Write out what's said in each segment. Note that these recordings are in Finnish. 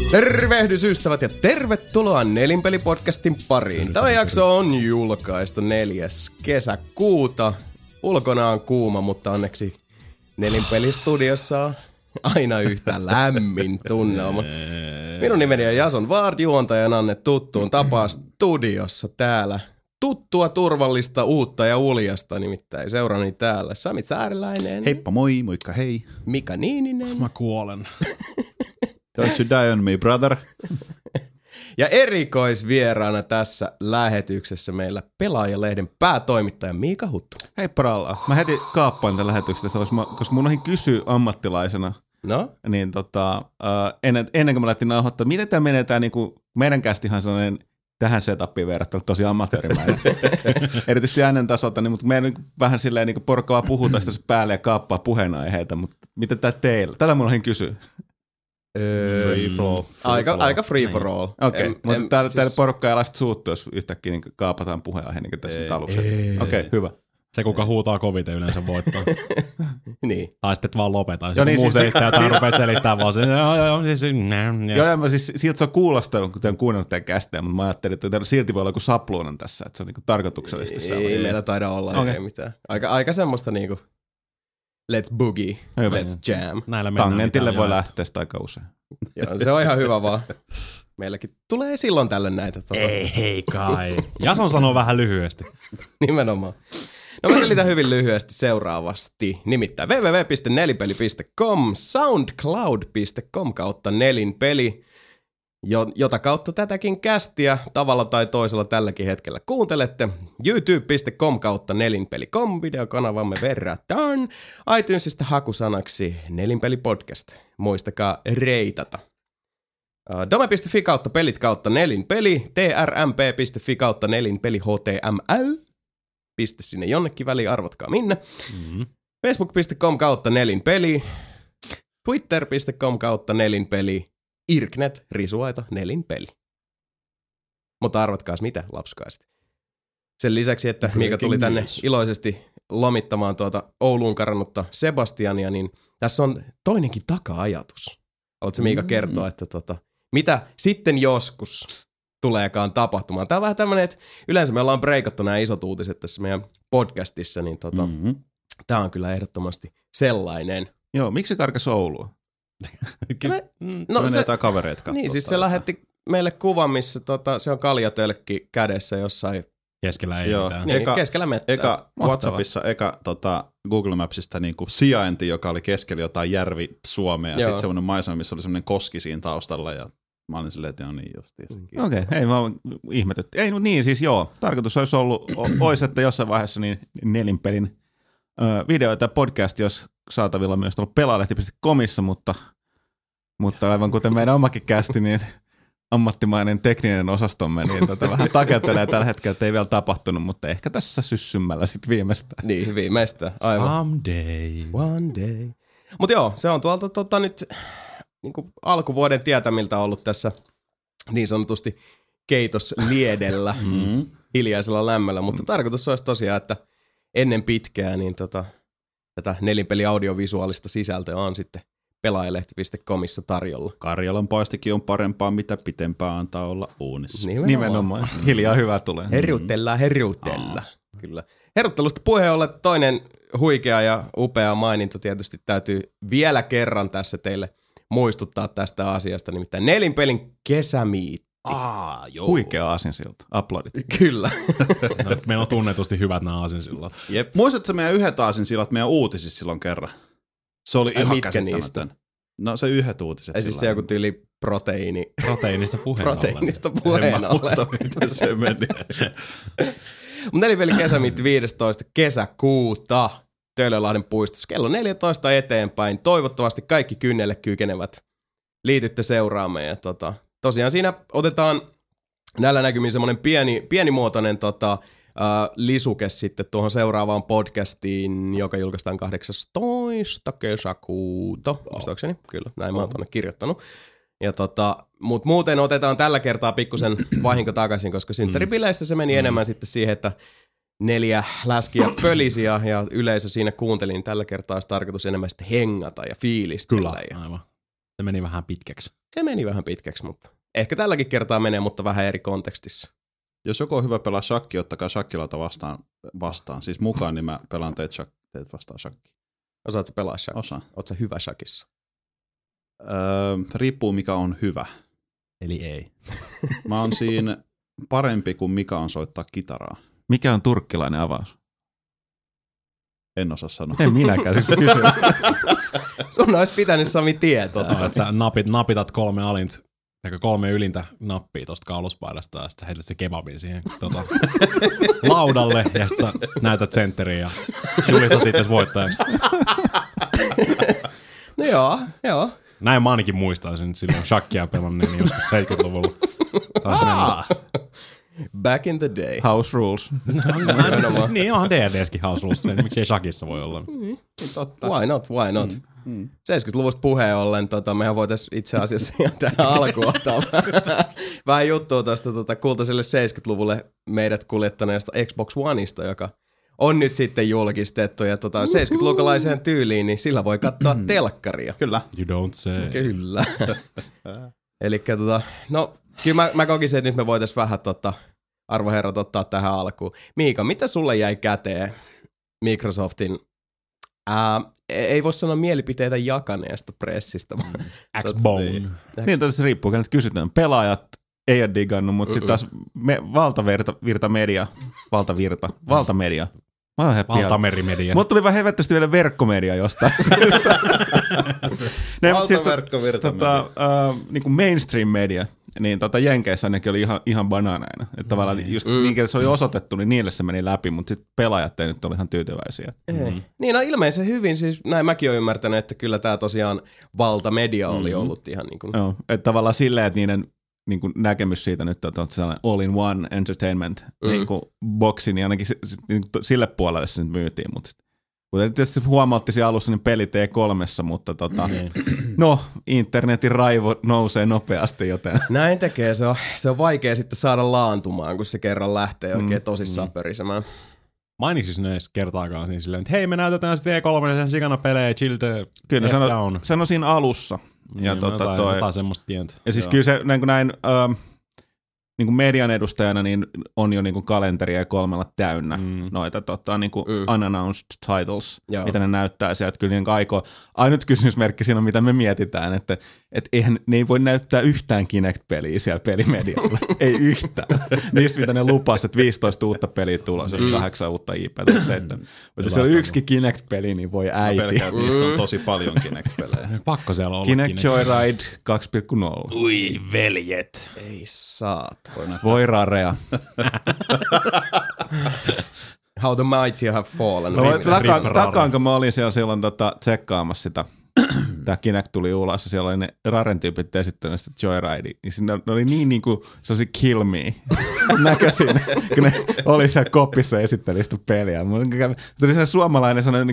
Tervehdys ystävät ja tervetuloa Nelinpeli-podcastin pariin. Tämä jakso on julkaistu 4. kesäkuuta. Ulkona on kuuma, mutta onneksi Nelinpeli-studiossa on aina yhtä lämmin tunnelma. Minun nimeni on Jason Ward, juontajan Anne tuttuun tapaan studiossa täällä. Tuttua, turvallista, uutta ja uljasta nimittäin seurani täällä. Sami Sääriläinen. Heippa moi, moikka hei. Mika Niininen. Mä kuolen. Don't you die on me, brother. Ja erikoisvieraana tässä lähetyksessä meillä Pelaajalehden päätoimittaja Miika Huttu. Heippa Ralla. Mä heti kaappaan tämän lähetyksestä, koska mun ohin kysyä ammattilaisena. No? Niin ennen kuin mä lähtin nauhoittaa, miten tää menee tää niinku, meidän kästihan sellainen tähän setupiin verrattuna tosi amatöörimäinen. Erityisesti äänen tasolta, niin, mutta meidän niin vähän silleen niin porukka vaan puhutaan sitä päälle ja kaappaa puheenaiheita, mutta miten tää teillä? Tätä mun ohin kysyä. Free flow. Aika free for all. Okei, mutta täällä porukka ei ala sitten suuttua, jos yhtäkkiä niin kaapataan puheenaihe niin tässä nyt alussa. Okei, hyvä. Se, kuka huutaa koviten yleensä voittaa. Niin. Tai sitten vaan lopetaan. Joo, niin muu selittää, jotain rupeat selittämään vaan sen. Joo, mä siis siltä se on kuulostanut, kun te on kuunnellut tämän kästeä, mutta mä ajattelin, että silti voi olla joku sapluunan tässä, että se on niinku tarkoituksellisesti sellaista. Ei meillä taida olla oikein mitään. Aika semmoista niinku let's boogie, hyvä. Let's jam. Tangentille voi lähteä sitä aika usein. Joo, se on ihan hyvä vaan. Meilläkin tulee silloin tällöin näitä. Ei kai. Jason sanoo vähän lyhyesti. Nimenomaan. No mä selitän hyvin lyhyesti seuraavasti. Nimittäin www.nelinpeli.com, soundcloud.com kautta nelinpeli, jota kautta tätäkin kästiä tavalla tai toisella tälläkin hetkellä kuuntelette. youtube.com kautta nelinpeli.com, videokanavamme verrataan. iTunesista hakusanaksi Nelinpeli-podcast. Muistakaa reitata. Dome.fi kautta pelit kautta nelinpeli, trmp.fi kautta nelinpeli html. Piste sinne jonnekin väliin, arvatkaa minne. Facebook.com kautta nelinpeli, Twitter.com kautta nelinpeli, Irknet, risuaita, nelinpeli. Mutta arvatkaas mitä, lapsukaiset. Sen lisäksi, että Miika tuli tänne iloisesti lomittamaan Ouluun karannutta Sebastiania, niin tässä on toinenkin taka-ajatus. Haluatko Miika kertoa, että mitä sitten joskus tuleekaan tapahtumaan? Tämä on vähän tämmöinen, että yleensä me ollaan breikattu nämä isot uutiset tässä meidän podcastissa, niin tämä on kyllä ehdottomasti sellainen. Joo, miksi karkas Ouluun? Se jotain kavereita katsoa. Niin, siis se lähetti meille kuvan, missä se on kaljatölkki kädessä jossain. Keskellä ei mitään. Niin, keskellä mettää. Eka WhatsAppissa, Google Mapsista niinku sijainti, joka oli keskellä jotain järvi Suomea, ja sitten semmoinen maisema, missä oli semmoinen koski siinä taustalla, ja mä olin silleen, että on niin justiin. Okei, ei mä ihmetetty. Ei, no niin, siis joo. Tarkoitus olisi ollut, että jossain vaiheessa niin Nelinpelin videoita ja podcasti olisi saatavilla myös tuolla pelaalehti.comissa, mutta aivan kuten meidän omakin kästi, niin ammattimainen tekninen osastomme niin vähän takeltelee tällä hetkellä, että ei vielä tapahtunut, mutta ehkä tässä syssymmällä sitten viimeistään. Niin, viimeistään. Aivan. Someday. One day. Mutta joo, se on tuolta nyt niinku alkuvuoden tietämiltä ollut tässä niin sanotusti keitosliedellä hiljaisella lämmöllä, mutta tarkoitus olisi tosiaan, että ennen pitkää niin tätä Nelinpeli audiovisuaalista sisältöä on sitten pelaajalehti.comissa tarjolla. Karjalan paistikin on parempaa, mitä pitempään antaa olla uunissa. Nimenomaan. Hiljaa hyvä tulee. Herjutella. Kyllä. Heruttelusta puheen ollen toinen huikea ja upea maininta tietysti täytyy vielä kerran tässä teille muistuttaa tästä asiasta, nimittäin Nelinpelin kesämiitti. Joo. Huikea aasinsilta. Aplodit. Kyllä. Meillä on tunnetusti hyvät nämä aasinsillat. Jep. Muistatko meidän yhdet aasinsillat meidän uutisissa silloin kerran? Se oli ihan käsittämätön. No se yhdet uutiset. Ja siis se joku tyyli proteiini. Proteiinista puheen ollen. Miten se meni. Nelinpeli kesämiitti 15. kesäkuuta Töölönlahden puistossa kello 14 eteenpäin. Toivottavasti kaikki kynnelle kykenevät liitytte seuraamme. Ja tosiaan siinä otetaan näillä näkymin semmoinen pienimuotoinen lisuke sitten tuohon seuraavaan podcastiin, joka julkaistaan 18. kesäkuuta. Muistaakseni? Kyllä, näin mä oon tuonne kirjoittanut. Ja mut muuten otetaan tällä kertaa pikkusen vahinko takaisin, koska synttäribileissä se meni enemmän sitten siihen, että 4 läskiä pölisi ja yleisö siinä kuunteli, niin tällä kertaa olisi tarkoitus enemmän sitten hengata ja fiilistellä. Kyllä, aivan. Se meni vähän pitkäksi. Se meni vähän pitkäksi, mutta ehkä tälläkin kertaa menee, mutta vähän eri kontekstissa. Jos joku on hyvä pelaa shakki, ottakaa shakkilauta vastaan. Siis mukaan, niin mä pelaan teet vastaan shakki. Osaatko pelaa shakki? Osaan. Ootko hyvä shakissa? Riippuu mikä on hyvä. Eli ei. Mä oon siinä parempi kuin mikä on soittaa kitaraa. Mikä on turkkilainen avaus? En osaa sanoa. En minäkään, siis kysyn. Sun olisi pitänyt Sami tietää. Että sä napitat 3 ylintä nappia tosta kauluspaidasta ja sit sä heität se kebabin siihen laudalle ja sit sä näytät sentteriin ja julistat itse voittajaksi. No joo. Näin mä ainakin muistan silloin shakkia pelanneen joskus 70-luvulla. Back in the day. House rules. Siis niin onhan D&D:skin house rules, miksi ei shakissa voi olla. Totta. Why not? 70-luvusta puheen ollen, mehän voitaisiin itse asiassa ihan tähän alkuun ottaa vähän juttua tuosta kultaiselle 70-luvulle meidät kuljettaneesta Xbox Oneista, joka on nyt sitten julkistettu ja 70-lukalaiseen tyyliin, niin sillä voi katsoa telkkaria. Kyllä. You don't say. Kyllä. Elikkä no kyllä mä kokisin, että nyt me voitaisiin vähän arvoherrat ottaa tähän alkuun. Miika, mitä sulle jäi käteen Microsoftin ei voi sanoa mielipiteitä jakaneesta pressistä. X-Bone. Niin tässä riippuu, kun kysytään. Pelaajat ei ole digannut, mutta sitten taas valtamedia. Valtamerimedia. Mutta tuli vähän hevettösti vielä verkkomedia jostain. Valtaverkkovirta. Niin kuin mainstream media, niin Jenkeissä nekin oli ihan bananeina. Että tavallaan just niille se oli osoitettu, niin niille se meni läpi, mutta sitten pelaajat ei nyt ole ihan tyytyväisiä. Niin no ilmeisen hyvin, siis näin mäkin olen ymmärtänyt, että kyllä tämä tosiaan valtamedia oli ollut ihan niin kuin. Joo, että tavallaan silleen, että niiden niin kuin näkemys siitä nyt on sellainen all-in-one entertainment niin kuin boksi, niin ainakin sille puolelle se nyt myytiin, mutta kuten tietysti huomautti siinä alussa, niin pelit E3, mutta no, internetin raivo nousee nopeasti, joten. Näin tekee, se on vaikea sitten saada laantumaan, kun se kerran lähtee oikein tosissaan pörisemään. Mainitsis ne edes kertaakaan niin silleen, että hei, me näytetään sitten E3 sen sikana pelejä, chill the kyllä sano siinä alussa. Ja jotain semmoista pientä. Ja siis kyllä se näin niin kuin median edustajana niin on jo niin kuin kalenteria 3 täynnä noita niin kuin unannounced titles, mitä ne näyttää sieltä. Että kyllä niin ainut kysymysmerkki siinä on, mitä me mietitään, että eihän ne ei voi näyttää yhtään Kinect-peliä siellä pelimedialla. Ei yhtään. Niistä mitä ne lupas, että 15 uutta peliä tulossa, 8 uutta IP-tä, 7. Mutta siellä on yksikin Kinect-peli, niin voi äiti. Pelkää, että niistä on tosi paljon Kinect-pelejä. Pakko siellä olla Kinect Joyride 2.0. Ui, veljet. Ei saata. Voi rarea. How the mighty have fallen. Takaanko mä olin siellä silloin tsekkaamassa sitä. Tämä Kinect tuli ulos ja siellä oli ne Raren tyypit esittänyt sitä Joyride. Niin ne oli niin kuin sellaisia kill me näköisin, kun ne oli siellä kopissa ja esitteli sitä peliä. Tuli sellainen suomalainen sellainen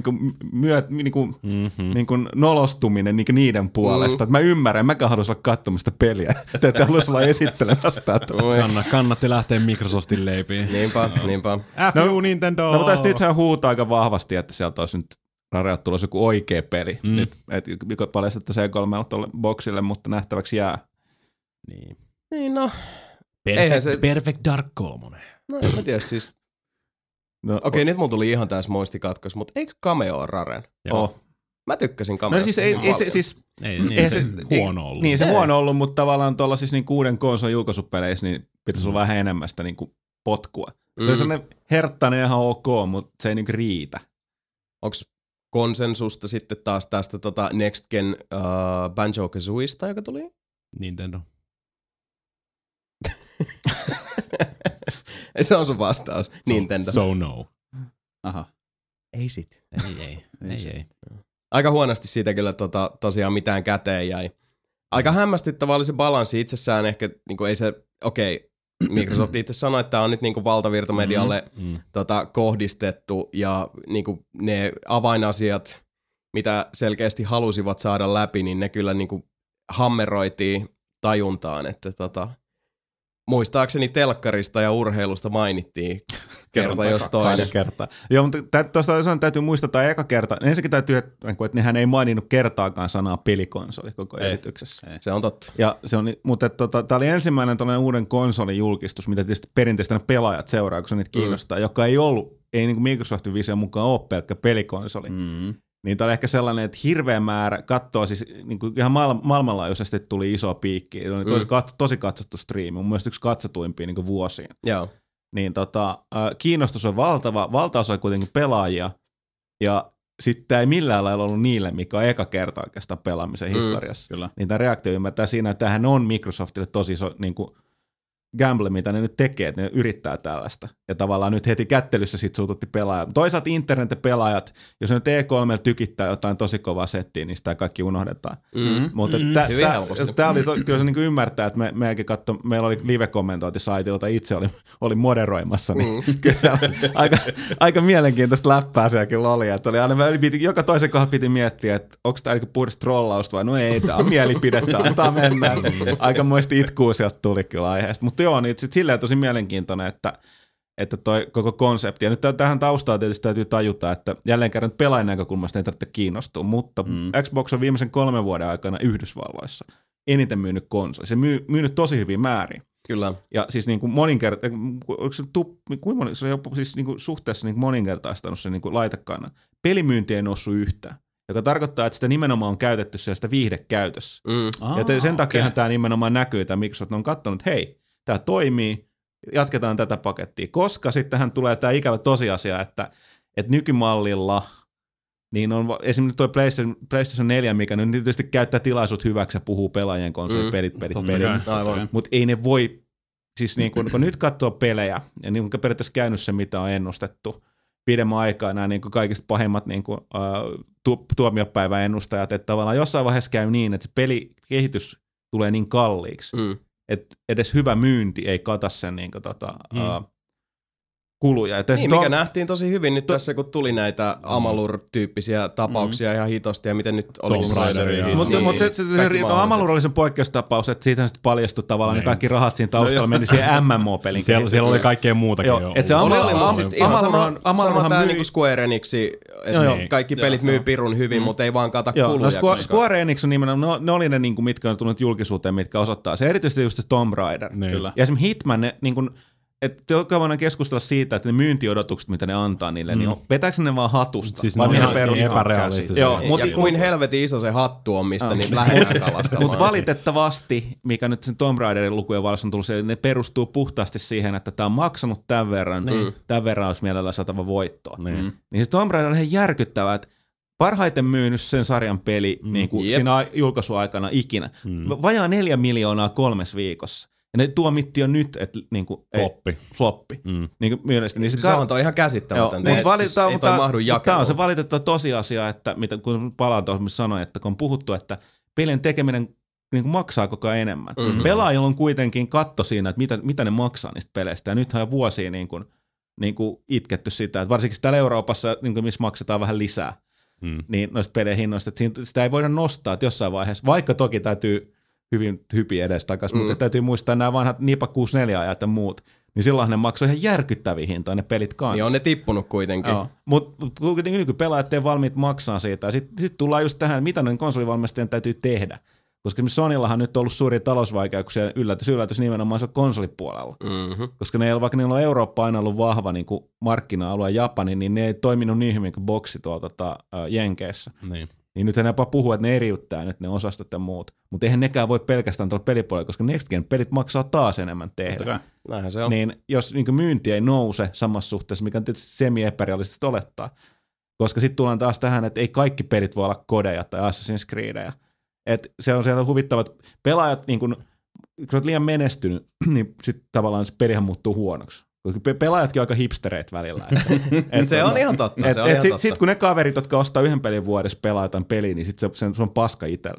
niin kuin nolostuminen niin kuin niiden puolesta. Mä ymmärrän, mäkään haluaisin olla katsomassa sitä peliä. Te ette haluaisi olla esittelemässä sitä. Kannatti lähteä Microsoftin leipiin. Niinpä. FU Nintendo! No mutta itse huutaa aika vahvasti, että sieltä olisi nyt Rareat tulossa joku oikea peli. Nyt, että paljastettaisiin C3 tuolle boksille, mutta nähtäväksi jää. Niin no. Perfect Dark 3. No en mä tiedä siis. No, okei, nyt mun tuli ihan täys muistikatkos, mutta eikö Cameo ole Raren? Joo. Mä tykkäsin Cameosta. Ei se huono ollut. Niin se huono ollut, mutta tavallaan tuolla siis niin 6 konsolin julkaisupeleissä niin pitäisi olla vähän enemmän sitä niin kuin potkua. Se on sellainen herttainen ihan ok, mutta se ei niin riitä. Onks konsensusta sitten taas tästä Next Gen Banjo-Kazooista, joka tuli? Nintendo. Se on sun vastaus. Nintendo. So no. Aha. Ei sit. Ei. Aika huonosti siitä kyllä tosiaan mitään käteen jäi. Aika hämmästyttävä oli se balanssi itsessään ehkä, niinku ei se, Microsoft itse sanoi, että tämä on nyt niinku valtavirtamedialle kohdistettu ja niinku ne avainasiat, mitä selkeästi halusivat saada läpi, niin ne kyllä niinku hammeroitiin tajuntaan, että muistaakseni telkkarista ja urheilusta mainittiin kerta jos toinen. Kertaa. Joo, mutta tuosta täytyy muistaa, että eka kerta, ensinnäkin täytyy, että nehän ei maininnut kertaakaan sanaa pelikonsoli koko esityksessä. Se on totta. Ja se on, mutta tämä oli ensimmäinen uuden konsolin julkistus, mitä tietysti perinteisesti pelaajat seuraa, kun se niitä kiinnostaa, joka ei niin kuin Microsoftin vision mukaan ole pelkkä pelikonsoli. Niin tämä oli ehkä sellainen, että hirveä määrä katsoa, siis niin kuin ihan maailmanlaajuisesti tuli iso piikki. Se oli tosi katsottu striimi, mun mielestä yksi katsotuimpia niin kuin vuosiin. Joo. Niin kiinnostus on valtava, valtaosa oli kuitenkin pelaajia, ja sitten tämä ei millään lailla ollut niille, mikä on eka kerta oikeastaan pelaamisen historiassa. Kyllä. Niin tämä reaktio ymmärtää siinä, että tämähän on Microsoftille tosi iso niin kuin gamble, mitä ne nyt tekee, että ne yrittää tällaista. Ja tavallaan nyt heti kättelyssä sit suututti pelaajat. Toisaalta internet-pelaajat, jos ne E3 tykittää jotain tosi kovaa settiä, niin sitä kaikki unohdetaan. Mutta tämä oli kyllä se niin ymmärtää, että meillä oli live-kommentointi saitilla, tai itse oli moderoimassa, niin kyllä se aika mielenkiintoista läppää siellä kyllä oli. Että oli aina, joka toisen kohdalla piti miettiä, että onko tämä puhdasta trollausta vai no ei, tämä on mielipidettä, antaa mennä. Aikamoista itkuu sieltä tuli kyllä aiheesta. Mutta joo, niin silleen tosi mielenkiintoinen, että toi koko konsepti. Ja nyt tähän taustaan tietysti täytyy tajuta, että jälleen kerran pelaajan näkökulmasta ei tarvitse kiinnostua, mutta Xbox on viimeisen 3 vuoden aikana Yhdysvalloissa eniten myynyt konsoli. Se myynyt tosi hyvin määrin. Kyllä. Ja siis niin kuin se on jopa siis niin kuin suhteessa niin kuin moninkertaistanut se niin kuin laitekannan. Pelimyynti ei noussut yhtään, joka tarkoittaa, että sitä nimenomaan on käytetty sitä viihdekäytössä. Ja sen takia tämä nimenomaan näkyy, että Microsoft on katsonut, että hei, tämä toimii, jatketaan tätä pakettia, koska sittenhän tulee tämä ikävä tosiasia, että nykymallilla niin on esimerkiksi tuo PlayStation 4, mikä nyt tietysti käyttää tilaisuutta hyväksi ja puhuu pelaajien konsolipelit, mutta ei ne voi, siis niin kun nyt katsoo pelejä, ja niin kuin periaatteessa käynyt se, mitä on ennustettu pidemmän aikaa, nämä niin kuin kaikista pahimmat niin kuin, tuomiopäivän ennustajat, että tavallaan jossain vaiheessa käy niin, että se pelikehitys tulee niin kalliiksi, että edes hyvä myynti ei kata sen niin kuin, kuluja. Niin, mikä nähtiin tosi hyvin nyt tässä, kun tuli näitä Amalur-tyyppisiä tapauksia ihan hitosti, ja miten nyt oli Mutta se Amalur oli sen poikkeustapaus, että siitähän sitten paljastui tavallaan, ne kaikki rahat siinä taustalla meni siihen MMO-pelin. Siellä oli kaikkea muutakin jo. Amalurhan tämä niinku Square Enixi, että kaikki pelit myy pirun hyvin, mutta ei vaan kata kuluja. No Square Enix on nimenomaan, ne oli ne, mitkä on tullut julkisuuteen, mitkä osoittaa se, erityisesti just se Tomb Raider. Ja esimerkiksi Hitman, ne että joka voidaan keskustella siitä, että ne myyntiodotukset, mitä ne antaa niille, niin vetääkö ne vaan hatusta? Siis ne on ihan epärealistisia. Mutta kuin helvetin iso se hattu on, mistä niitä lähdetään kalastamaan. Mutta valitettavasti, mikä nyt sen Tomb Raiderin lukujen valossa on tullut, ne perustuu puhtaasti siihen, että tämä on maksanut tämän verran, tämän verran olisi mielellä satava voittoa. Niin se Tomb Raider on ihan järkyttävää, että parhaiten myynyt sen sarjan peli niin kuin siinä julkaisuaikana ikinä. Vajaa 4 miljoonaa 3 viikossa. Ja ne tuomittiin jo nyt, että niinku floppi. Niinku mielestäni. Niin se on ihan käsittämätöntä. Ei toi mahdu jakeluun. Tämä on se valitettava tosiasia, että kun palaan tuohon, missä sanoin, että kun on puhuttu, että pelien tekeminen niinku maksaa koko ajan enemmän. Pelaajilla on kuitenkin katto siinä, että mitä ne maksaa niistä peleistä. Ja nythän on vuosia niinku itketty sitä, että varsinkin täällä Euroopassa, niinku, missä maksetaan vähän lisää, niin noista pelien hinnoista, että sitä ei voida nostaa, että jossain vaiheessa, vaikka toki täytyy hyvin hypi edestakaisin, mutta täytyy muistaa nämä vanhat Nipa 64-ajat ja muut, niin silloin ne maksoi ihan järkyttäviä hintoja ne pelit kanssa. Niin on ne tippunut kuitenkin. Mutta kuitenkin nykypelaajat ei valmiit maksaa siitä, ja sitten tullaan just tähän, mitä noin konsolivalmistajien täytyy tehdä. Koska esimerkiksi Sonyllahan nyt on ollut suuria talousvaikeuksia, yllätys nimenomaan se konsolipuolella. Koska vaikka niillä on Eurooppa aina ollut vahva niin kuin markkina-alue Japani, niin ne ei toiminut niin hyvin kuin boksi tuolta Jenkeissä. Niin nyt enää puhuu, että ne eriyttää nyt ne osastot ja muut. Mutta eihän nekään voi pelkästään tuolla pelipuolella, koska Next Gen pelit maksaa taas enemmän tehdä. Näinhän se on. Niin jos niin myynti ei nouse samassa suhteessa, mikä on tietysti semi-epärealistisesti olettaa. Koska sitten tullaan taas tähän, että ei kaikki pelit voi olla kodeja tai Assassin's Creedejä. Että se on siellä huvittavat pelaajat, niin kun sä oot liian menestynyt, niin sitten tavallaan se pelihän muuttuu huonoksi. Pelaajatkin on aika hipstereitä välillä. Se on ihan totta. Sitten kun ne kaverit, jotka ostaa yhden pelin vuodessa pelaa jotain peliä, niin sitten se on paska itselle.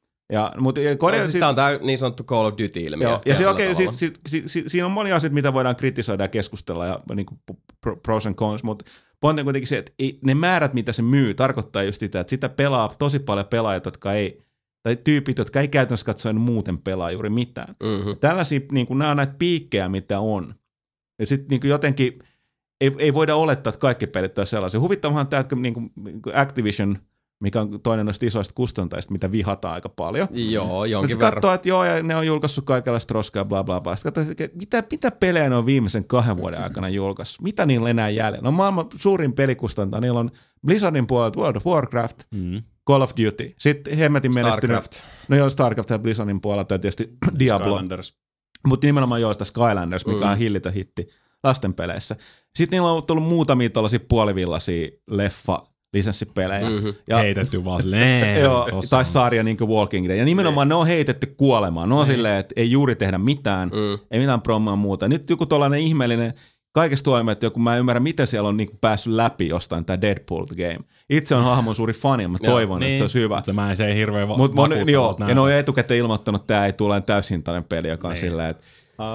Tämä on tämä niin sanottu Call of Duty-ilmiö. Ja siinä on monia asioita, mitä voidaan kritisoida ja keskustella, ja niin kuin pros and cons, mutta pointti on kuitenkin se, että ne määrät, mitä se myy, tarkoittaa just sitä, että sitä pelaa tosi paljon pelaajat, jotka ei tai tyypit, jotka ei käytännössä katsoen muuten pelaa juuri mitään. Mm-hmm. Tällaisia, niin kuin, nämä on näitä piikkejä, mitä on. Ja sitten niin jotenkin ei voida olettaa, että kaikki pelit on sellaisia. Huvittavahan tämä, että niin kuin Activision, mikä on toinen noista isoista kustantajista, mitä vihataan aika paljon. Joo, jonkin verran. verran. Katsoo, että joo, ja ne on julkaissut kaikenlaista roskaa, bla bla bla. Sitten katsoo, mitä pelejä ne on viimeisen 2 vuoden aikana julkaissut? Mitä niillä enää jäljellä? No maailman suurin pelikustantaja, niillä on Blizzardin puolelta World of Warcraft, Call of Duty. Sitten hemmetin menestynyt. No joo, StarCraft ja Blizzardin puolelta ja tietysti Diablo. Mutta nimenomaan joo, sitä Skylanders, mikä on hillitön hitti lastenpeleissä. Sitten niillä on tullut muutamia tuollaisia puolivillaisia lisenssipelejä. Ja heitetty vaan silleen. Joo, tai sarja niin kuin Walking Dead. Ja nimenomaan ne on heitetty kuolemaan. Ne on silleen, että ei juuri tehdä mitään, ei mitään promoa muuta. Nyt joku tollainen ihmeellinen, kaikesta huolimatta, että joku mä en ymmärrä, miten siellä on niin päässyt läpi jostain tämä Deadpool game. Itse on hahmon suuri fani ja mä toivon, että se olisi hyvä. Se ei hirveän vakuuttanut. Joo, ja ne on etukäteen ilmoittanut, että tämä ei tule täyshintainen peli, joka on silleen, että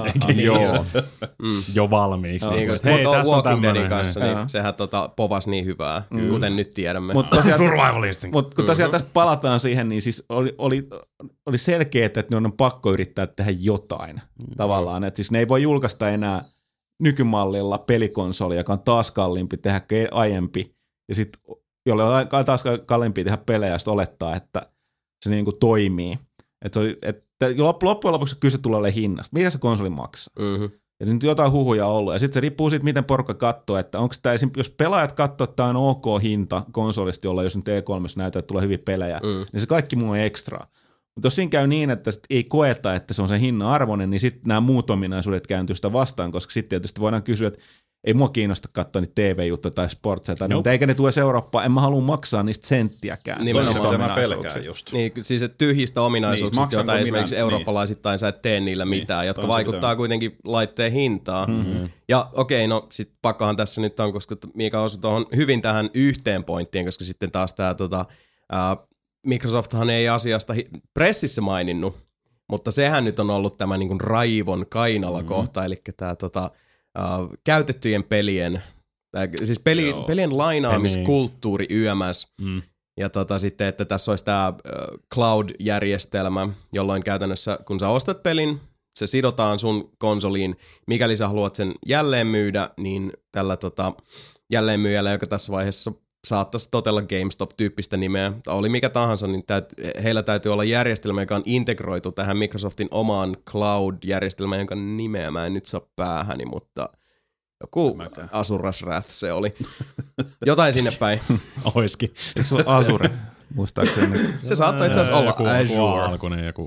jo valmiiksi. Niin, koska hei, Walking Deadin kanssa, niin sehän povasi niin hyvää, kuten nyt tiedämme. Mutta kun tosiaan tästä palataan siihen, niin siis oli selkeää, että ne on pakko yrittää tehdä jotain tavallaan. Että siis ne ei voi julkaista enää nykymallilla pelikonsoli, joka on taas kalliimpi tehdä aiempi, ja sitten jolle on taas kalliimpi tehdä pelejä, ja sitten olettaa, että se niinku toimii. Että loppujen lopuksi kyse tulee hinnasta. Mitä se konsoli maksaa? Ja nyt jotain huhuja on ollut. Ja sitten se riippuu siitä, miten porukka katsoo, että onko tämä jos pelaajat katsoo, että tämä on ok hinta konsolista, jolla jos nyt E3 näyttää, että tulee hyviä pelejä, niin se kaikki muu on ekstraa. Mutta jos siinä käy niin, että ei koeta, että se on sen hinnan arvoinen, niin sitten nämä muut ominaisuudet kääntyy sitä vastaan, koska sitten tietysti voidaan kysyä, että ei mua kiinnosta katsoa niitä TV-juttuja tai sportseja tai nope. Eikä ne tule Eurooppaan, en mä halua maksaa niistä senttiäkään. Nimenomaan tämä pelkää just. Niin, siis tyhjistä ominaisuuksista, niin, joita esimerkiksi eurooppalaisittain sä et tee niillä mitään, jotka vaikuttaa kuitenkin laitteen hintaan. Ja okei, no sit pakkohan tässä nyt on, koska Miika osui tuohon hyvin tähän yhteen pointtiin, koska sitten taas tämä Microsofthan ei asiasta pressissä maininnut, mutta sehän nyt on ollut tämä niin kuin raivon kainala kohta, eli tämä käytettyjen pelien, siis pelien lainaamiskulttuuri YMS, ja sitten, että tässä olisi tämä cloud-järjestelmä, jolloin käytännössä, kun sä ostat pelin, se sidotaan sun konsoliin, mikäli sä haluat sen jälleen myydä, niin tällä jälleenmyyjällä, joka tässä vaiheessa saattaisi totella GameStop-tyyppistä nimeä, tai oli mikä tahansa, niin heillä täytyy olla järjestelmä, joka on integroitu tähän Microsoftin omaan cloud-järjestelmään, jonka nimeä mä en nyt saa päähäni, mutta joku Azure's Wrath se oli. Jotain sinne päin. Oiskin. Eikö se ole Azure? Muistaakseni. Se saattoi itse asiassa olla Azure. Alkuinen joku,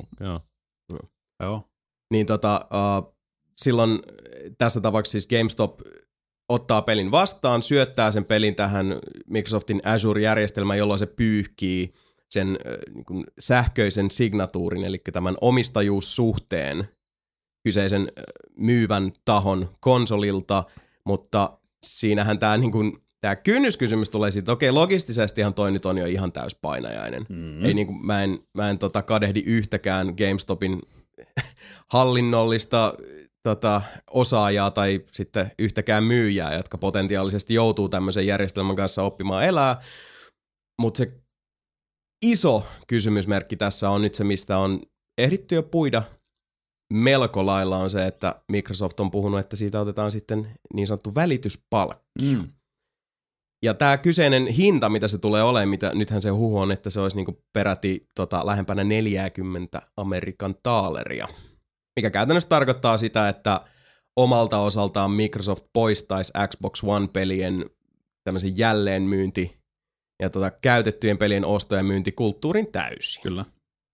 joo. Niin silloin tässä tapauksessa siis GameStop ottaa pelin vastaan, syöttää sen pelin tähän Microsoftin Azure-järjestelmään, jolloin se pyyhkii sen niin kuin sähköisen signatuurin, eli tämän omistajuussuhteen kyseisen myyvän tahon konsolilta, mutta siinähän tämä niin kuin, kynnyskysymys tulee siitä, että okei, logistisestihan toi nyt on jo ihan täyspainajainen. Ei niin kuin, mä en kadehdi yhtäkään GameStopin hallinnollista osaajaa tai sitten yhtäkään myyjää, jotka potentiaalisesti joutuu tämmöisen järjestelmän kanssa oppimaan elää, mutta se iso kysymysmerkki tässä on nyt se, mistä on ehditty jo puida melko lailla, on se, että Microsoft on puhunut, että siitä otetaan sitten niin sanottu välityspalkki. Ja tämä kyseinen hinta, mitä se tulee olemaan, nythän se huhu on, että se olisi niinku peräti lähempänä 40 Amerikan taaleria. Mikä käytännössä tarkoittaa sitä, että omalta osaltaan Microsoft poistaisi Xbox One-pelien tämmöisen jälleenmyynti ja käytettyjen pelien osto- ja myyntikulttuurin täysin. Kyllä.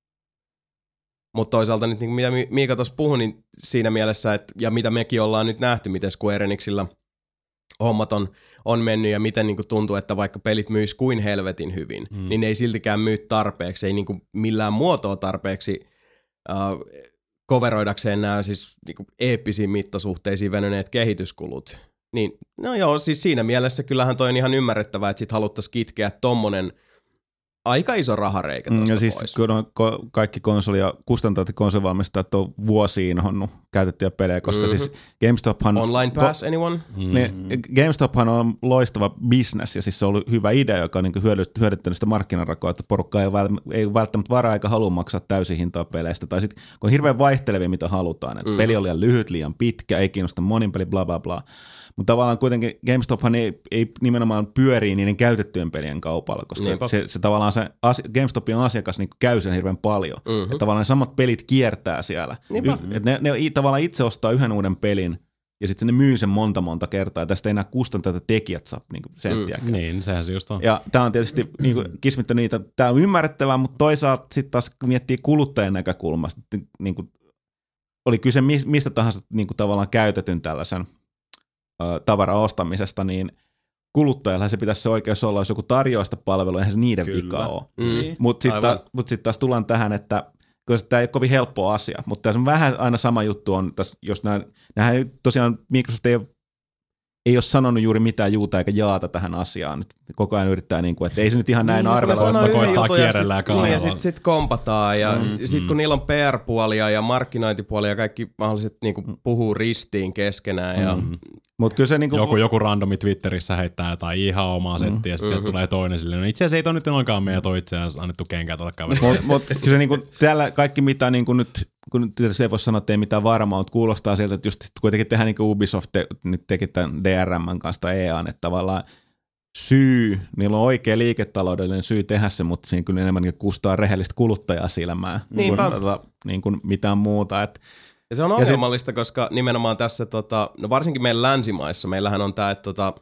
Mutta toisaalta nyt, niin mitä Miika tuossa puhui, niin siinä mielessä, että, ja mitä mekin ollaan nyt nähty, miten Square Enixillä hommat on mennyt ja miten niin kuin tuntuu, että vaikka pelit myis kuin helvetin hyvin, niin ne ei siltikään myy tarpeeksi, ei niin kuin millään muotoa tarpeeksi coveroidakseen nämä siis niin kuin eeppisiin mittasuhteisiin venyneet kehityskulut. Niin, no joo, siis siinä mielessä kyllähän toi on ihan ymmärrettävää, että sit haluttaisiin kitkeä tommonen aika iso rahareikä tuosta siis pois. Kun kaikki konsoli- ja kustantajat ja konsolivalmistajat on vuosiin inhonnut käytettyjä pelejä, koska siis GameStophan... Online Pass, anyone? GameStophan on loistava business, ja siis se on ollut hyvä idea, joka on niin hyödyttänyt sitä markkinarakoa, että porukka ei välttämättä varaa eikä halua maksaa täysin hintaa peleistä, tai sitten kun on hirveän vaihtelevia, mitä halutaan, että peli on liian lyhyt, liian pitkä, ei kiinnosta monin peli, bla bla bla. Mutta tavallaan kuitenkin GameStophan ei nimenomaan pyörii niiden käytettyjen pelien kaupalla, koska se tavallaan se GameStopin asiakas niin käy sen hirveän paljon. Että tavallaan ne samat pelit kiertää siellä. Ne tavallaan itse ostaa yhden uuden pelin ja sitten ne myy sen monta kertaa. Ja tästä ei enää kustantajat ja tekijät saa niin senttiäkään. Niin, sehän se just on. Ja tämä on tietysti niin kismittä niitä, tämä on ymmärrettävää, mutta toisaalta sitten taas miettii kuluttajan näkökulmasta, niin kuin, oli kyse mistä tahansa niin kuin tavallaan käytetyn tällaisen tavaran ostamisesta, niin kuluttajalla se pitäisi se oikeus olla, jos joku tarjoaa sitä palvelua, eihän se niiden vika ole. Mutta sitten taas tullaan tähän, että tämä ei ole kovin helppo asia, mutta tässä on vähän aina sama juttu on, jos nämähän tosiaan Microsoft ei ole sanonut juuri mitään juuta eikä jaata tähän asiaan. Nyt koko ajan yrittää, niin kuin, että ei se nyt ihan näin arvella. Koittaa kierrellä ja kaivaa. Ja sitten kompataan ja sitten kun niillä on PR-puolia ja markkinointipuolia ja kaikki mahdolliset niin kuin puhuu ristiin keskenään. Ja Mut kyllä se niinku joku randomi Twitterissä heittää jotain ihan omaa settiä ja sitten sieltä tulee toinen silleen, no itse asiassa ei toi nyt noinkaan meidän toi itse asiassa annettu kenkää tuolle kaverille. Mutta kyllä se niinku, täällä kaikki mitä niinku nyt, kun tietysti ei voi sanoa, että ei mitään varmaa, mutta kuulostaa sieltä, että just kuitenkin tehdään niin kuin Ubisoft nyt teki tämän DRM:n kanssa tai EA:n, että tavallaan niillä on oikea liiketaloudellinen syy tehdä se, mutta siinä kyllä enemmänkin kustaa rehellistä kuluttajaa silmään niin kuin mitään muuta. Ja se on ongelmallista, koska nimenomaan tässä, no varsinkin meidän länsimaissa, meillähän on tämä, että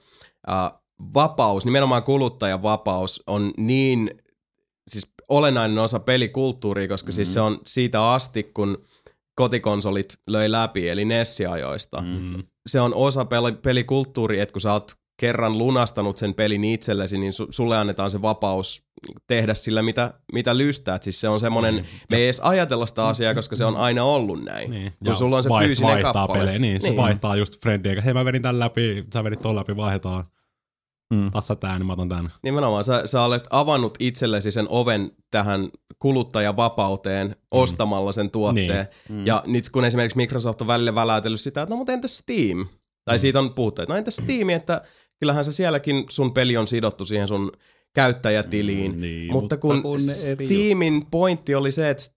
vapaus, nimenomaan kuluttajan vapaus on niin siis olennainen osa pelikulttuuria, koska siis se on siitä asti, kun kotikonsolit löi läpi, eli NES-ajoista. Se on osa pelikulttuuria, että kun sä oot kerran lunastanut sen pelin itsellesi, niin sulle annetaan se vapaus tehdä sillä, mitä lystäät. Siis se on semmoinen, me ei edes ajatella sitä asiaa, koska se on aina ollut näin. Niin. Kun sulla on se fyysinen kappale. Pelejä, niin. Se vaihtaa just friendien kanssa. Hei, mä vedin tän läpi, sä vedit ton läpi, vaihdetaan. Tatsa tää, niin mä otan tän. Nimenomaan, sä olet avannut itsellesi sen oven tähän kuluttajavapauteen ostamalla sen tuotteen. Ja nyt kun esimerkiksi Microsoft on välillä väläytellyt sitä, että no mutta entäs Steam? Tai siitä on puhuttu, että no entäs Steam, että kyllähän se sielläkin sun peli on sidottu siihen sun käyttäjätiliin. Mutta kun Steamin pointti oli se, että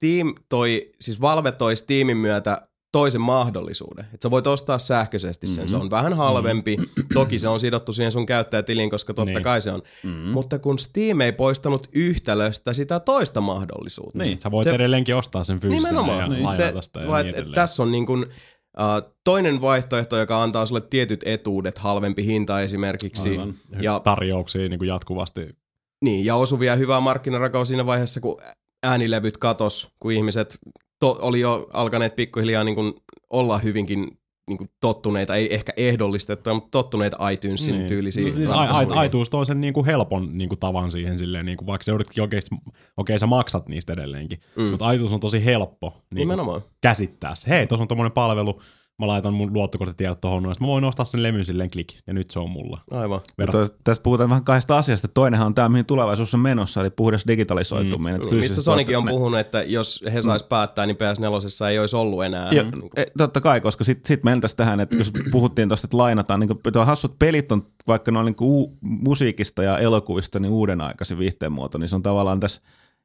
Valve toi Steamin myötä toisen mahdollisuuden. Että sä voit ostaa sähköisesti sen. Se on vähän halvempi. Toki se on sidottu siihen sun käyttäjätiliin, koska totta kai se on. Mutta kun Steam ei poistanut yhtälöstä sitä toista mahdollisuutta. Niin. Sä voit edelleenkin ostaa sen fyysisellä ja lainata sitä ja niin edelleen. Tässä on niin kuin toinen vaihtoehto, joka antaa sulle tietyt etuudet, halvempi hinta esimerkiksi. Ja tarjouksia niin kuin jatkuvasti. Niin, ja osuvia hyvää markkinarakoa siinä vaiheessa, kun äänilevyt katos, kun ihmiset oli jo alkaneet pikkuhiljaa niin kuin olla hyvinkin niin kuin tottuneita, ei ehkä ehdollistettuja, mutta tottuneita iTunesin tyylisiä. No siis iTunes toi sen niin kuin helpon niin kuin tavan siihen silleen, niin kuin vaikka se joudutkin okei, sä maksat niistä edelleenkin, mutta iTunes on tosi helppo niin käsittää se. Hei, tuossa on tommonen palvelu, mä laitan mun luottokorttitiedot tohon noin, mä voin ostaa sen levyn silleen klik, ja nyt se on mulla. Aivan. Tässä puhutaan vähän kahdesta asiasta. Toinenhan on tämä, mihin tulevaisuus on menossa, eli puhdas digitalisoituminen. Mistä Sonikin on puhunut, että jos he sais päättää, niin PS4 ei olisi ollut enää. Totta kai, koska sit mentäisiin tähän, että jos puhuttiin tuosta, että lainataan, niin hassut pelit on, vaikka ne on niin musiikista ja elokuvista, niin uuden aikaisin viihteen muoto, niin se on tavallaan tässä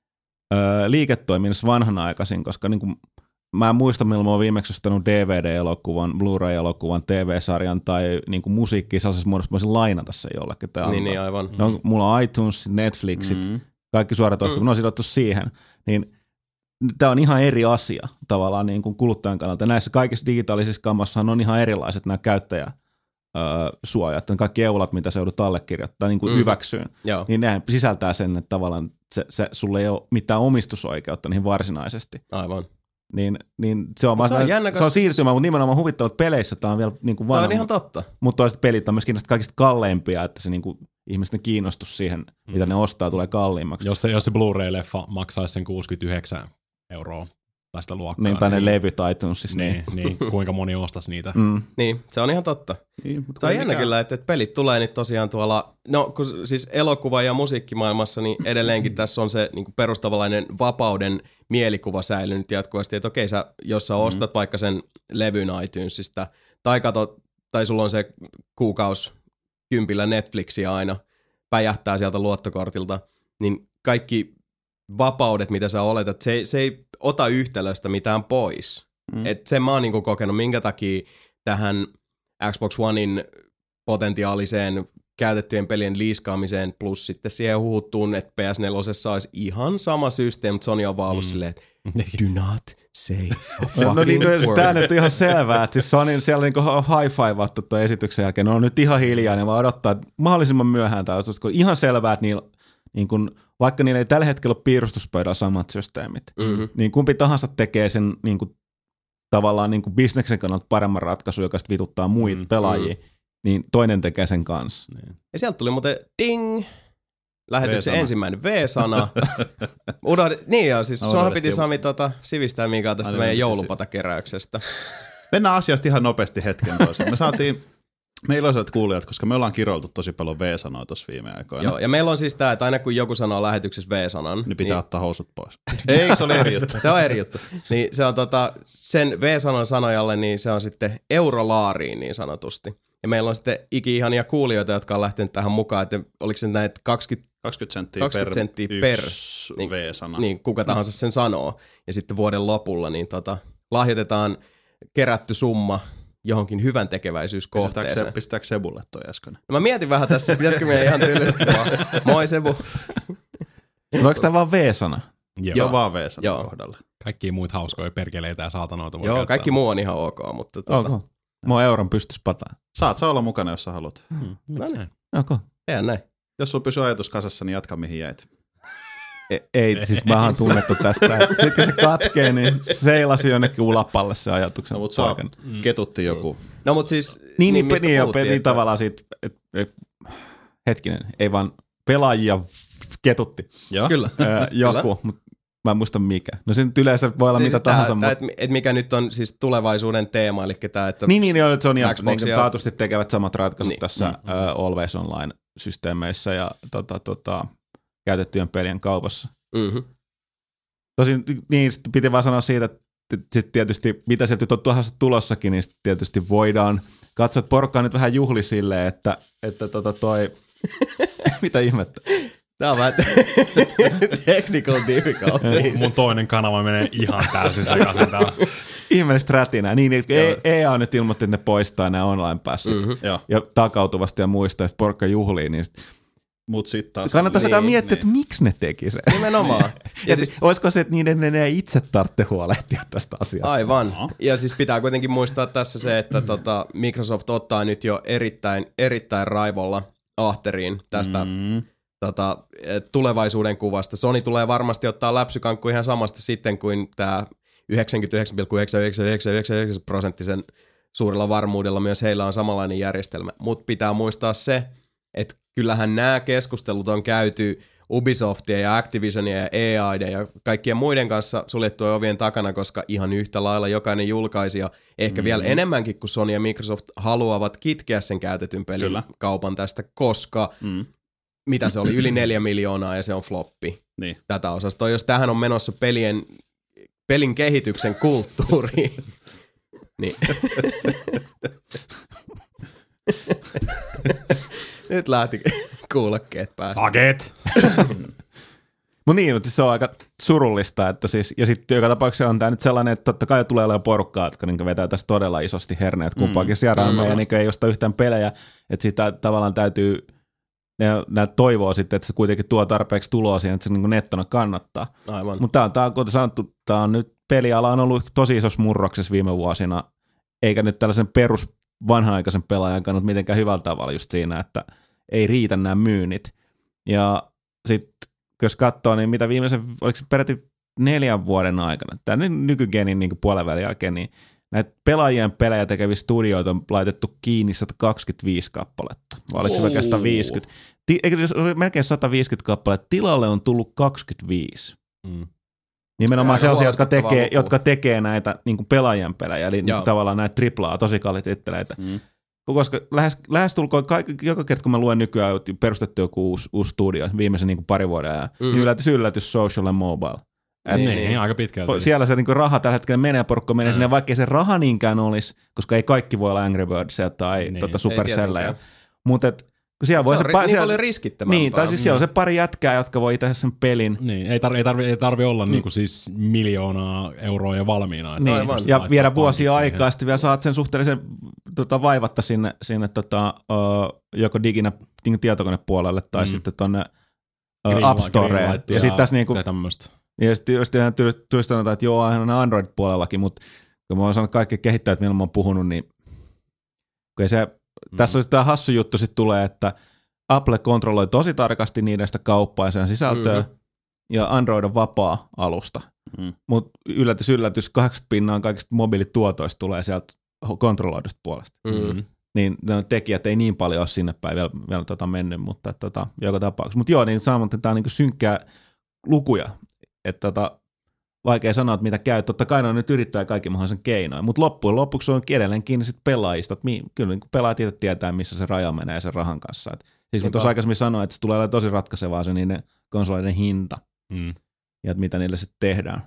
liiketoiminnassa vanhanaikaisin, koska niin kuin mä en muista, milloin mä oon viimeksi ostanut DVD-elokuvan, Blu-ray-elokuvan, TV-sarjan tai niin kuin musiikkia sellaisessa muodossa, mä voisin lainata sen jollekin. Niin, aivan. No, mulla on iTunes, Netflixit, kaikki suorat ostot, kun ne on sidottu siihen. Niin tämä on ihan eri asia tavallaan niin kuin kuluttajan kannalta. Näissä kaikissa digitaalisissa kammassahan on ihan erilaiset nämä käyttäjäsuojat, kaikki eulat, mitä se joudut allekirjoittaa niin kuin hyväksyyn. Niin ne sisältää sen, että tavallaan sulle ei ole mitään omistusoikeutta niihin varsinaisesti. Aivan. Niin se on se on siirtymä, mutta nimenomaan huvittavat peleissä tämä on vielä niin kuin vanha. Tämä on ihan totta. Mutta toiset pelit on myöskin näistä kaikista kalleimpia, että se niin kuin ihmisten kiinnostus siihen, mitä ne ostaa, tulee kalliimmaksi. Jos se Blu-ray-leffa maksaisi sen 69 € tästä luokkaa. Niin, tai ne levyt iTunesissa. Niin, kuinka moni ostaisi niitä. Niin, se on ihan totta. Niin, Se on jännä kyllä, että pelit tulee nyt tosiaan tuolla, no kun siis elokuva- ja musiikkimaailmassa, niin edelleenkin tässä on se niin perustavanlainen vapauden mielikuva säilynyt jatkuvasti, että okei, jos sä ostat vaikka sen levyn iTunesista, tai sulla on se kuukausi 10 Netflixiä aina, päjähtää sieltä luottokortilta, niin kaikki vapaudet, mitä sä oletat, se ei ota yhtälöstä mitään pois. Et sen mä oon niinku kokenut, minkä takia tähän Xbox Onein potentiaaliseen käytettyjen pelien liiskaamiseen, plus sitten siihen huhuttuun, että PS4 olisi ihan sama systeemi, mutta Sony on vaan ollut silleen, että do not say a fucking word. Tämä nyt on ihan selvää, että siis Sony siellä niinku high-fivattu tuon esityksen jälkeen, ne on nyt ihan hiljaa, ne vaan odottaa, että mahdollisimman myöhään tämä on ihan selvää, että niillä, niin kun, vaikka niillä ei tällä hetkellä ole piirustuspöydällä samat systeemit, niin kumpi tahansa tekee sen niin kuin, tavallaan niin kuin bisneksen kannalta paremman ratkaisun, joka sitten vituttaa muita pelaajia, niin toinen tekee sen kanssa. Ja sieltä tuli muuten ding, lähetyksen ensimmäinen V-sana. Niin joo, siis sunhan piti Sami sivistää Mikaa tästä meidän joulupatakeräyksestä. Mennään asiasta ihan nopeasti hetken toiseen. Me saatiin iloiset kuulijat, koska me ollaan kiroiltu tosi paljon V-sanoja tuossa viime aikoina. Joo, ja meillä on siis tää, että aina kun joku sanoo lähetyksessä V-sanan, niin pitää ottaa housut pois. Ei, se oli eri juttu. Se on eri juttu. Niin se on sen V-sanan sanojalle, niin se on sitten eurolaariin niin sanotusti. Ja meillä on sitten iki-ihania kuulijoita, jotka on lähtenyt tähän mukaan, että oliko se näitä 20 senttiä per niin, V-sana. Niin, kuka tahansa sen sanoo. Ja sitten vuoden lopulla niin lahjoitetaan kerätty summa johonkin hyvän tekeväisyyskohteeseen. Pistääkö Sebulle toi äsken? No mä mietin vähän tässä, että pitäisikö meidän ihan tyylisesti vaan. Moi Sebu. Onko tämä vaan V-sana? Se on vaan V-sana kohdalla. Kaikki muut hauskoja perkeleitä ja saatanoita voi Joo, käyttää. kaikki muu on ihan ok, mutta Okay. Mä oon euron pystys pataan. Saat sä olla mukana, jos sä haluat. Okay. Tehdään näin. Jos sulla pysyy ajatus kasassa, niin jatka mihin jäit. Ei, siis mä oon tunnettu tästä. Sitten kun se katkee, niin seilasi jonnekin ulapalle se ajatuksen. No, mutta sua ketutti joku. No mut siis... Niin tavallaan siitä, hetkinen, ei vaan pelaajia ketutti. Joo. Kyllä. Joku, mutta mä en muista mikä. No se nyt yleensä voi olla siis mitä tahansa. Et mikä nyt on siis tulevaisuuden teema, eli tämä, että... Niin on, että Sony ja taatusti tekevät samat ratkaisut tässä Always Online-systeemeissä ja käytettyjen pelien kaupassa. Tosin niin piti vaan sanoa siitä, että sit tietysti mitä sieltä on tulossakin, niin tietysti voidaan katsoa, että porukka on nyt vähän juhli silleen, että toi... Mitä ihmettä? Tää on vähän technical difficulties. Mun toinen kanava menee ihan täysin sekaisin täällä. Ihmeellistä rätinää. Niin, EA nyt ilmoitti, että ne poistaa nämä online-passit. Ja takautuvasti ja muista, ja sitten porukka juhlii, niin mut sit taas... Kannattaa sitä miettiä, että miksi ne teki sen. Nimenomaan. Ja siis, olisiko se, että niiden ne itse tarvitse huolehtia tästä asiasta? Aivan. Ja siis pitää kuitenkin muistaa tässä se, että Microsoft ottaa nyt jo erittäin raivolla ahteriin tästä tulevaisuuden kuvasta. Sony tulee varmasti ottaa läpsykankku ihan samasta sitten kuin tämä 99,9999% suurella varmuudella myös heillä on samanlainen järjestelmä. Mutta pitää muistaa se, että kyllähän nämä keskustelut on käyty Ubisoftia ja Activisionia ja EAiden ja kaikkien muiden kanssa suljettujen ovien takana, koska ihan yhtä lailla jokainen julkaisija, ehkä vielä enemmänkin kuin Sony ja Microsoft, haluavat kitkeä sen käytetyn pelin kaupan tästä, koska mitä se oli, yli 4 miljoonaa ja se on floppi tätä osastoa. Jos tähän on menossa pelin kehityksen kulttuuri, niin... Nyt lähti kuulokkeet päästä. Paget! Mutta niin, mutta se on aika surullista, että siis, ja sitten joka tapauksessa on tämä nyt sellainen, että totta kai tulee olemaan porukkaa, jotka niin vetää tässä todella isosti herneet kumpaakin sijaan, ja niin ei osta yhtään pelejä, että sitä tavallaan täytyy, ne toivoo sitten, että se kuitenkin tuo tarpeeksi tuloa siihen, että se niin nettona kannattaa. Aivan. Mutta tämä on, kuten sanottu, tämä on nyt, peliala on ollut tosi isossa murroksessa viime vuosina, eikä nyt tällaisen vanhanaikaisen pelaajan kannalta mitenkään hyvällä tavalla just siinä, että ei riitä nämä myynnit. Ja sitten jos katsoo, niin mitä viimeisen, oliko se peräti 4 vuoden aikana, tämä nykygenin niin puolen välin jälkeen, niin näitä pelaajien pelejä tekeviä studioita on laitettu kiinni 125 kappaletta. Vai oliko se oikeastaan 50? Eikö se oli melkein 150 kappaletta? Tilalle on tullut 25. Nimenomaan sellaisia, huolestuttavaa jotka tekee näitä niin kuin pelaajien pelejä, eli niin kuin tavallaan näitä AAA, tosi kalliita titteleitä. Koska lähestulkoon joka kerta, kun mä luen nykyään perustettu joku uusi studio viimeisen niin kuin pari vuoden ajan, niin yllätys social and mobile. Niin, aika pitkälti. Siellä se niin kuin raha tällä hetkellä menee, porukka menee sinne, vaikkei se raha niinkään olisi, koska ei kaikki voi olla Angry Birdsia tai Supercelleja. Mutta siellä voi niin paljon riskittävämpää. Niin, tai siis siellä on se pari jätkää, jotka voi tehdä sen pelin. Niin, ei tarvi olla niinku siis 1 000 000 euroa jo valmiina. Niin, ja viedä vuosia aikaa, sitten vielä saat sen suhteellisen vaivatta sinne joko diginä tietokonepuolelle tai sitten tonne App Storeen. Ja sitten tässä niinku ja sitten tietysti sanotaan, että joo, aina Android-puolellakin, mutta kun mä oon sanonut kaikki kehittäjät, millä mä oon puhunut, niin kun se tässä olisi tämä hassu juttu sitten tulee, että Apple kontrolloi tosi tarkasti niiden sitä kauppaa ja sen sisältöä, ja Android on vapaa alusta. Mutta yllätys, 80% kaikista mobiilituotoista tulee sieltä kontrolloidusta puolesta. Niin tekijät ei niin paljon ole sinne päin vielä mennyt, mutta joka tapauksessa. Mutta joo, niin saamatta tämä on niinku synkkää lukuja, että vaikea sanoa, että mitä käy. Totta kai ne nyt yrittää kaikki mahdollisen keinoin, mutta loppujen lopuksi on edelleen kiinni sit pelaajista. Että kyllä niin pelaajat itse tietää, missä se raja menee sen rahan kanssa. Siis tuossa aikaisemmin sanoin, että se tulee olemaan tosi ratkaisevaa se niiden konsoleiden hinta ja että mitä niille sitten tehdään.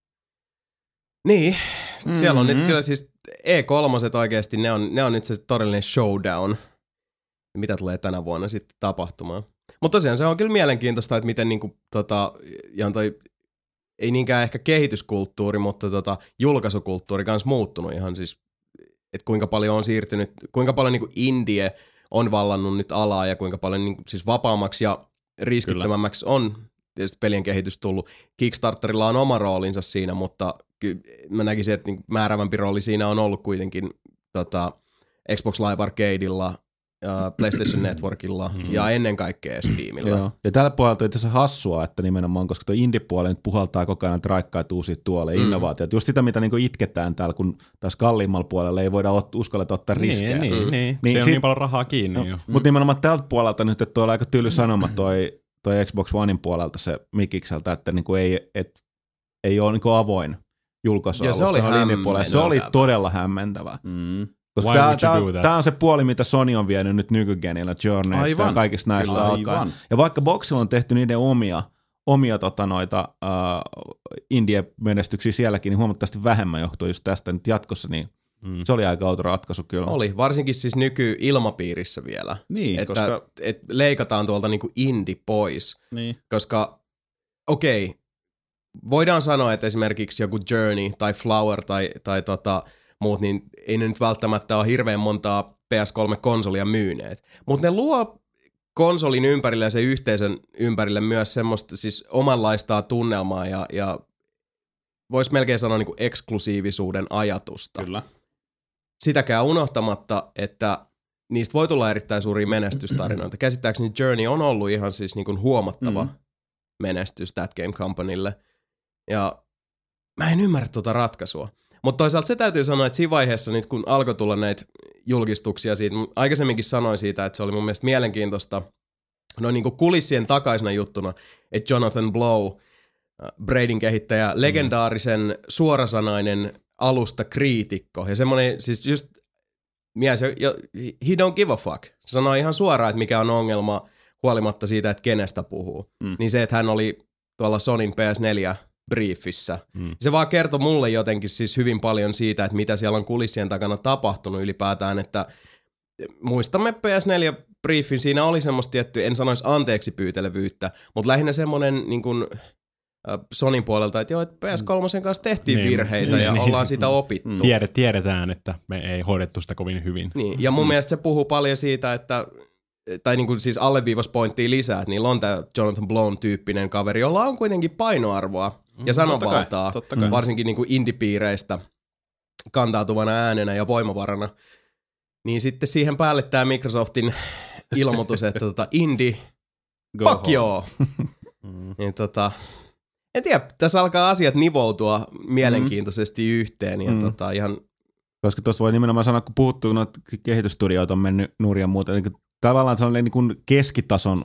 Niin, siellä on nyt kyllä siis E3 oikeasti, ne on nyt se todellinen showdown, mitä tulee tänä vuonna sitten tapahtumaan. Mutta tosiaan se on kyllä mielenkiintoista, että miten niinku, ihan toi ei niinkään ehkä kehityskulttuuri, mutta julkaisukulttuuri kanssa muuttunut ihan siis, että kuinka paljon on siirtynyt, kuinka paljon niinku indie on vallannut nyt alaa ja kuinka paljon niinku, siis vapaammaksi ja riskittömämmäksi on tietysti pelien kehitys tullut. Kickstarterilla on oma roolinsa siinä, mutta kyllä mä näkisin, että niinku määräävämpi rooli siinä on ollut kuitenkin Xbox Live Arcadeilla, PlayStation Networkilla ja ennen kaikkea Steamilla. Joo. Ja tällä puolelta on itse asiassa hassua, että nimenomaan, koska tuo indie-puoli nyt puhaltaa koko ajan raikkaita uusia tuoleja, innovaatioita. Just sitä, mitä niinku itketään täällä, kun taas kalliimmalla puolella ei voida uskalleta ottaa riskejä. Niin. Se on niin paljon rahaa kiinni. Mutta nimenomaan tältä puolelta nyt, että on aika tyly sanoma toi Xbox Onein puolelta se Mikikseltä, että niinku ei ole niinku avoin julkaisualusta. Se oli todella hämmentävä. Koska tämä on se puoli, mitä Sony on vienyt nyt nykygenillä, Journeysta ja kaikista näistä alkaen. Ja vaikka Boxilla on tehty niiden omia indie-menestyksiä sielläkin, niin huomattavasti vähemmän johtuu just tästä nyt jatkossa, niin se oli aika outo ratkaisu kyllä. Oli, varsinkin siis nyky-ilmapiirissä vielä. Niin, että, koska että leikataan tuolta niinku indie pois. Niin. Koska, okei, voidaan sanoa, että esimerkiksi joku Journey tai Flower tai muut, niin ei ne nyt välttämättä ole hirveän montaa PS3-konsolia myyneet. Mutta ne luo konsolin ympärille ja sen yhteisön ympärille myös semmoista siis omanlaistaa tunnelmaa ja voisi melkein sanoa niin kuin eksklusiivisuuden ajatusta. Kyllä. Sitäkään unohtamatta, että niistä voi tulla erittäin suuria menestystarinoita. Käsittääkseni Journey on ollut ihan siis niin kuin huomattava menestys That Game Companylle. Ja mä en ymmärrä tuota ratkaisua. Mutta toisaalta se täytyy sanoa, että siinä vaiheessa nyt kun alkoi tulla näitä julkistuksia siitä, aikaisemminkin sanoin siitä, että se oli mun mielestä mielenkiintoista noin niin kuin kulissien takaisena juttuna, että Jonathan Blow, Bradyn kehittäjä, legendaarisen suorasanainen alustakriitikko ja semmoinen siis just mies, he don't give a fuck. Se sanoo ihan suoraan, että mikä on ongelma huolimatta siitä, että kenestä puhuu. Niin se, että hän oli tuolla Sonyn PS4 briefissä. Se vaan kertoi mulle jotenkin siis hyvin paljon siitä, että mitä siellä on kulissien takana tapahtunut ylipäätään, että muistamme PS4-briefin, siinä oli semmoista tiettyä, en sanoisi anteeksi pyytelevyyttä, mutta lähinnä semmoinen niin kuin Sonyn puolelta, että joo, että PS3 kanssa tehtiin virheitä ja ollaan sitä opittu. Tiedetään, että me ei hoidettu sitä kovin hyvin. Niin, ja mun mielestä se puhuu paljon siitä, että tai niin kuin siis alleviivas pointtia lisää, että niillä on tämä Jonathan Blown tyyppinen kaveri, jolla on kuitenkin painoarvoa ja sananvaltaa, varsinkin niin kuin indie-piireistä kantautuvana äänenä ja voimavarana. Niin sitten siihen päälle tämä Microsoftin ilmoitus, että indie, fuck joo. Niin en tiedä, tässä alkaa asiat nivoutua mielenkiintoisesti yhteen ja ihan... Koska tuossa voi nimenomaan sanoa, kun puhuttuu, noita kehitysstudioita on mennyt nurin ja muuta, niin tavallaan sellainen niin kuin keskitason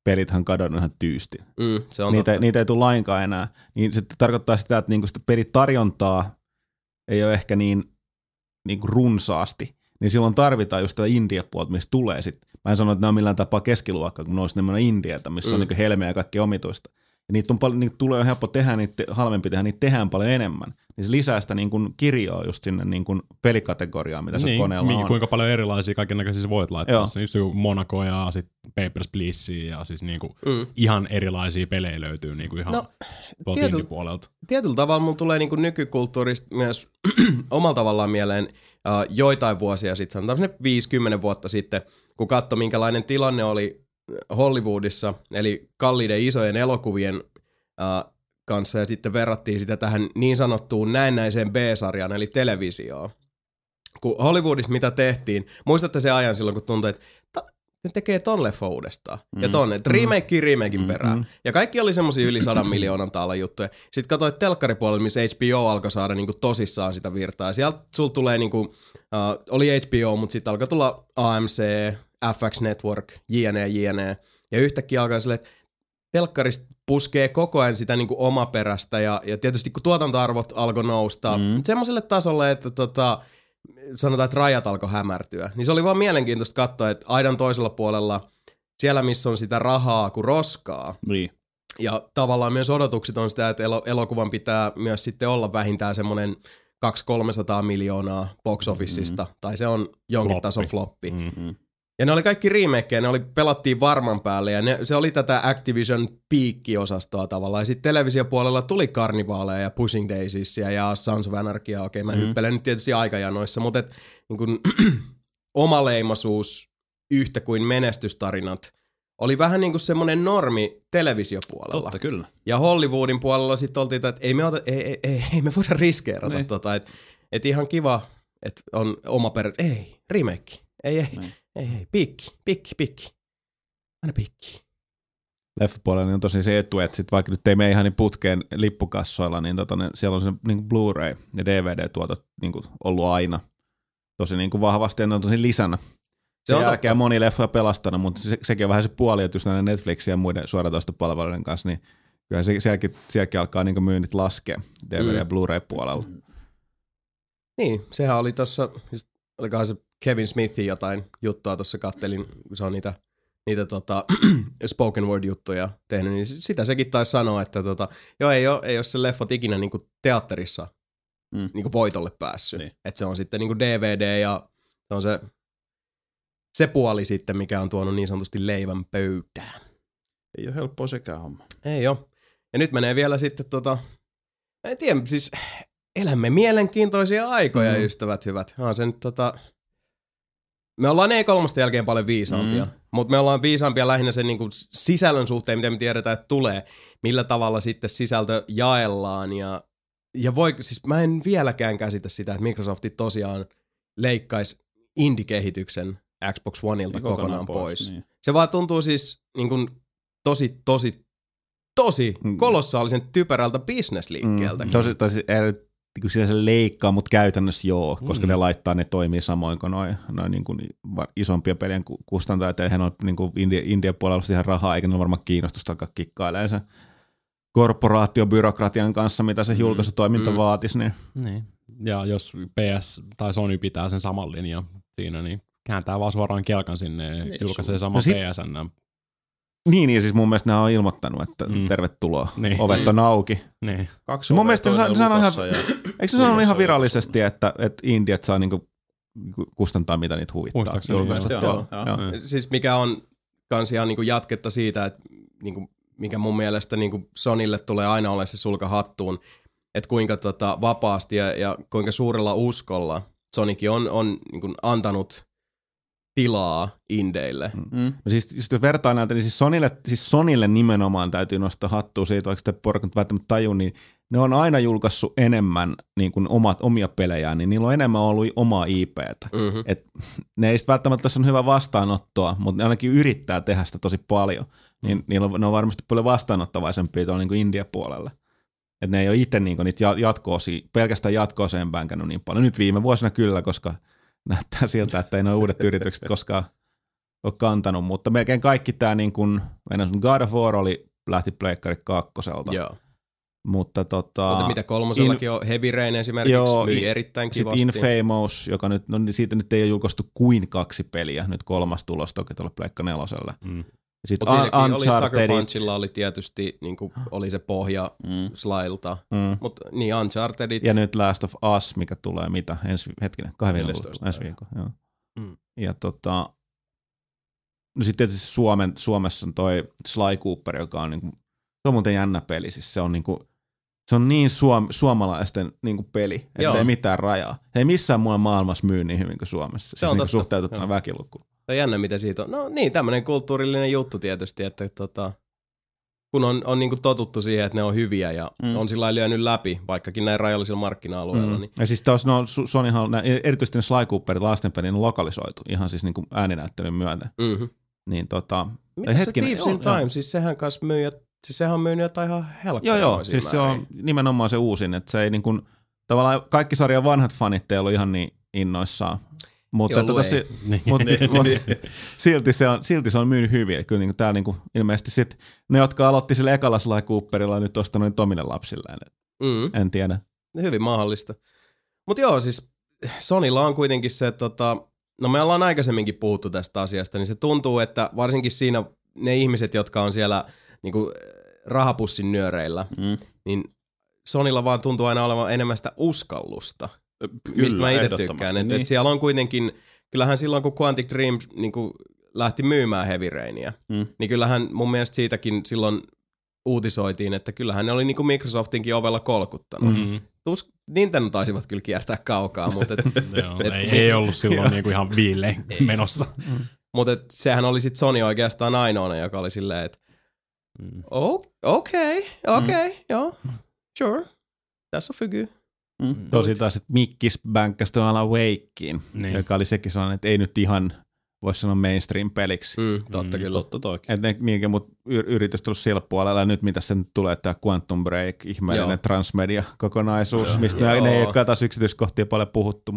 pelithän kadonnut ihan tyystin. Se on niitä ei tule lainkaan enää. Niin se tarkoittaa sitä, että niinku sitä pelitarjontaa ei ole ehkä niin kuin runsaasti. Niin silloin tarvitaan just tätä India-puolta, mistä tulee sitten. Mä en sano, että ne on millään tapaa keskiluokkaa, kun ne olisi nimenomaan Indiata, missä on niinku helmeä ja kaikki omituista. Ja niitä tulee helppo tehdä, niitä halvempi tehdä, niitä tehdään paljon enemmän. Niin se lisää sitä niin kuin kirjoa just sinne niin kuin pelikategoriaan, mitä se koneella on. Kuinka paljon erilaisia kaikennäköisiä voit laittaa. Just Monaco ja sitten Papers, Please ja siis niin kuin ihan erilaisia pelejä löytyy niin kuin ihan tuolta indie-puolelta. Tietyllä tavalla mulla tulee niin kuin nykykulttuurista myös omalla tavallaan mieleen joitain vuosia sitten, sanotaan 50 vuotta sitten, kun katsoi minkälainen tilanne oli Hollywoodissa, eli kalliiden isojen elokuvien kanssa, ja sitten verrattiin sitä tähän niin sanottuun näennäiseen B-sarjaan, eli televisioon. Kun Hollywoodissa mitä tehtiin, muistatte se ajan silloin, kun tuntui, että ne tekee ton leffa uudestaan. Ja ton, että remakein perään. Ja kaikki oli semmosia yli 100 miljoonan taalan juttuja. Sitten katsoit telkkaripuolella, missä HBO alkoi saada niinku tosissaan sitä virtaa. Ja sieltä sul tulee niinku, oli HBO, mutta sitten alkoi tulla AMC, FX Network, jne. Ja yhtäkkiä alkaa silleen, että telkkarista puskee koko ajan sitä niinku omaperäistä. Ja tietysti kun tuotantoarvot alkoi nousta semmoiselle tasolle, että sanotaan, että rajat alkoi hämärtyä. Niin se oli vaan mielenkiintoista katsoa, että aidan toisella puolella, siellä missä on sitä rahaa kuin roskaa. Niin. Ja tavallaan myös odotukset on sitä, että elokuvan pitää myös sitten olla vähintään semmoinen 200-300 miljoonaa box officeista. Tai se on jonkin tason floppi. Ja ne oli kaikki remakeja, ne pelattiin varman päälle ja se oli tätä Activision piikkiosastoa tavallaan. Ja sitten televisiopuolella tuli Karnivaaleja ja Pushing Daisiesia ja Sons of Anarchia. Okei, mä hyppelen nyt tietysti aikajanoissa, mutta niin omaleimaisuus yhtä kuin menestystarinat oli vähän niin kuin semmoinen normi televisiopuolella. Totta, kyllä. Ja Hollywoodin puolella sitten oltiin, että ei me voida riskeerata että ihan kiva, että on oma remake. Ei. Pikki. Aina pikki. Leffapuolella on tosi se etu, että sit vaikka nyt ei mene ihan niin putkeen lippukassoilla, niin siellä on se niin Blu-ray ja DVD-tuotot niin ollut aina tosi niin vahvasti ja ne on tosi lisänä. Sen jälkeen on moni leffoja pelastanut, mutta sekin on vähän se puoli, että just näiden Netflixin ja muiden suoratoistopalveluiden kanssa, niin kyllä sielläkin alkaa niin myynnit laskea DVD- ja Blu-ray-puolella. Niin, sehän oli tossa, olikohan se Kevin Smithin jotain juttua tuossa kattelin, kun se on niitä spoken word juttuja tehnyt, niin sitä sekin taisi sanoa, että ei ole se leffot ikinä niinku teatterissa niinku voitolle päässyt. Niin. Että se on sitten niinku DVD ja se on se puoli sitten, mikä on tuonut niin sanotusti leivän pöytään. Ei ole helppoa sekään homma. Ei ole. Ja nyt menee vielä sitten en tiedä, siis elämme mielenkiintoisia aikoja, ystävät hyvät. Se nyt me ollaan E3 jälkeen paljon viisaampia, mutta me ollaan viisaampia lähinnä sen niinku sisällön suhteen, miten me tiedetään, että tulee, millä tavalla sitten sisältö jaellaan. Ja siis mä en vieläkään käsitä sitä, että Microsofti tosiaan leikkaisi indie-kehityksen Xbox Oneilta kokonaan pois. Niin. Se vaan tuntuu siis niin kuin tosi kolossaalisen typerältä bisnesliikkeeltä. Tosi siellä se leikkaa, mutta käytännössä koska ne laittaa, ne toimii samoin kuin noin niin kuin isompia pelien kustantajat, eihän ole niin kuin Indian puolella ihan rahaa, eikä ne ole varmaan kiinnostusta alkaa kikkailemaan sen korporaatiobyrokratian kanssa, mitä se julkaisutoiminta vaatisi. Niin. Ja jos PS tai Sony pitää sen saman linjan siinä, niin kääntää vaan suoraan kelkan sinne ja julkaisee saman PSN. Niin, siis mun mielestä nämä on ilmoittanut, että tervetuloa, ovet on auki. Niin. Mun mielestä eikö se sanonut ihan virallisesti, että Indiat saa niinku kustantaa, mitä niitä huvittaa? Joo. Siis mikä on kans ihan niinku jatketta siitä, että niinku, mikä mun mielestä niinku Sonylle tulee aina olla se sulka hattuun, että kuinka vapaasti ja kuinka suurella uskolla Sonykin on niinku antanut tilaa indeille. No siis jos vertaa näitä, niin siis Sonylle nimenomaan täytyy nostaa hattua siitä, vaikka sitä porukat välttämättä tajuu, niin ne on aina julkaissut enemmän niin kuin omia pelejään, niin niillä on enemmän ollut omaa IPtä. Et ne ei sitten välttämättä tässä on hyvä vastaanottoa, mutta ne ainakin yrittää tehdä sitä tosi paljon. Niin ne on varmasti paljon vastaanottavaisempia tuolla niin kuin India-puolella. Että ne ei ole itse niin kuin niitä pelkästään jatko-oseen pänkännyt niin paljon. Nyt viime vuosina kyllä, koska näyttää siltä, että ei nuo uudet yritykset koskaan ole kantanut, mutta melkein kaikki tämä niin kuin, God of War lähti Pleikkari 2. Joo. Mutta mitä kolmosellakin on, Heavy Rain esimerkiksi myi erittäin kivasti. Sitten Infamous, joka nyt, no siitä nyt ei ole julkaistu kuin 2 peliä, nyt 3. tulos toki tuolla Pleikka 4. Mutta siinäkin oli Sucker Punchilla oli tietysti, niin kuin oli se pohja Slylta, mutta niin Unchartedit. Ja nyt Last of Us, mikä tulee mitä, ensi viikolla. Joo. Ja no sitten tietysti Suomessa on toi Sly Cooper, joka on niinku, se on muuten jännä peli, siis se on niinku, se on niin suomalaisten niinku peli, että ei mitään rajaa. Ei missään muualla maailmassa myy niin hyvin kuin Suomessa, se siis niinku suhteutettuna väkilukuun. Se on jännä, mitä siitä on. No niin, tämmöinen kulttuurillinen juttu tietysti, että kun on niinku totuttu siihen, että ne on hyviä ja on sillä lailla lyönyt läpi, vaikkakin näin rajallisilla markkina-alueilla. Niin. Ja siis tuossa Sonyhan, erityisesti ne Sly Cooperit lastenpelin on lokalisoitu ihan siis niinku ääninäyttelyn myötä. Niin mitä se Thieves in Time, siis sehän kanssa myy, siis sehän on myynyt jotain ihan helkkaa. Joo, siis se on nimenomaan se uusin, että se ei niinku, tavallaan kaikki sarjan vanhat fanit ei ollut ihan niin innoissaan. Mutta silti se on myynyt hyvin. Kyllä niin täällä niin ilmeisesti sit ne, jotka aloitti sillä ekalla Sly Cooperilla, on nyt ostanut omille lapsilleen. En tiedä. Hyvin mahdollista. Mutta joo, siis Sonylla on kuitenkin se, no me ollaan aikaisemminkin puhuttu tästä asiasta, niin se tuntuu, että varsinkin siinä ne ihmiset, jotka on siellä niinku rahapussin nyöreillä, niin Sonylla vaan tuntuu aina olevan enemmän sitä uskallusta. Kyllä, mistä mä itse tykkään. Niin. Et siellä on kuitenkin, kyllähän silloin kun Quantic Dream niin kun lähti myymään Heavy Rainia, niin kyllähän mun mielestä siitäkin silloin uutisoitiin, että kyllähän ne oli niin kuin Microsoftinkin ovella kolkuttanut. Nintendo taisivat kyllä kiertää kaukaa, mutta ei ollut silloin niinku ihan viilleen menossa. Mutta sehän oli sitten Sony oikeastaan ainoana, joka oli silleen, että okei, joo, sure, tässä on fygy. Tosi taas, että Mikkis bänkkäsi tuon Alan Wakeen, joka oli sekin sellainen, että ei nyt ihan, voisi sanoa mainstream-peliksi. Totta kyllä. Totta toikin. Että niinkin, mutta yritys tullut sillä puolella, ja nyt mitä se nyt tulee, tämä Quantum Break, ihmeellinen transmedia-kokonaisuus, mistä ne ei ole taas yksityiskohtia paljon puhuttu,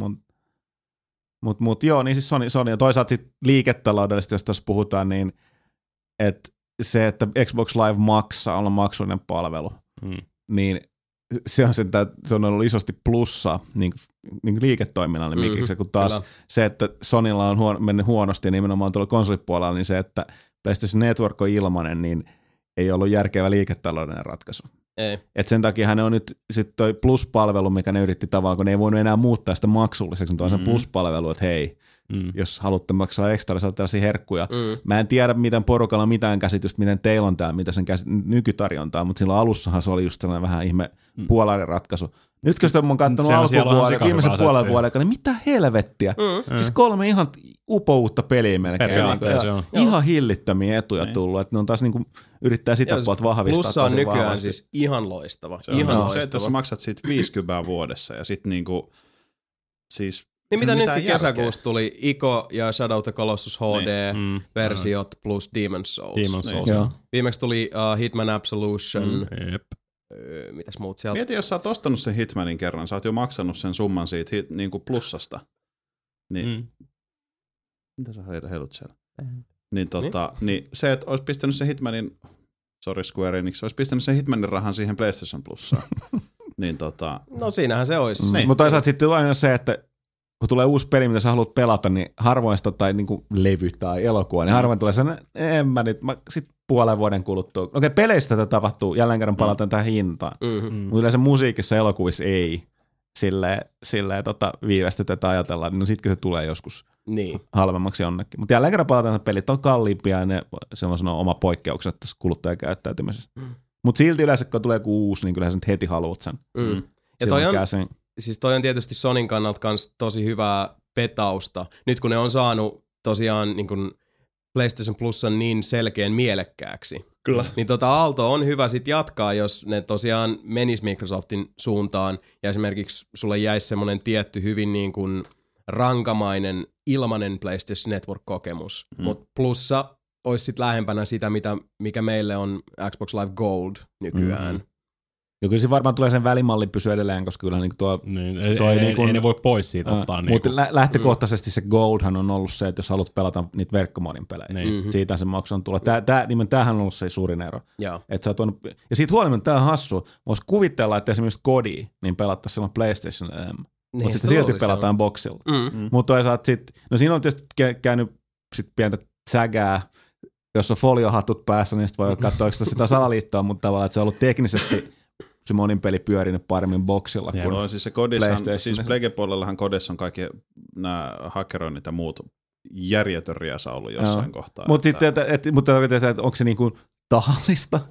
mutta joo, niin siis Sony ja toisaalta sitten liiketaloudellisesti, jos tuossa puhutaan, niin että se, että Xbox Live maksaa, on maksullinen palvelu, niin se on ollut isosti plussaa niin liiketoiminnalle, kun taas se, että Sonylla on mennyt huonosti nimenomaan tuolla konsolipuolella, niin se, että PlayStation Network on ilmainen, niin ei ollut järkevä liiketaloudellinen ratkaisu. Ei. Et sen takia hän on nyt sitten toi Plus-palvelu, mikä ne yritti tavallaan, kun ne ei voinut enää muuttaa sitä maksulliseksi, niin se Plus-palvelu, että hei, jos haluatte maksaa ekstra, niin tällaisia herkkuja. Mä en tiedä, miten porukalla on mitään käsitystä, miten teillä on tämä, mitä sen nykytarjontaa, mutta silloin alussahan se oli just sellainen vähän ihme puolainen ratkaisu. Nyt kun sitä mä oon katsonut alkuvuoden, viimeisen puolen vuoden, niin mitä helvettiä? Siis 3 ihan uutta peliä melkein. Ihan hillittömiä etuja tullut, että ne on taas niinku, yrittää sitä puolta vahvistaa. Plussa on nykyään vahvasti. Siis ihan loistava. Se, että jos sä maksat siitä 50 vuodessa ja sitten niinku, siis niin mitä nytkin kesäkuussa tuli Ico ja Shadow of the Colossus HD-versiot plus Demon's Souls. Viimeksi tuli Hitman Absolution. Mitäs muut sieltä? Mieti, jos sä oot ostanut sen Hitmanin kerran, sä oot jo maksanut sen summan siitä niinku plussasta. Niin, mitä sä heilut siellä? Niin se, että ois pistänyt sen Hitmanin, Square Enix, ois pistänyt sen Hitmanin rahan siihen PlayStation Plussaan. niin no siinähän se ois. Niin. Mutta toisaalta sitten aina se, että kun tulee uusi peli, mitä sä haluat pelata, niin harvoin sitä tai niinku levy tai elokuva, niin harvoin tulee sellainen, sitten puolen vuoden kuluttua. Okei, peleistä tätä tapahtuu, jälleen kerran palataan tähän hintaan. Mutta yleensä musiikissa ja elokuvissa ei silleen viivästytetä ajatellaan, no sitkin se tulee joskus halvemmaksi jonnekin. Mutta jälleen kerran palataan, että pelit on kalliimpia ja se on oma poikkeukset tässä kuluttajakäyttäytymisessä. Mutta silti yleensä, kun tulee joku uusi, niin kyllähän sä nyt heti haluat sen. Ja toi on tietysti Sonyn kannalta kans tosi hyvää petausta. Nyt kun ne on saanut tosiaan niin kun PlayStation Plusan niin selkeän mielekkääksi. Kyllä. Niin Aalto on hyvä sit jatkaa, jos ne tosiaan menis Microsoftin suuntaan ja esimerkiksi sulle jäisi semmonen tietty hyvin niin kuin rankamainen ilmanen PlayStation Network-kokemus. Mutta Plussa olisi sit lähempänä sitä, mikä meille on Xbox Live Gold nykyään. Ja kyllä se varmaan tulee sen välimalli pysyä edelleen, koska kyllä niin tuo... Niin, ei ne voi pois siitä ottaa. Mutta lähtökohtaisesti se Goldhan on ollut se, että jos haluat pelata niitä verkkomodin pelejä, siitä se maksu on tullut. Tämähän on ollut se suurin ero. Et sä tuonut, ja siitä huolimatta tämä on hassu. Voisi kuvitella, että esimerkiksi Kodia niin pelattaisiin silloin PlayStation mutta sitten silti pelataan boxilla. Mutta toisaalta sitten, no siinä on tietysti käynyt sit pientä sägää, jos on foliohatut päässä, niin sitten voi katsoa sitä salaliittoa, mutta tavallaan, että se on ollut teknisesti se monin peli pyörinyt paremmin boxilla kuin no, siis se PlayStation. Siis Plege-puolellahan kodessa on kaikki nämä hakkeroinnit ja muut järjetön riasa ollut jossain kohtaa. Mutta onko se niinku tahallista?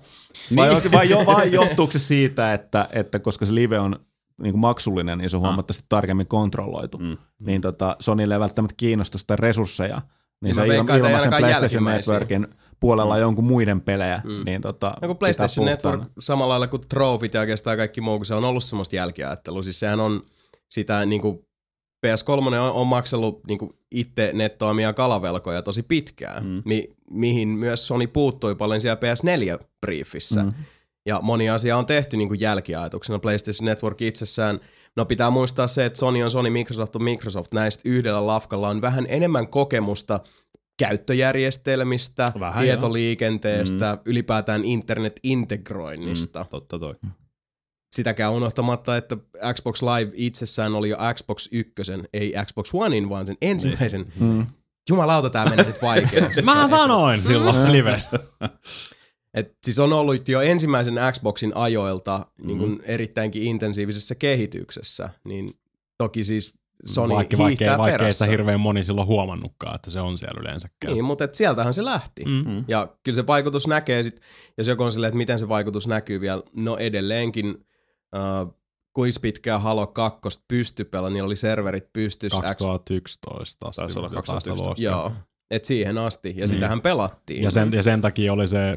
Vai johtuuko se siitä, että koska se live on niinku maksullinen, niin se on huomattavasti tarkemmin kontrolloitu, niin Sonylle ei välttämättä kiinnosta sitä resursseja, niin se ilmaisen PlayStation Networkin puolella jonkun muiden pelejä. Niin kun PlayStation Network samalla lailla kuin Trophyt ja oikeastaan kaikki muu, kun se on ollut semmoista jälkiajattelua. Siis sehän on sitä niinku PS3 on maksellut niinku itse nettoamia kalavelkoja tosi pitkään, mihin myös Sony puuttui paljon siellä PS4-briefissä. Ja moni asia on tehty niinku jälkiajatuksena. PlayStation Network itsessään, no pitää muistaa se, että Sony on Sony, Microsoft on Microsoft. Näistä yhdellä lafkalla on vähän enemmän kokemusta käyttöjärjestelmistä, tietoliikenteestä, ylipäätään internet-integroinnista. Totta toi. Sitäkään unohtamatta, että Xbox Live itsessään oli jo Xbox 1, ei Xbox Onein, vaan sen ensimmäisen. Jumalauta, tää meni nyt vaikeaksi. Mähän sanoin silloin livessä. Et siis on ollut jo ensimmäisen Xboxin ajoilta niin kun erittäinkin intensiivisessä kehityksessä, niin toki siis Sony hiihtää perässä. Vaikkei sitä hirveän moni silloin huomannutkaan, että se on siellä yleensäkään. Niin, mutta sieltähän se lähti. Ja kyllä se vaikutus näkee sit, jos joku on silleen, että miten se vaikutus näkyy vielä, no edelleenkin, kuinka pitkään Halo 2 pystyi pelaamaan, niin oli serverit pystyssä. 2011. Taisi olla 2011. Joo. Et siihen asti, ja sitähän pelattiin. Ja sen takia oli se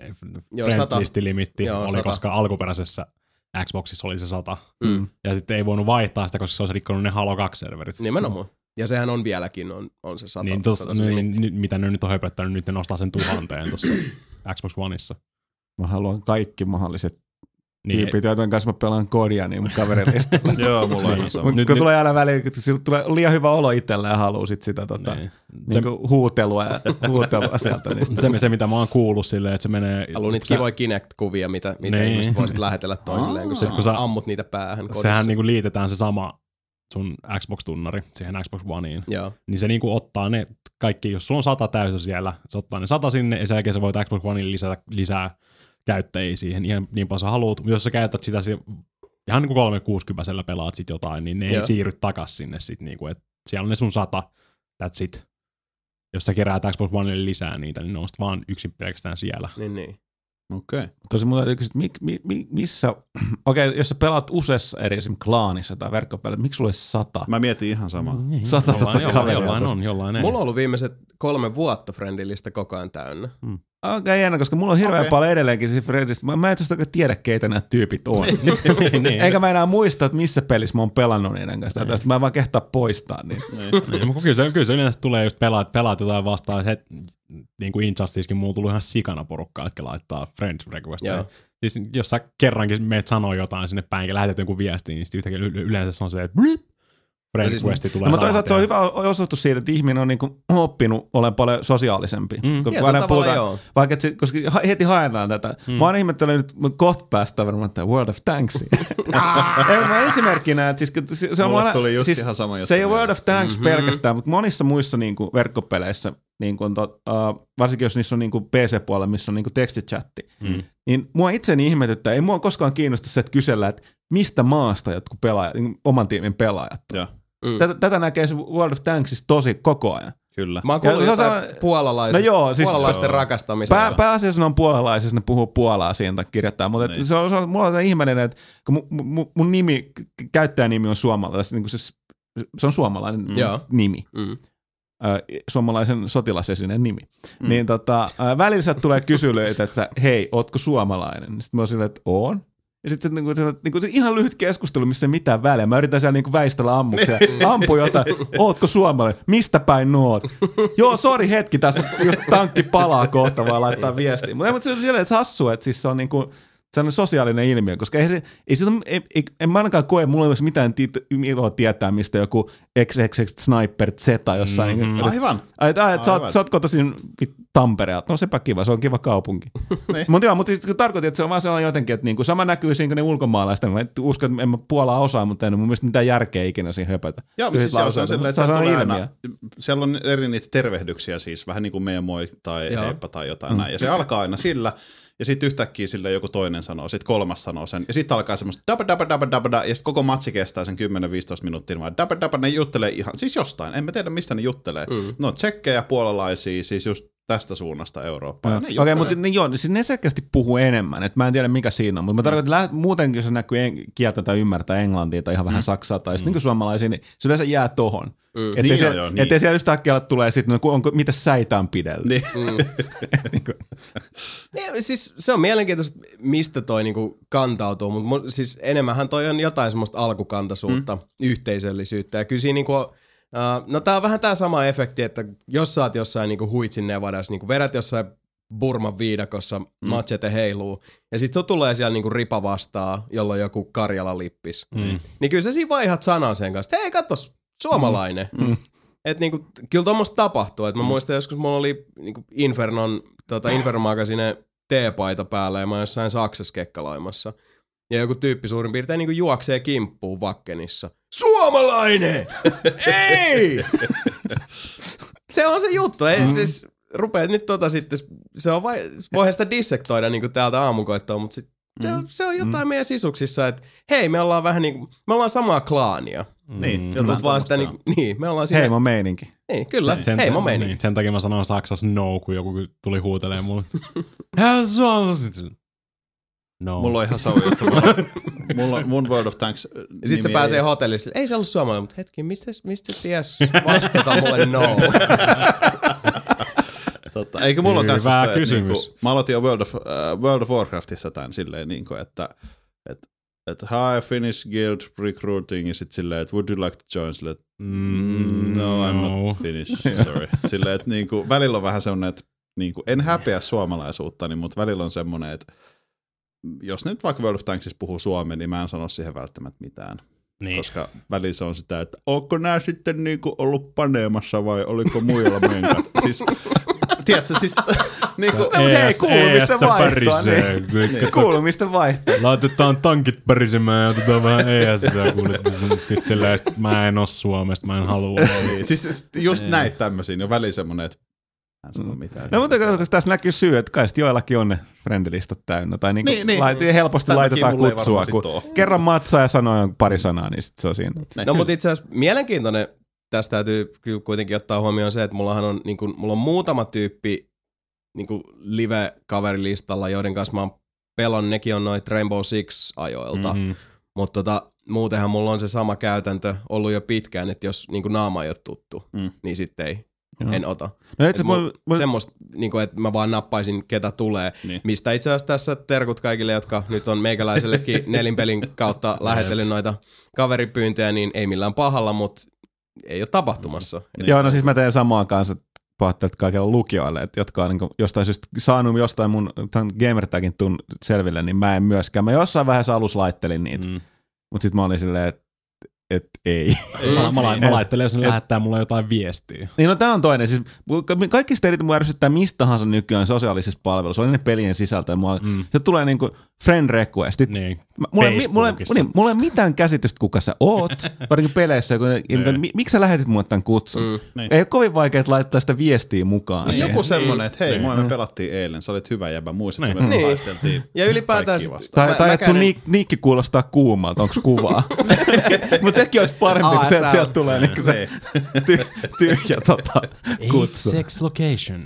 friend-list-limitti, koska alkuperäisessä Xboxissa oli se 100. Ja sitten ei voinut vaihtaa sitä, koska se olisi rikkonut ne Halo 2-serverit. Nimenomaan. Ja sehän on vieläkin, on se 100. Niin, mitä ne nyt on höpöttänyt, nyt ne nostaa sen 1000 tuossa Xbox Oneissa. Mä haluan kaikki mahdolliset tyypit, joiden kanssa mä pelaan Kodia, niin mun kaverilistalla. Joo, mulla on ihan sama. Mutta kun tulee aina väliin, kun tulee liian hyvä olo itsellä ja haluaa sit sitä niinku huutelua sieltä. Se, mitä mä oon kuullut silleen, että se menee... Haluaa niitä kivoja Kinect-kuvia, mitä ihmiset voisit lähetellä toisilleen, kun sä ammut niitä päähän kodissa. Sehän niinku liitetään se sama sun Xbox-tunnari siihen Xbox Oneiin. Niin se niinku ottaa ne kaikki, jos sulla on 100 täysä siellä, se ottaa ne 100 sinne ja sen jälkeen sä voit Xbox Oneiin lisätä lisää käyttäjiä siihen ihan niin paljon sä haluut. Jos sä käytät sitä ihan niin kuin 360 pelaat sit jotain, niin ne ei siirry takas sinne sit niinku, että siellä on ne sun 100, that's it. Jos sä keräät Xbox Oneille lisää niitä, niin ne on vaan yksin pelkästään siellä. Niin. Okei. Tosi muuta täytyy kysyä, missä, jos sä pelaat useassa eri esimerkiksi klaanissa tai verkkopelillä, miksi sulla olisi 100? Mä mietin ihan samaa. 100 kaveria. Jollain mulla on ollut viimeiset 3 vuotta friendilistä koko ajan täynnä. Okei, jännä, koska mulla on hirveän paljon edelleenkin siis friendistä. Mä en tosta tiedä, keitä nämä tyypit on. niin. Eikä mä enää muista, että missä pelissä mä oon pelannut niiden kanssa. Ja tästä mä en vaan kehtaa poistaa. Kyllä se yleensä tulee just pelaat jotain vastaan. Niin kuin Injusticekin mulla tullut ihan sikana porukkaa, että laittaa friends requestia. Siis jos sä kerrankin meet sanoo jotain sinne päin ja lähetät jonkun viestiin, niin sitten yhtäkkiä yleensä on se, että friend requesti tulee mutta toisaalta se on hyvä osoitus siitä, että ihminen on niinku oppinut olemaan paljon sosiaalisempi. Vaikka koska heti haetaan tätä. Mä oon ihmettänyt nyt kohta päästä varmaan tämä World of Tanks. Mä esimerkkinä, että siis se on mulle tuli just ihan sama juttu. Se ei ole World of Tanks pelkästään, mutta monissa muissa niinku verkkopeleissä, niinku, varsinkin jos niissä on niinku PC-puolella, missä on niinku tekstichatti, niin mua itseni ihmetyttää, ei mua koskaan kiinnosta se, että kysellään, että mistä maasta jotkut pelaajat, oman tiimin pelaajat. Tätä näkee se World of Tanksissa tosi koko ajan. Kyllä. Mä oon kuullut jotain puolalaisten rakastamisesta. Pääasiassa ne on puolalaisissa, ne puhuu puolaa siinä tai kirjoittaa, mutta mulla on ihmeinen, että kun mun nimi, käyttäjänimi on suomalainen, niin se on suomalainen nimi. Suomalaisen sotilasesineen nimi. Niin välillä tulee kyselyitä, että hei, ootko suomalainen? Sitten mä oon silleen, että oon. Ja sitten niinku ihan lyhyt keskustelu, missä ei mitään väliä. Mä yritän siellä niinku väistellä ammuksia. Ampu jotain. Ootko suomalainen? Mistä päin noot? Joo, sori hetki, tässä just tankki palaa kohta, vaan laittaa viestiä. Mutta se on silleen, että hassua, että siis se on niinku, sellainen sosiaalinen ilmiö, koska en mä ainakaan koe, mulla ei olisi mitään iloa tietää, mistä joku XXX Sniper Z jossain. Aivan. Sä oot kotoisin Tampereelta. No sepä kiva, se on kiva kaupunki. Mutta tarkoitin, että se on vaan sellainen jotenkin, että niinku sama näkyy siinä, kun ne ulkomaalaiset. Mä uskon, että en mä Puolaa osaa, mutta en mun mielestä mitään järkeä ikinä siinä höpätä. Joo, mutta siis se on silleen, että siellä on eri niitä tervehdyksiä siis, vähän niin kuin meidän moi tai heippa tai jotain näin. Ja se alkaa aina sillä, ja sitten yhtäkkiä sille joku toinen sanoo, sitten kolmas sanoo sen, ja sitten alkaa semmoista daba, ja sitten koko matsi kestää sen 10-15 minuuttia, vaan daba, ne juttelee ihan, siis jostain, en mä tiedä mistä ne juttelee. No tsekkejä, puolalaisia, siis just tästä suunnasta Eurooppaan. Okei, mutta siis ne selkeästi puhuu enemmän, että mä en tiedä mikä siinä on, mutta mä tarkoitan, että muutenkin jos näkyy kieltä tai ymmärtää englantia tai ihan vähän saksaa tai sitten niin kuin suomalaisia, niin se yleensä jää tohon. Ettei siellä just äkkiä tulee sitten, mitä säitä on pidellyt. Niin. Siis se on mielenkiintoista, mistä toi niinku kantautuu, mutta siis enemmänhän toi on jotain semmoista alkukantaisuutta, yhteisöllisyyttä. Ja kyllä siinä niinku, no tää on vähän tää sama efekti, että jos sä oot jossain niinku Huitsin Nevadassa, niinku vedät jossain Burman viidakossa, machete heiluu, ja sit se tulee siellä niinku ripa vastaa, jolloin joku Karjala lippis. Niin kyllä sä siinä vaihat sanan sen kanssa, hei katsos, suomalainen. Että niinku, kyllä tommoista tapahtuu. Et mä muistan joskus mulla oli niinku Inferno-magazine teepaita päällä ja mä jossain Saksassa kekkaloimassa. Ja joku tyyppi suurin piirtein niinku juoksee kimppuun Vakkenissa. Suomalainen! Ei! Se on se juttu. Ei, siis rupeat nyt sitten, se on voihan sitä dissektoida niinku täältä aamukoittoa, mutta sit se on jotain meidän sisuksissa, että hei, me ollaan vähän niinku, me ollaan samaa klaania. Niin, jotain vaan sitä niin, me ollaan siinä. Heimo meininki. Niin, kyllä, heimo meininki. Niin, sen takia mä sanoin Saksassa no, kun joku tuli huutelemaan mulle. No. Mulla on ihan sama juttu. Mun World of Tanks ja sit se pääsee hotellissa. Ei se ollut suomalainen, mutta hetki, mistä se ties vastata mulle no? Totta. Eikö mulla on kanssa niinku, mä aloitin jo World of Warcraftissa tämän silleen, niinku, että hi, Finnish Guild recruiting, ja sit silleen, että would you like to join? Silleen, no, I'm not Finnish, sorry. Silleen, että niinku, välillä on vähän semmonen, että niinku, en häpeä suomalaisuuttani, mutta välillä on semmonen, että jos nyt vaikka World of Tanksissa puhuu suomea, niin mä en sano siihen välttämättä mitään. Niin. Koska välillä se on sitä, että onko nää sitten niinku ollut paneemassa vai oliko muilla menkat? Siis, tiedätkö, siis niinku, hei, kuulumisten vaihtoa. Niin. Kuulumisten vaihtoa. Laitetaan tankit pärisemään ja otetaan vähän ES-ää, kuulette sen silleen, että mä en oo Suomesta, mä en halua. Siis just näitä tämmöisiä, niin on välillä semmonen, että en sano mitään. No mutta tässä näkyy syy, että kai joillakin on ne friendilistat täynnä. Tai helposti laitetaan kutsua, kun kerran matsaa ja sanoo pari sanaa, niin sit se on siinä. No mutta itse asiassa mielenkiintoinen, tästä täytyy kuitenkin ottaa huomioon se, että mulla on muutama tyyppi niinku live-kaverilistalla, joiden kanssa mä oon pelannut, nekin on noit Rainbow Six-ajoilta. Mutta muutenhan mulla on se sama käytäntö ollut jo pitkään, että jos niinku naama ei ole tuttu, niin sitten ei. En ota. No semmoista, niinku, että mä vaan nappaisin, ketä tulee. Niin. Mistä itse asiassa tässä terkut kaikille, jotka nyt on meikäläisellekin nelinpelin kautta lähetellyt noita kaveripyyntöjä, niin ei millään pahalla, mutta ei ole tapahtumassa. Joo, no siis mä teen samaa kanssa, pahoittelut kaikilla lukijoille, että jotka on niin jostain syystä saanut jostain mun gamertagin selville, niin mä en myöskään. Mä jossain vaiheessa alussa laittelin niitä, mutta sitten mä olin silleen, että ei. Mä laittelen, jos ne lähettää mulle jotain viestiä. Niin no tää on toinen. Siis kaikista eniten mua ärsyttää mistä tahansa nykyään sosiaalisissa palveluissa. On ne pelien sisältö ja se tulee niinku friend requestit. Niin. Mulla ei ole mitään käsitystä, kuka sä oot. Varsinkin peleissä. Miksi sä lähetit mulle tämän kutsun? Ei ole kovin vaikea laittaa sitä viestiä mukaan. Niin joku semmonen, että hei, me pelattiin eilen. Sä olit hyvä jäbä. Muistat, että me taisteltiin. Ja ylipäätään. Tai että sun niikki kuulostaa kuumalta. Onko kuvaa? Mutta sekin olisi parempi, kun sieltä tulee niinku se tyhjä kutsu. Sex location.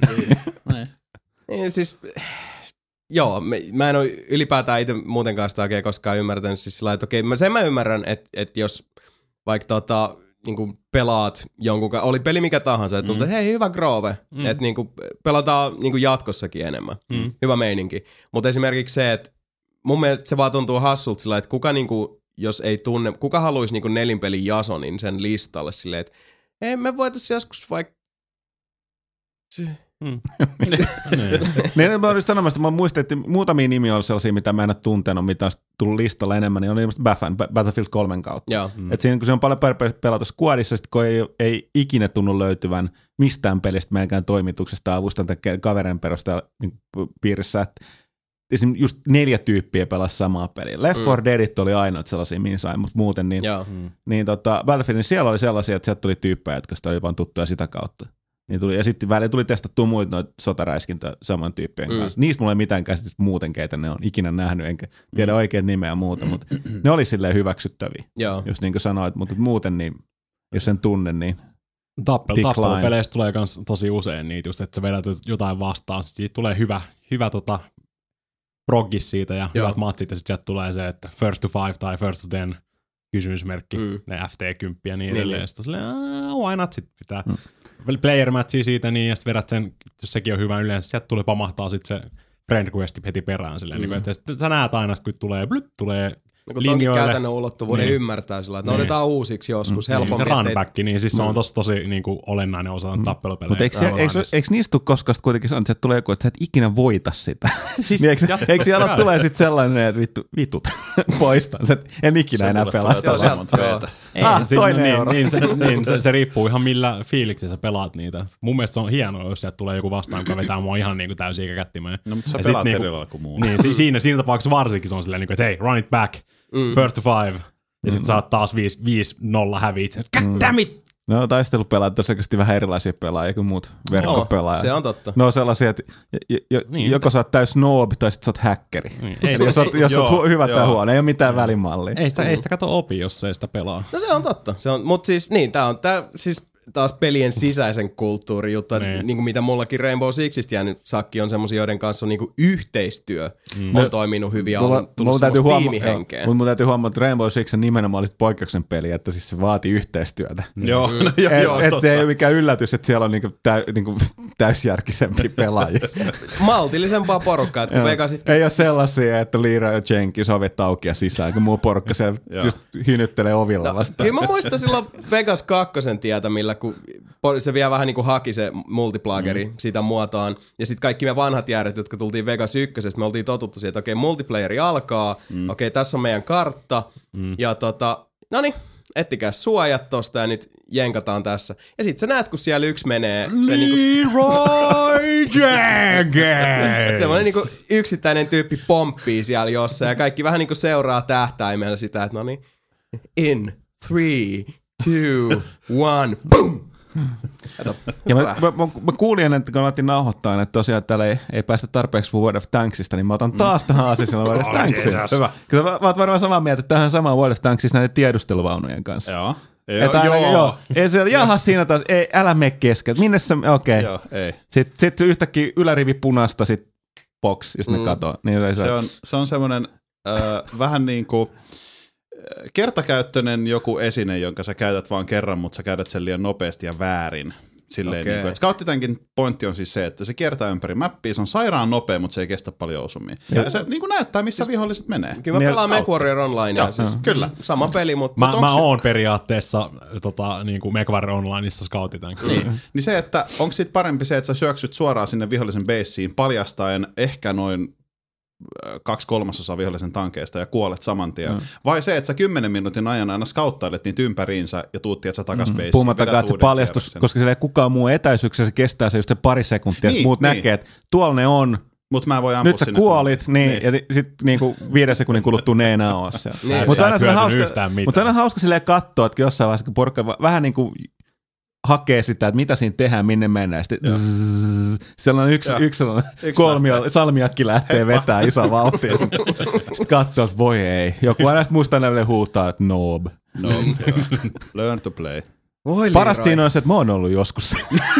Niin siis, joo, mä en ole ylipäätään itse muutenkaan sitä oikein koskaan ymmärtänyt. Siis sillä, että okei, sen mä ymmärrän, että jos vaikka niinku pelaat jonkun, oli peli mikä tahansa, että tuntuu, että hei, hyvä Grove, että niinku pelataan niinku jatkossakin enemmän. Hyvä meininki. Mutta esimerkiksi se, että mun mielestä se vaan tuntuu hassulta sillä, että kuka niinku, jos ei tunne, kuka haluaisi niinku nelinpelin Jasonin sen listalle silleen, että ei me voitaisiin joskus vaikka Niin, mä olin sanomassa, että mä muistin, että muutamia nimiä oli sellaisia, mitä mä en ole tuntenut, mitä on tullut listalla enemmän, niin on ilmeisesti Battlefield 3 kautta. Et siinä, kun se on paljon pelata squadissa, sit kun ei ikinä tunnu löytyvän mistään pelistä meidänkään toimituksesta, avustan kaverin perusteella piirissä, että esimerkiksi just 4 tyyppiä pelasi samaa peliä. Left 4 Deadit oli ainoat sellaisia, mihin sain, mutta muuten niin Battlefieldin siellä oli sellaisia, että sieltä tuli tyyppejä, jotka oli vaan tuttuja sitä kautta. Niin tuli, ja sitten välillä tuli testattua muita noita sotaräiskintä saman tyyppien kanssa. Niistä mulla ei mitään käsitystä muuten, keitä ne on ikinä nähnyt, enkä tiedä oikeat nimeä ja muuta, mutta ne oli silleen hyväksyttäviä, jos niin kuin sanoit, mutta muuten niin, jos sen tunne, niin Tappelupeleistä tulee myös tosi usein niitä, just, että sä vedät jotain vastaan, sit siitä tulee hyvä proggis siitä ja hyvät matsit, ja sitten sieltä tulee se, että first to 5 tai first to 10 kysymysmerkki, ne FT10 ja niin edelleen. Sitten why not, sit pitää player matchia siitä niin, ja sitten vedät sen, jos sekin on hyvä yleensä, sieltä tulee pamahtaa sitten se friend requesti heti perään silleen, niin, että sä näet aina, kun tulee kun tonkin käytännön ulottuvuuden ymmärtää sillä, että ne otetaan uusiksi joskus helpommin. Se runback, niin siis se on tosi niin kuin olennainen osa tappelupelejä. Mutta eikö niistä tule koskaan kuitenkin sanoa, että se tulee joku, että sä et ikinä voita sitä? Siis, eikö siellä tulee sitten sellainen, että vitut, poistan sen, en ikinä enää pelasta vastaan. Toinen euro. Se riippuu ihan millä fiiliksi sä pelaat niitä. Mun mielestä se on hienoa, jos sieltä tulee joku vastaan, joka vetää mua ihan niin kuin täysin ikä kättimeen. No, mutta sä pelaat eri lailla kuin muu. Niin, siinä tapauksessa varsinkin se on silleen, että hei, run it back. First to 5. Ja sit saat taas 5-0 häviit. God damn it! No taistelupelaajat tosiaankin vähän erilaisia pelaajia kuin muut verkkopelaajat. Se on totta. No sellaisia, että joko sä oot täys noob tai sit sä oot häkkeri. Jos oot hyvä tai huono, ei ole mitään välimallia. Ei sitä kato opi, jos ei sitä pelaa. No se on totta. Mutta siis niin, tää siis taas pelien sisäisen kulttuurin juttu, niin kuin mitä mullakin Rainbow Sixistä jäänyt sakki on semmosia, joiden kanssa on niinku yhteistyö on toiminut hyvin ja on tullut semmoista tiimihenkeä. Mutta mun täytyy huomata, että Rainbow Six on nimenomaan oli poikkeuksen peli, että siis se vaatii yhteistyötä. Joo, että se ei ole mikään yllätys, että siellä on niinku täysjärkisempi pelaaja. Maltillisempaa porukkaa, että kun Vegasit... Ei ole sellaisia, että Liira ja Jenkins ovet auki ja sisään, kun muu porukka siellä just hynyttelee ovilla vastaan. Kyllä mä muistan silloin Vegas 2 tietämillä, kun se vielä vähän niin kuin haki se multiplayeri sitä muotoaan. Ja sitten kaikki me vanhat järjet, jotka tultiin Vegas 1, me oltiin totuttu siihen, että okei, multiplayeri alkaa, okei, tässä on meidän kartta. Ja noniin, ettikää suojat tosta ja nyt jenkataan tässä. Ja sit sä näet, kun siellä yksi menee. Se Leroy Jenkins! Semmoinen niinku yksittäinen tyyppi pomppii siellä jossain ja kaikki vähän niinku seuraa tähtäimellä sitä, että noniin, in 3, 2, 1, boom! Ja mä kuulin, että kun alettiin nauhoittaa, että tosiaan täällä ei päästä tarpeeksi World of Tanksista, niin mä otan taas tähän asiaan World of Tanksia. Hyvä. Kyllä mä oot varmaan samaa mieltä, että tähän samaan World of Tanksissa näiden tiedusteluvaunujen kanssa. Joo. Joo. Ei siellä, jaha, siinä taas, ei, älä mene kesken. Minne sä, okei. Joo, ei. Sitten yhtäkkiä ylärivi punasta, sit box, jos ne katoo. Niin se on semmoinen vähän niin kuin kertakäyttöinen joku esine, jonka sä käytät vaan kerran, mutta sä käytät sen liian nopeasti ja väärin. Silleen niin kuin, että Scout-tankin pointti on siis se, että se kiertää ympäri mappia, se on sairaan nopea, mutta se ei kestä paljon osumia. Ja se niin kuin näyttää, missä viholliset menee. Kyllä mä pelaan MechWarrior Onlinea, siis kyllä. Sama peli, mutta... Mä oon periaatteessa niin kuin MechWarrior Onlineissa Scout-tank. Niin se, että onko sit parempi se, että sä syöksyt suoraan sinne vihollisen baseen paljastaen ehkä noin 2/3 vihollisen tankeista ja kuolet saman tien. Vai se, että sä 10 minuutin ajan aina skauttailet niitä ympäriinsä ja tuuttiin, että sä takas baseen. Puhumattakaan, että se paljastus, koska siellä ei kukaan muu etäisyyksiä, se kestää se just se pari sekuntia, että muut näkee, että tuolla ne on. Mut mä en voi ampua nyt sä kuolit, niin. Ja sit niinku 5 sekunnin kuluttua ne ei enää oo siellä. Mutta aina hauska silleen katsoa, että jossain vaiheessa, kun porukka vähän niinku hakee sitä, että mitä siinä tehdään, minne mennään. Sitten sellainen yksi kolmio, salmiakki lähtee vetää isoa vauhtia. Sitten katsoo, että voi ei. Joku aina muistaa näille huutaa, että noob. Learn to play. Parasta siinä on se, että mä oon ollut joskus.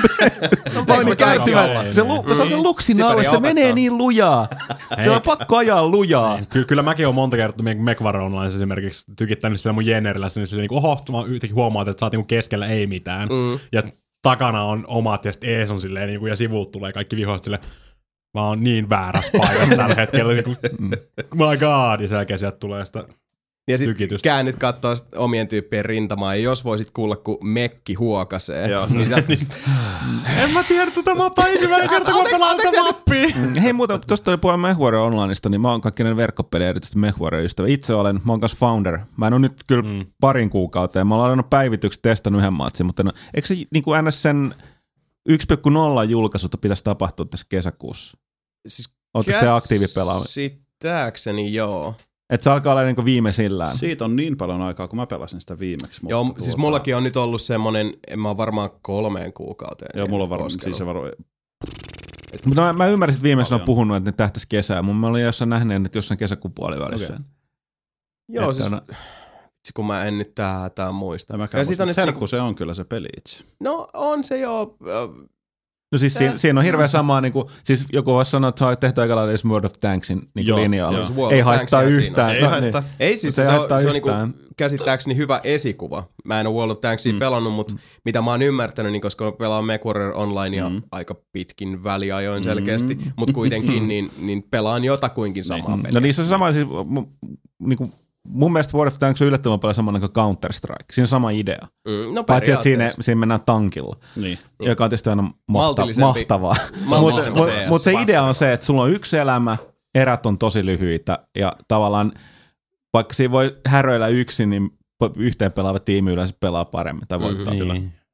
Se on se luksin alle, se menee niin lujaa. Se on pakko ajaa lujaa. Kyllä mäkin oon monta kertaa MechWarrior Online esimerkiksi tykittänyt siellä mun jenerilässä, niin silleen oho, yhtäkkiä huomaat, että sä oot keskellä ei mitään. Ja takana on omat ja sitten ees on silleen, ja sivulta tulee kaikki vihoiset silleen, mä oon niin väärässä paikassa tällä hetkellä. My god, ja sen jälkeen sieltä tulee sitä Ja sit Tykitystä. käännyt kattoo omien tyyppien rintamaa, ja jos voisit kuulla, kun mekki huokasee. Joo, niin sä, En mä tiedä tota mappaa ensimmäinen kerta, kun mä pelaan tätä mappia. Hei muuten, tuosta oli puhua MechWarrior Onlineista, niin mä oon kaikki näiden verkkopelejä, erityisesti MechWarrior-ystävä. Itse mä oon kanssa founder. Mä en ole nyt kyllä parin kuukauteen. Mä oon ladannut päivitykset, testannut yhden matsin, mutta eikö se niin kuin ns. Sen 1.0 julkaisuta pitäisi tapahtua tässä kesäkuussa? siis Ootte sitten aktiivipelaaja? Käsittääkseni joo. Että se alkaa olla niin kuin viimeisillään. Siitä on niin paljon aikaa, kun mä pelasin sitä viimeksi. Joo, siis mullakin on nyt ollut semmonen, en mä varmaan 3 kuukauteen. Joo, mulla on varmaan, siis se varmaan... Mutta mä ymmärsin, että viimeksi on puhunut, että ne tähtäisi kesää. Mä olin jossain nähneen, että jossain kesäkuun puolivälissä. Okay. Joo, siis kun mä en nyt tää muista. Herkku se on kyllä se peli itse. No on se joo. No siis siinä on hirveän samaa, niin kuin, siis joku voisi sanoa, että se on tehty aika lailla World of Tanksin niin linjalla. Ei haittaa yhtään. Ei haittaa. Ei siis se on niinku käsittääkseni hyvä esikuva. Mä en ole World of Tanksia pelannut, mutta mitä mä oon ymmärtänyt, niin koska mä pelaan MechWarrior Onlinea aika pitkin väliajoin selkeästi, mutta kuitenkin niin pelaan jotakuinkin samaa peliä. No niin se on sama, siis niinku, mun mielestä World of Tanks on yllättävän paljon sama kuin Counter-Strike. Siinä on sama idea. No paitsi, että siinä mennään tankilla, joka on tietysti aina mahtavaa. Mutta se idea on se, että sulla on yksi elämä, erät on tosi lyhyitä ja tavallaan vaikka siinä voi häröillä yksin, niin yhteen pelaava tiimi yleensä pelaa paremmin tai voittaa kyllä.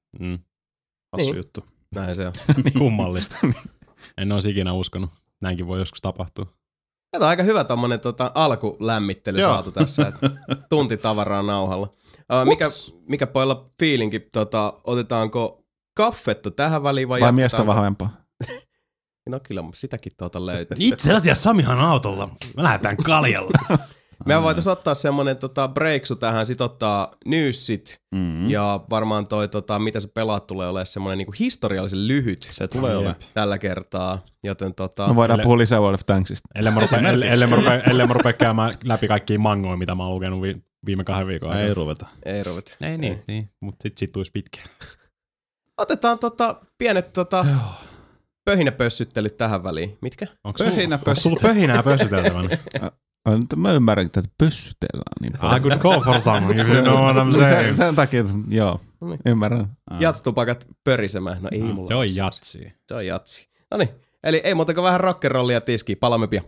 Hassu juttu. Näin se on. Kummallista. En olisi ikinä uskonut. Näinkin voi joskus tapahtua. Tämä on aika hyvä tommonen alkulämmittely saatu tässä, että tunti tavaraa nauhalla. Mikä poilla fiilinki, otetaanko kaffetta tähän väliin vai miestä vahvempaa? No kyllä sitäkin löytyy. Itse asiassa Samihan autolla. Me lähdetään kaljalla. Me voitaisiin ottaa semmonen breaksu tähän, sit ottaa newsit ja varmaan mitä sä pelaat tulee olemaan semmonen niinku historiallisen lyhyt. Se tulee olemaan. Tällä kertaa, joten Me voidaan puhua lisää World of Tanksista. Ellei mä rupea käymään läpi kaikkia mangoja, mitä mä oon lukenut viime 2 viikon aikana. Ei ruveta. Ei niin. Mutta sit tulisi pitkä. Otetaan pienet pöhinäpössyttelyt tähän väliin. Mitkä? Onko sulla pöhinää pössyteltävänä? Mä ymmärrän, että pössytellään niin paljon. I could go for some, if you know what I'm saying. Sen takia, joo, ymmärrän. Jatstupakat pörisemään. No ei mulla. Se on jatsi. Se on jatsi. Noniin, eli ei muuta kuin vähän rock'n'rollia tiskiin. Palaamme pian.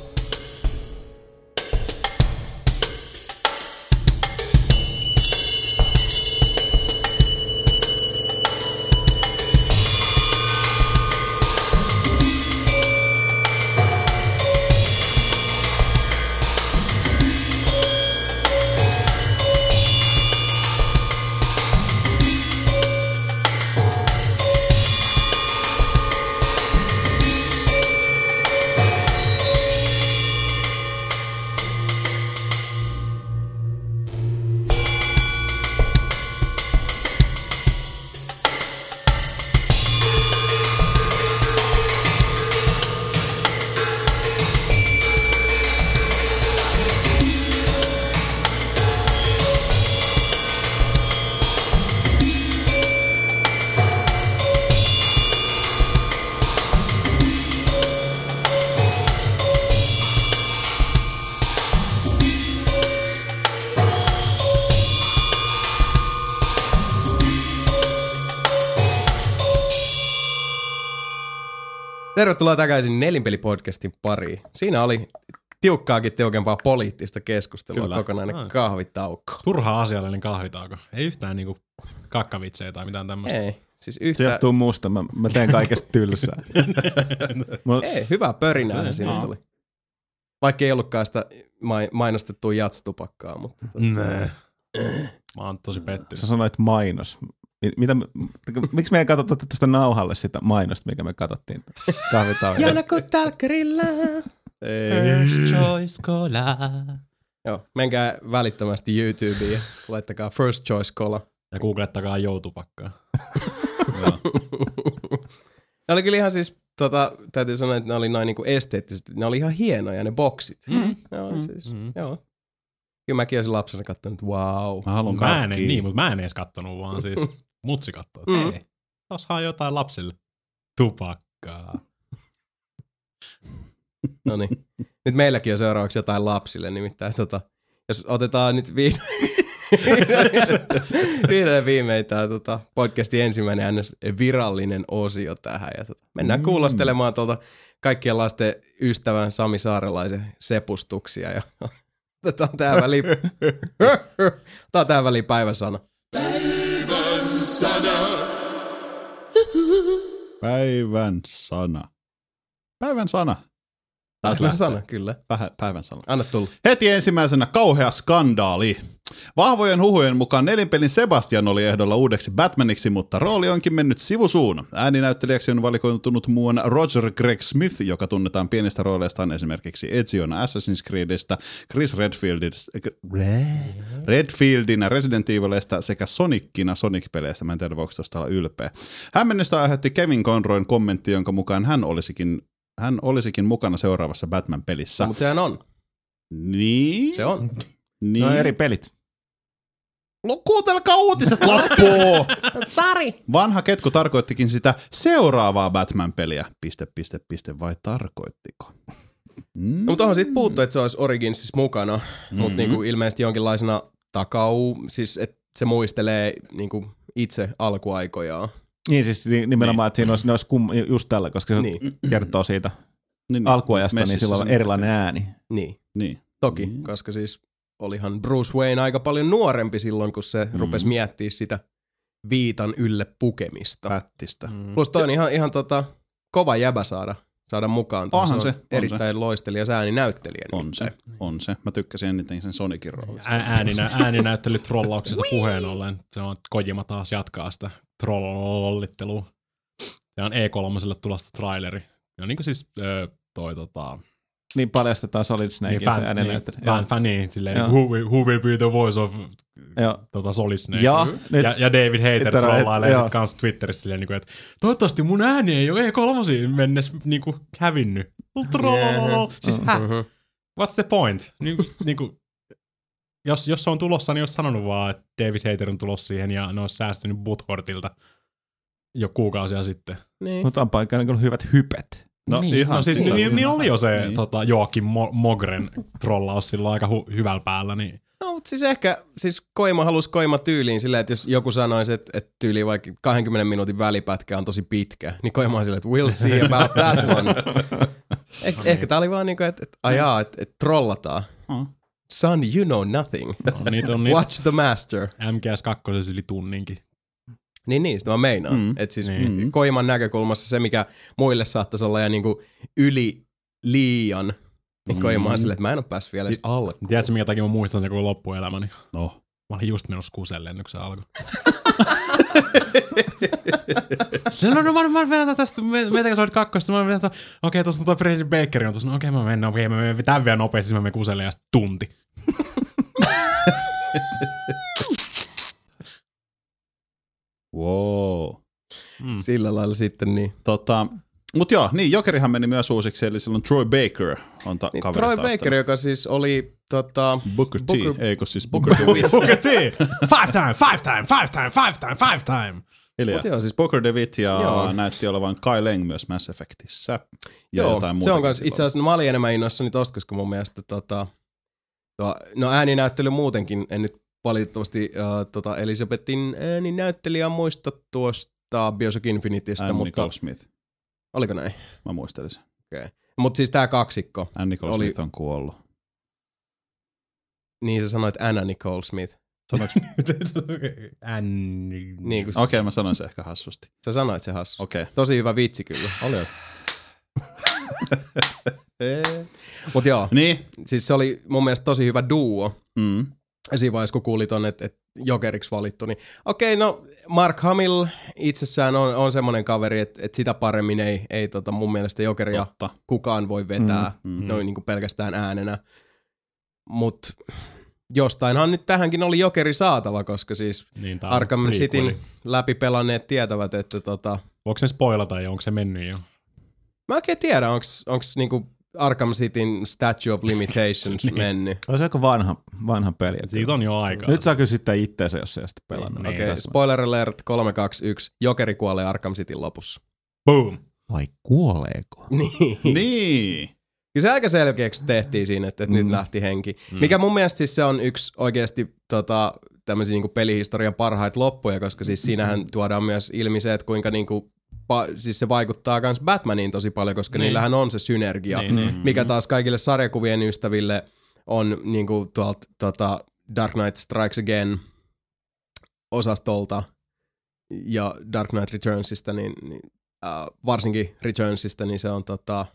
Tervetuloa takaisin Nelinpeli-podcastin pariin. Siinä oli tiukempaa poliittista keskustelua, kyllä. Kokonainen kahvitauko. Turha asiallinen kahvitauko. Ei yhtään niinku kakkavitsejä tai mitään tämmöistä. Ei, siis Se johtuu musta, mä teen kaikesta tylsää. Ei, hyvää pörinää siinä tuli. Vaikka ei ollutkaan sitä mainostettua jatstupakkaa, mutta... Mä oon tosi pettynyt. Sä sanoit mainos. Miksi me ei katsottu tuosta nauhalle sitä mainosta, mikä me katsottiin kahvitauolla? Janako talkkerilla. First choice cola. Joo, menkää välittömästi YouTubeen ja laittakaa First choice cola. Ja googlettakaa joutupakkaa. Ne oli kyllä ihan siis, täytyy sanoa, että ne oli noin niinku esteettisesti, ne oli ihan hienoja ne boksit. Joo. Kyllä mäkin olisin lapsena kattonut, että wow. Mä en edes kattonut, vaan siis mutsi kattoo, että hei, tossahan on jotain lapsille. Tupakkaa. Noniin. Nyt meilläkin on seuraavaksi jotain lapsille, nimittäin jos otetaan nyt viimein tämä podcastin ensimmäinen virallinen osio tähän. Ja mennään kuulostelemaan kaikkien lasten ystävän Sami Saarelaisen sepustuksia. Ja otetaan tähän väliin päivän sana. Päivän sana. Päivän sana. Päivän sana. Päivän sana, kyllä. Päivän sana. Anna tulla. Heti ensimmäisenä kauhea skandaali. Vahvojen huhujen mukaan Nelinpelin Sebastian oli ehdolla uudeksi Batmaniksi, mutta rooli onkin mennyt sivusuun. Ääninäyttelijäksi on valikoitunut muun Roger Greg Smith, joka tunnetaan pienistä rooleistaan esimerkiksi Ezion Assassin's Creedistä, Chris Redfieldin Resident Evilistä sekä Sonicina Sonic-peleistä. Mä en tiedä, voiko tuosta olla ylpeä. Hämmennystä aiheutti Kevin Conroyn kommentti, jonka mukaan hän olisikin mukana seuraavassa Batman-pelissä. No, mutta sehän on. Niin? Se on. Niin. No eri pelit. Kuuntelkaa uutiset loppuun! Sari! Vanha ketku tarkoittikin sitä seuraavaa Batman-peliä. ... vai tarkoittiko? No, mutta onhan siitä puuttu, että se olisi Originsissa mukana, mutta niinku ilmeisesti jonkinlaisena siis että se muistelee niinku itse alkuaikojaan. Niin siis nimenomaan, että siinä olisi just tällä, koska se kertoo siitä alkuajasta, niin sillä on erilainen ääni. Niin. Toki, koska siis olihan Bruce Wayne aika paljon nuorempi silloin, kun se rupesi miettimään sitä viitan ylle pukemista. Pättistä. Plus toi on ihan kova jäbä saada mukaan. Onhan se on se. erittäin loistelija ääninäyttelijä. On se. Mä tykkäsin eniten sen Sonicin roolista. Ääninäyttelytrollauksista puheen ollen. Se on, Kojima taas jatkaa sitä trollittelua. Se on E3:lle tulosta traileri. Ja niin kuin siis niin paljastetaan Solid Snake ja se äänenäyttelijä. Niin, silleen who will be the voice of Solid Snake. Ja David Hayter trollailee sit kans Twitterissä silleen, että toivottavasti mun ääni ei ole E3 mennessä niinku hävinnyt. Siis what's the point? Jos se on tulossa, niin olisi sanonut vaan, että David Hayter on tulossa siihen ja ne olisi säästynyt Butthortilta jo kuukausia sitten. Niin. Mutta on paikka hyvät hypet. Niin oli jo se Joakim Mogren trollaus silloin aika hyvällä päällä. Niin. No, mutta siis Kojima halusi Kojima tyyliin silleen, että jos joku sanoisi, että tyyliin vaikka 20 minuutin välipätkä on tosi pitkä, niin Kojima on silleen, että we'll see about that one. Ehkä tää oli vaan niinku, että trollataan. Son, you know nothing. Watch the master. MGS2 yli tunninkin. Niin, sitä mä meinaan. Että siis Kojiman näkökulmassa se, mikä muille saattaisi olla ja niinku yli liian, niin Kojima on silleen, että mä en ole päässyt vielä edes alkuun. Tiedätkö, minkä takia mä muistan sen koko loppuelämäni? No. Mä olin just menossa kuselle ennen kuin se alkoi. No mä vedän tästä, meitäkö sä olit kakkosta, mä vedän okei, tossa on toi President Baker, on tossa, okei, mä menen tämän vielä nopeasti, mä menen kuselle ja sitten tunti. Wow. Sillä lailla sitten niin. Mut joo, niin Jokerihan meni myös uusiksi, eli silloin Troy Baker on niin, kaveri Troy taustalla. Baker, joka siis oli Booker T, eikö siis Booker DeWitt. Booker T! Five time! Hiljaa. Siis Booker DeWitt ja näytti olevan Kai Leng myös Mass Effectissä. Ja joo, se on kans itse asiassa, mä olin enemmän innoissani tosta, koska mun mielestä ääninäyttely muutenkin, en nyt valitettavasti Elisabetin ääninäyttelijä muista tuosta Bioshock Infinitystä, mutta Nicole Smith. Oliko näin? Mä muistelin sen. Okay. Mutta siis tää kaksikko. Nicole Smith on kuollut. Niin sä sanoit Anna Nicole Smith. Sanoinko? Niin, Okei, mä sanoin se ehkä hassusti. Sä sanoit se hassusti. Okay. Tosi hyvä vitsi kyllä. Oli. Mut joo, niin. Siis se oli mun mielestä tosi hyvä duo. Siinä vaiheessa, kun kuulit on, että Jokeriksi valittu, niin okei, no Mark Hamill itsessään on semmoinen kaveri, että sitä paremmin ei mun mielestä Jokeria kukaan voi vetää noin niin kuin pelkästään äänenä. Mut jostainhan nyt tähänkin oli Jokeri saatava, koska siis niin, Arkham Cityn läpipelanneet tietävät, että Voiko se spoilata ja onko se mennyt jo? Mä oikein tiedä, onko niinku Arkham Cityn Statue of Limitations mennyt. On se aika vanha peli. Siitä on jo aikaa. Nyt saa kysyttää itseänsä, jos ei sitä pelannut. Okei, spoiler alert 3, 2, 1. Jokeri kuolee Arkham Cityn lopussa. Boom. Vai kuoleeko? Niin. Kyllä se aika selkeäksi tehtiin siinä, että nyt lähti henki. Mikä mun mielestä siis se on yksi oikeasti tämmöisiä niinku pelihistorian parhaita loppuja, koska siis siinähän tuodaan myös ilmi se, että kuinka niinku, siis se vaikuttaa myös Batmaniin tosi paljon, koska niillähän on se synergia, mikä taas kaikille sarjakuvien ystäville on niinku tuolta Dark Knight Strikes Again osastolta ja Dark Knight Returnsista, niin varsinkin Returnsista, niin se on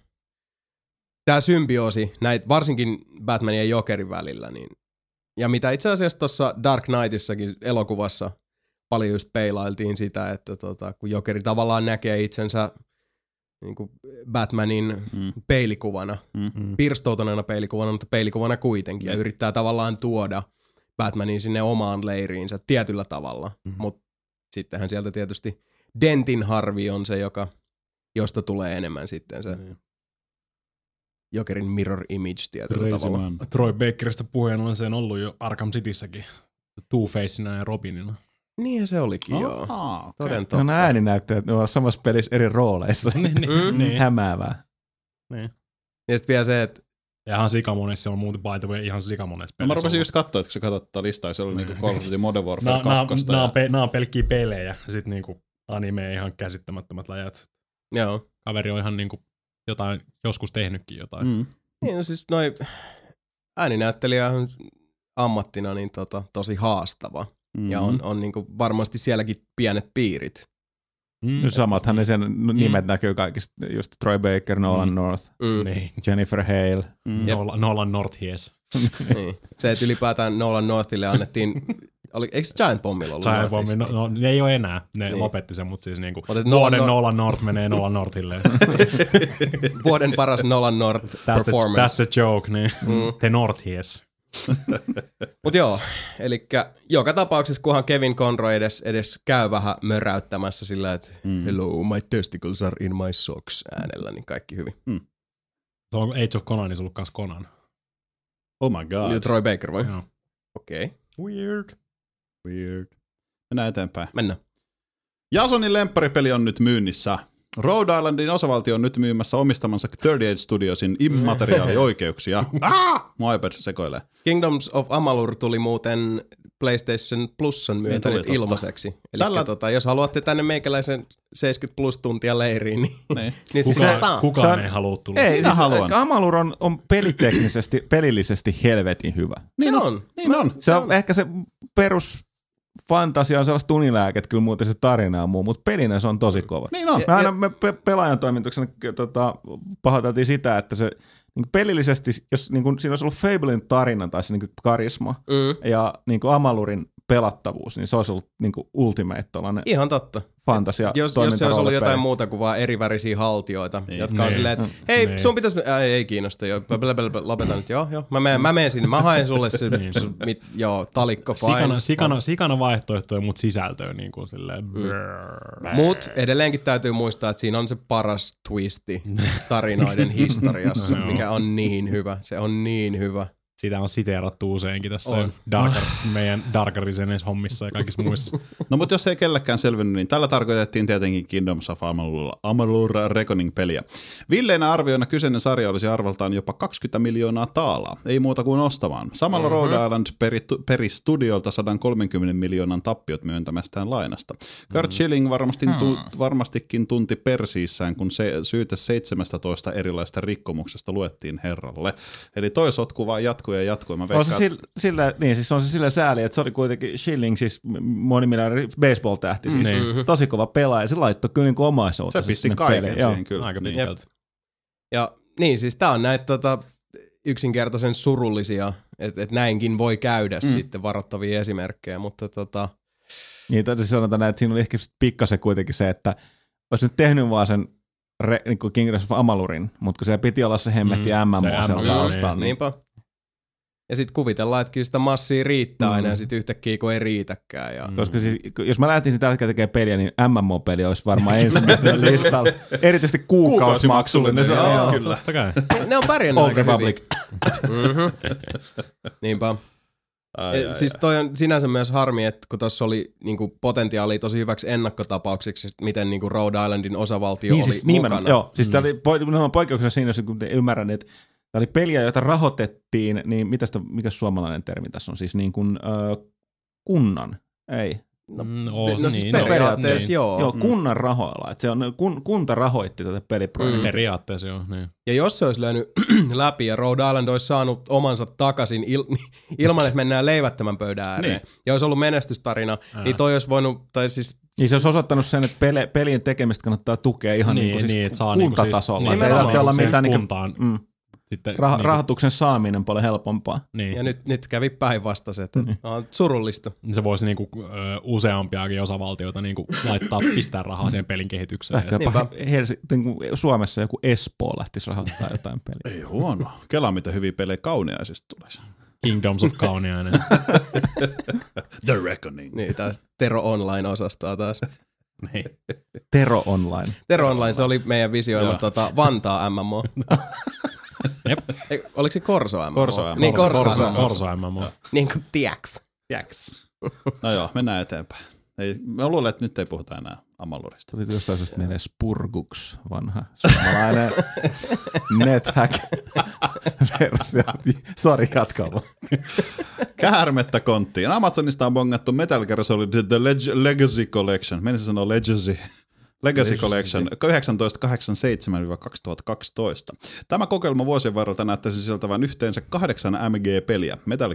tää symbioosi, varsinkin Batmanin ja Jokerin välillä, niin, ja mitä itse asiassa tuossa Dark Knightissakin elokuvassa paljon just peilailtiin sitä, että kun Jokeri tavallaan näkee itsensä niin kuin Batmanin peilikuvana, pirstoutuneena peilikuvana, mutta peilikuvana kuitenkin, ja yrittää tavallaan tuoda Batmanin sinne omaan leiriinsä tietyllä tavalla, mutta sittenhän sieltä tietysti Dentin Harvey on se, josta tulee enemmän sitten se Jokerin mirror image tietyllä tavalla. Troy Bakerista puheen on sen ollut jo Arkham Cityssäkin, Two-Facina ja Robinina. Niinhän se olikin, joo. Okay. Toden totta. No ääninäyttäjät, ne ovat samassa pelissä eri rooleissa. Niin. Hämäävää. Niin. Ja sitten vielä se, että ja ihan sikamonessa on muuten by the way, ihan sikamonessa pelissä. No mä rupesin just katsoa, että kun sä katsot tätä listaa, se oli niinku Call of Duty Modern Warfare 2. Nää on pelkkiä pelejä ja sit niinku anime ihan käsittämättömät lajat. joo. Kaveri on ihan niinku jotain, joskus tehnytkin jotain. Niin, no siis noi ääninäyttelijä on ammattina niin tosi haastava. Ja on niinku varmasti sielläkin pienet piirit. No samathan ne sen nimet näkyy kaikista, just Troy Baker, Nolan North, Niin. Jennifer Hale. Nolan North, yes. Niin. Se, että ylipäätään Nolan Northille annettiin, eikö Giant Bombilla ollut? Giant Bomb, no ne ei ole enää, ne lopetti sen, mutta siis niinku Nolan Nolan North menee Nolan Northille. Vuoden paras Nolan North performance. That's the joke, niin. The North, yes. Mut joo, elikkä joka tapauksessa kunhan Kevin Conroy edes käy vähän möräyttämässä sillä, että hello, my testicles are in my socks äänellä, niin kaikki hyvin. Se on Age of Conanissa ollut kans Conan. Oh my god. Ja Troy Baker vai? Joo. Okei. Okay. Weird. Mennään eteenpäin. Mennään. Jasonin lempparipeli on nyt myynnissä. Rhode Islandin osavaltio on nyt myymässä omistamansa 38 Studiosin immateriaalioikeuksia. Mun iPad sekoilee. Kingdoms of Amalur tuli muuten PlayStation Plusan myötä nyt ilmaiseksi. Eli jos haluatte tänne meikäläisen 70 plus tuntia leiriin, niin kukaan ei halua tulla. Ei, Amalur on peliteknisesti, pelillisesti helvetin hyvä. Niin on. Se on ehkä se perus fantasia on sellaista tunilääket, kyllä muuten se tarina on muu, mutta pelinä se on tosi kova. Niin on. Me pelaajan toimituksena pahoiteltiin sitä, että se niin pelillisesti, jos niin siinä olisi ollut Fablein tarina tai se niin karisma ja niin Amalurin pelattavuus, niin se olisi ollut niin ultimate tollainen ihan totta. Fantasia. Jos se olisi ollut jotain muuta kuin vaan erivärisiä haltioita, jotka on silleen, että hei, sun pitäisi, ei kiinnosta, lopetan nyt, joo, mä menen sinne, mä haen sulle se, talikko, fine. Sikana vaihtoehtoja, mutta sisältöä niin kuin silleen. Mut edelleenkin täytyy muistaa, että siinä on se paras twisti tarinoiden historiassa, mikä on niin hyvä, se on niin hyvä. Sitä on siteerattu useinkin tässä meidän Darkarisenes hommissa ja kaikissa muissa. No mutta jos ei kellekään selvinnyt, niin tällä tarkoitettiin tietenkin Kingdoms of Amalur Reckoning-peliä. Villeinä arvioina kyseinen sarja olisi arvoltaan jopa 20 miljoonaa taalaa, ei muuta kuin ostamaan. Samalla Rhode Island peri studiolta 130 miljoonan tappiot myöntämästään lainasta. Kurt Schilling varmastikin tunti persiissään, kun syyte 17 erilaista rikkomuksesta luettiin herralle. Eli toi sotku vaan jatkuu. On se sillä sääli, että se oli kuitenkin Schilling, siis monimiljoonan baseball-tähti, siis tosi kova pelaaja. Se laittoi kyllä niin omaisuutta. Se pisti kaiken siihen kyllä. Aika pitkälti. Ja niin, siis tää on näitä yksinkertaisen surullisia, että näinkin voi käydä sitten varoittavia esimerkkejä, mutta Niin, siis sanotaan näin, että siinä oli ehkä pikkasen kuitenkin se, että olisi nyt tehnyt vaan sen niin kuin Kingdoms of Amalurin, mutta kun siellä piti olla se hemmetti MMO sieltä taustalla. Niinpä. Ja sitten kuvitellaan, että kyllä sitä massia riittää aina ja sitten yhtäkkiä kun ei riitäkään. Ja koska siis, jos mä lähtisin tällä hetkellä tekemään peliä, niin MMO-peli olisi varmaan ensimmäisellä listalla. Erityisesti kuukausimaksullinen. Joo, kyllä. Totta kai. Ne on pärjännyt aika hyvin. Niinpä. Siis toi on sinänsä myös harmi, että kun tuossa oli niinku potentiaalia tosi hyväksi ennakkotapaukseksi, että miten niinku Rhode Islandin osavaltio niin, oli siis, mukana. Joo, siis tää oli poikkeuksena siinä, jos ymmärrän, että tää oli peliä, jota rahoitettiin, niin mikä suomalainen termi tässä on? Siis niin kuin kunnan, ei. No siis periaatteessa joo. Joo, kunnan rahoilla. Että se on, kunta rahoitti tätä peliprojektia. Periaatteessa joo, niin. Ja jos se olisi lyönyt läpi ja Rhode Island olisi saanut omansa takaisin ilman, että mennään leivättömän pöydän ääreen, niin. Ja olisi ollut menestystarina, niin toi olisi voinut, tai siis... Niin se olisi osoittanut sen, että pelien tekemistä kannattaa tukea ihan siis kuntatasolla. Niin, ei tarvitse olla mitään kuntaan. Sitten, rahoituksen saaminen paljon helpompaa. Niin. Ja nyt kävi päinvastaiset. Surullista. Se voisi niinku, useampiakin osavaltioita niinku laittaa, pistää rahaa siihen pelin kehitykseen. Suomessa joku Espoo lähtisi rahoittaa jotain peliä. Ei huono. Kela mitä hyviä pelejä Kauniaisista tulisi. Kingdoms of Kauniainen. The Reckoning. Niin, taas Tero Online-osastoa taas. Niin. Tero Online. Tero Online, se oli meidän visioima Vantaa MMO. Jep. Oliko se Corso MMO? Corso MMO. Niin, Corso MMO. Niin kuin Tiax. No joo, mennään eteenpäin. Mä luulen, että nyt ei puhuta enää Amalurista. Tuli jostain syystä mieleen Spurgux, vanha suomalainen NetHack-versio. Sori, jatkaa vaan. Käärmettä konttiin. Amazonista on bongattu Metal Gear Solid The Legacy Collection. Menisin sanoa Legacy Collection 1987-2012. Tämä kokeilma vuosien varrelta näyttäisi sisältävän yhteensä 8 MG-peliä. Metal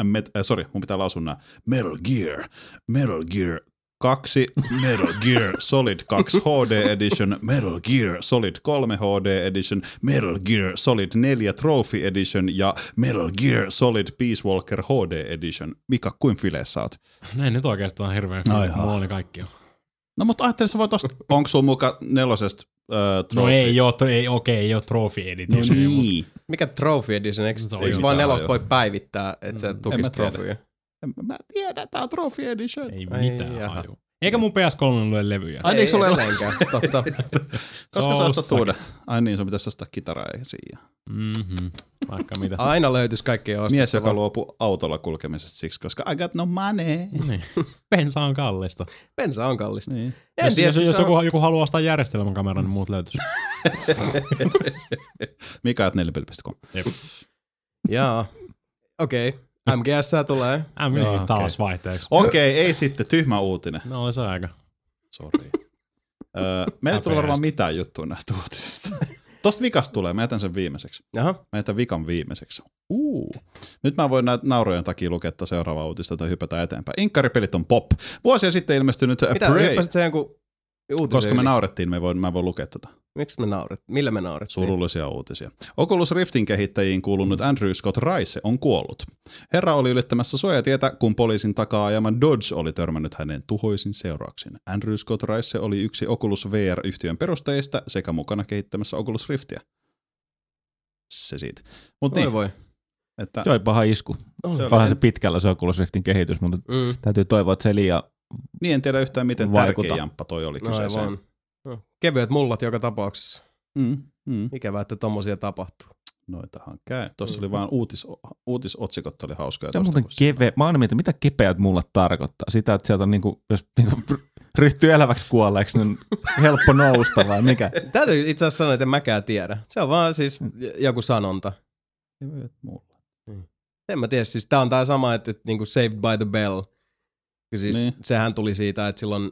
Gear 2, Metal Gear Solid 2 HD Edition, Metal Gear Solid 3 HD Edition, Metal Gear Solid 4 Trophy Edition ja Metal Gear Solid Peace Walker HD Edition. Mika, kuin fileissä oot? Näin nyt oikeastaan hirveän. Mulla oli kaikki jo. No mutta ajattelin, sä voit tosta, onko sulla muka 4 trophy? No ei ole Trophy Edition. No niin. Mikä Trophy Edition? Eikö vaan 4 voi päivittää, että se tukisi trofyja? Mä tiedän, tää on Trophy Edition. Ei mitään haju. Eikä mun PS3 ole levyjä. Ai niin, sulla ei ole totta. Koska sä ostat uuden? Ai niin, sun pitäisi ostaa kitaraa esiin. Vaikka mitä. Aina löytyisi kaikkea ostettavaa. Mies, joka luopuu autolla kulkemisesta siksi, koska I got no money. Niin. Bensa on kallista. Bensa on kallista. Niin. Jos joku haluaa ostaa järjestelmäkameran, niin muut löytyisi. Mika@nelipeli.com. Jaa. Okei. MGS tulee. Taas vaihteeksi. Okei, ei sitten. Tyhmä uutinen. No oli se aika. Sori. Meillä tulee varmaan mitään juttua näistä uutisista. Tosta vikasta tulee. Mä jätän sen viimeiseksi. Jaha. Mä jätän vikan viimeiseksi. Nyt mä voin näitä naurojen takia lukea seuraavaa uutista tai hypätä eteenpäin. Inkkaripelit on pop. Vuosia sitten ilmestynyt mitä, Prey. hyppäsit sä jonkun uutisen Koska me naurettiin, mä voin lukea tätä. Miksi me naurettiin? Millä me naurettiin? Surullisia uutisia. Oculus Riftin kehittäjiin kuulunut Andrew Scott Rice on kuollut. Herra oli ylittämässä suojatietä, kun poliisin takaa ajaman Dodge oli törmännyt hänen tuhoisin seurauksiin. Andrew Scott Rice oli yksi Oculus VR-yhtiön perustajista sekä mukana kehittämässä Oculus Riftiä. Se siitä. Mut niin. Voi. Että se oli paha isku. Paha se pitkällä se Oculus Riftin kehitys, mutta täytyy toivoa, että se liian niin en tiedä yhtään, miten tärkeä jamppa toi oli kyseeseen. No, kevyet mullat joka tapauksessa. Ikävä, että tommosia tapahtuu. Noitahan käy. Tuossa oli vaan uutisotsikot oli hauskoja. Se on muuten mä oon mieltä, mitä kepeät mullat tarkoittaa? Sitä, että sieltä on jos ryhtyy eläväksi kuolleeksi, niin helppo nousta vai mikä? Täytyy itse asiassa sanoa, että en mäkään tiedä. Se on vaan siis joku sanonta. Kevyet mullat. En mä tiedä, siis tää on tää sama, että niinku Saved by the Bell. Siis niin. Sehän tuli siitä, että silloin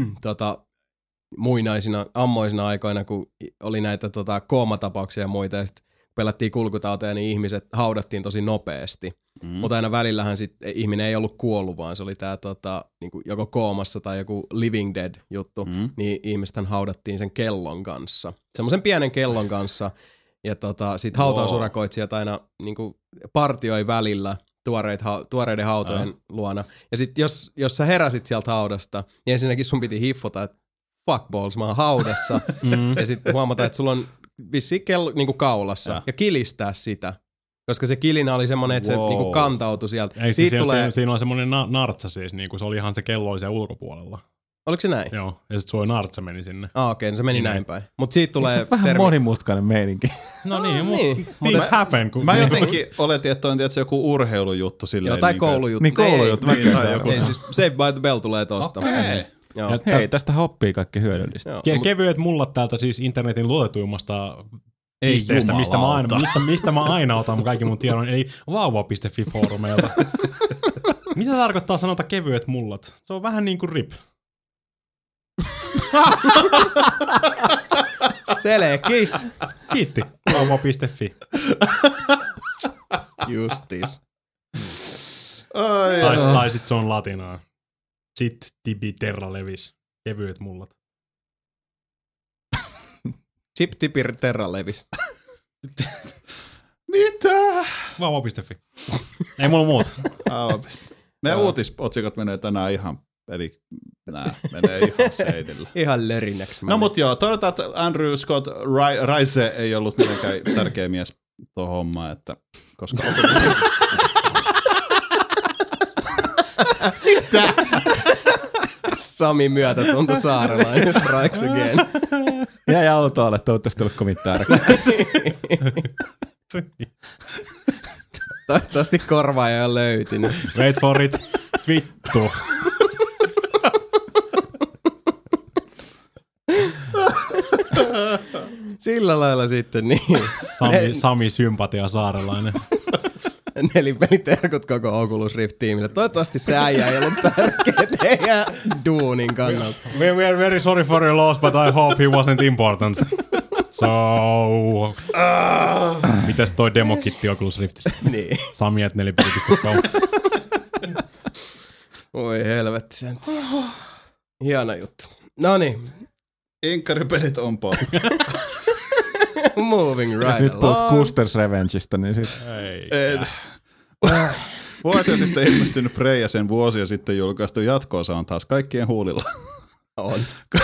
ammoisina aikoina, kun oli näitä koomatapauksia ja muita, ja sitten pelattiin kulkutauteja, niin ihmiset haudattiin tosi nopeasti. Mutta aina välillähän sitten ihminen ei ollut kuollut, vaan se oli tämä niinku joko koomassa tai joku Living Dead juttu, niin ihmisethän haudattiin sen kellon kanssa. Semmoisen pienen kellon kanssa, ja sitten hautausurakoitsijat aina niinku partioi välillä tuoreiden hautojen luona. Ja sitten jos sä heräsit sieltä haudasta, niin ensinnäkin sun piti hiffota, että fuck balls, mä oon haudassa. Ja sitten huomata, että sulla on vissiin kello niinku kaulassa. Ja kilistää sitä. Koska se kilinä oli semmonen, että se niinku kantautui sieltä. Ei, siinä on semmonen nartsa siis, niinku se oli ihan se kello oli siellä ulkopuolella. Oliko se näin? Joo, ja sit Suonartsa meni sinne. Okei, se meni näin päin. Mut siitä tulee Se on vähän monimutkainen meininki. No niin, Mutta happen. Mä jotenkin oletin, että on tietysti joku urheilujuttu silleen. Joo, tai koulujuttu. Niin koulujuttu. Ei, siis Save by the Bell tulee tosta. Joo. Hei, tästä oppii kaikki hyödyllistä. Joo, Kevyet mullat täältä siis internetin luotetuimmasta Ei pisteestä, jumalauta. mistä mä aina otan kaikki mun tiedon, eli vauva.fi-foorumeilta. Mitä tarkoittaa sanota kevyet mullat? Se on vähän niinku rip. Selekis. Kiitti. Vauva.fi. Justis. Tai sit se on latinaa. Sit tibi terra levis. Kevyet mullat. Chip tipir terra levis. Mitä? Vauva.fi. Ei mulla muuta. Meidän uutisotsikot menee tänään ihan, eli nää menee ihan seinille. Ihan lörinäksi. No mut joo, todetaan, että Andrew Scott Rice ei ollut mitenkään tärkeä mies tuohon hommaan, että koska Mitä? Sami myötätunto saarelainen. Strikes again. Jäi autoalle, toivottavasti ollut kovin tärkeä. Toivottavasti korvaaja on löytynyt. Wait for it. Vittu. Sillä lailla sitten niin. Sami sympatia saarelainen. Nelipeliterkut koko Oculus Rift-tiimille. Toivottavasti se äijä ei ollut tärkeä teidän duunin kannalta. We are very sorry for your loss, but I hope he wasn't important. So... Mites toi demokitti Oculus Riftistä? Niin. Sami@nelipeli.com. Oi helvetti sen. Hieno juttu. Noniin. Inkaripelit on paljon. Moving Jos right nyt puhut along. Custer's Revengeista, niin sit... Vuosia sitten ilmestynyt Prey ja sen vuosia sitten julkaistu jatko-osa on taas kaikkien huulilla. On.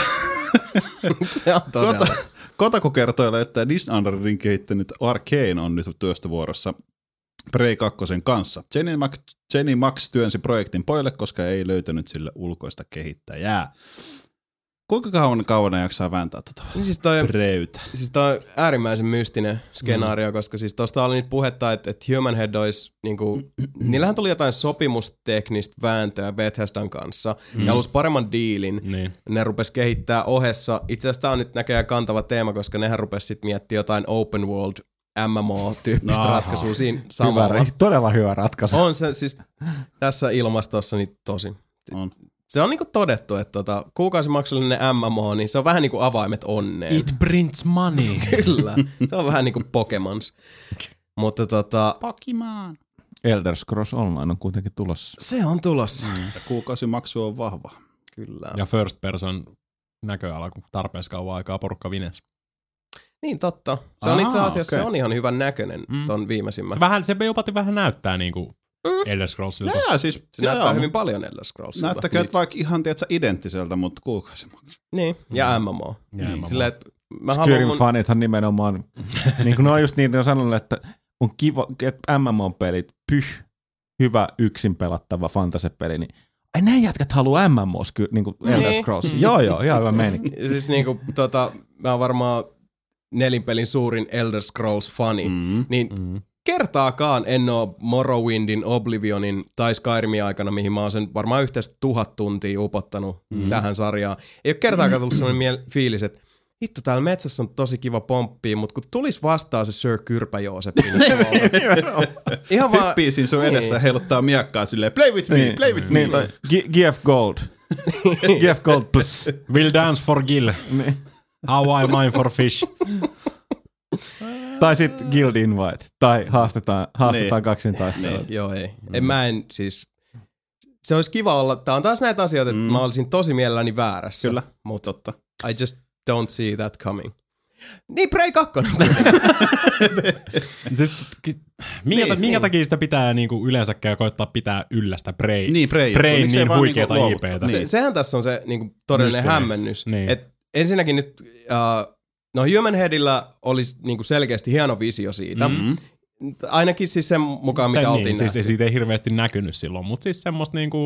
Se on todella. Kotaku kertoo, että Dishonoredin kehittänyt Arcane on nyt työstövuorossa Prey 2 kanssa. Jenny Max työnsi projektin poille, koska ei löytänyt sille ulkoista kehittäjää. Kuinka kauan ne jaksaa vääntää Preytä? Siis toi on äärimmäisen mystinen skenaario, koska siis tosta oli nyt puhetta, että Human Head olisi niinku, niillähän tuli jotain sopimusteknistä vääntöä Bethesdan kanssa, ja halusi paremman diilin. Niin. Ne rupes kehittää ohessa. Itse asiassa tää on nyt näköjään kantava teema, koska nehän rupes sit miettiä jotain open world MMO-tyyppistä ratkaisua siinä samalla. Todella hyvä ratkaisu. On se siis tässä ilmastossa niin tosi. On. Se on niinku todettu, että kuukausimaksullinen MMO, niin se on vähän niinku avaimet onneen. It brings money. Kyllä. Se on vähän niinku Pokemons. Mutta Pokemon. Elder Scrolls Online on kuitenkin tulossa. se on tulossa. Ja kuukausimaksu on vahva. Kyllä. Ja first person näköala, kun tarpeeksi kauan aikaa porukka vines. Niin totta. Se on itse asiassa okei. se on ihan hyvän näköinen ton viimeisimmän. Se jopa vähän näyttää niinku Elder Scrollsilta. Ja siis, Se näyttää hyvin paljon Elder Scrollsilta. näyttäkää nyt vaikka ihan tiedätkö, identtiseltä, mutta kuukausimaksu. Niin, ja MMO. MMO. Silleen, että mä haluan Skyrim mun... fanithan nimenomaan, niin kuin ne on just niitä, on sanonut, että on kiva, että MMO-pelit, hyvä yksin pelattava fantasy-peli, niin ai näin jätkät haluaa MMOs kyllä, niin kuin Elder Scrolls. Joo, ihan hyvä meininki. Siis niinku mä oon varmaan nelinpelin suurin Elder Scrolls-fani, niin kertaakaan en oo Morrowindin, Oblivionin tai Skyrimin aikana, mihin mä oon sen varmaan yhteensä 1000 tuntia upottanut tähän sarjaan. Ei oo kertaakaan tullut sellainen fiilis, että hitto, täällä metsässä on tosi kiva pomppia, mutta kun tulis vastaan se Sir Kyrpä-Jooseppi. Ihan vaan... Hyppii siinä sun edessä ja heiluttaa miekkaa silleen, play with me, play with me. Niin, tai GF Gold. GF Gold plus. Will dance for Gil. How I mine for fish. Tai sitten Guild Invite. Tai haastetaan kaksintaistelua. Joo, ei. Mä en siis... Se olisi kiva olla... Tää on taas näitä asioita, että mä olisin tosi mielelläni väärässä. Kyllä, mutta totta. I just don't see that coming. Niin, Prey 2. Siis, minkä takia sitä pitää niinku yleensäkään koittaa pitää yllä sitä Prey? Niin, Prey niin vaan huikeeta niinku IPtä. niin. Sehän tässä on se niinku todellinen Mystery. hämmennys. Niin. Et ensinnäkin nyt... No Human Headillä olisi niinku selkeästi hieno visio siitä. Ainakin siis sen mukaan, mitä oltiin nähty. Siis siitä ei hirveästi näkynyt silloin, mutta siis semmoista niinku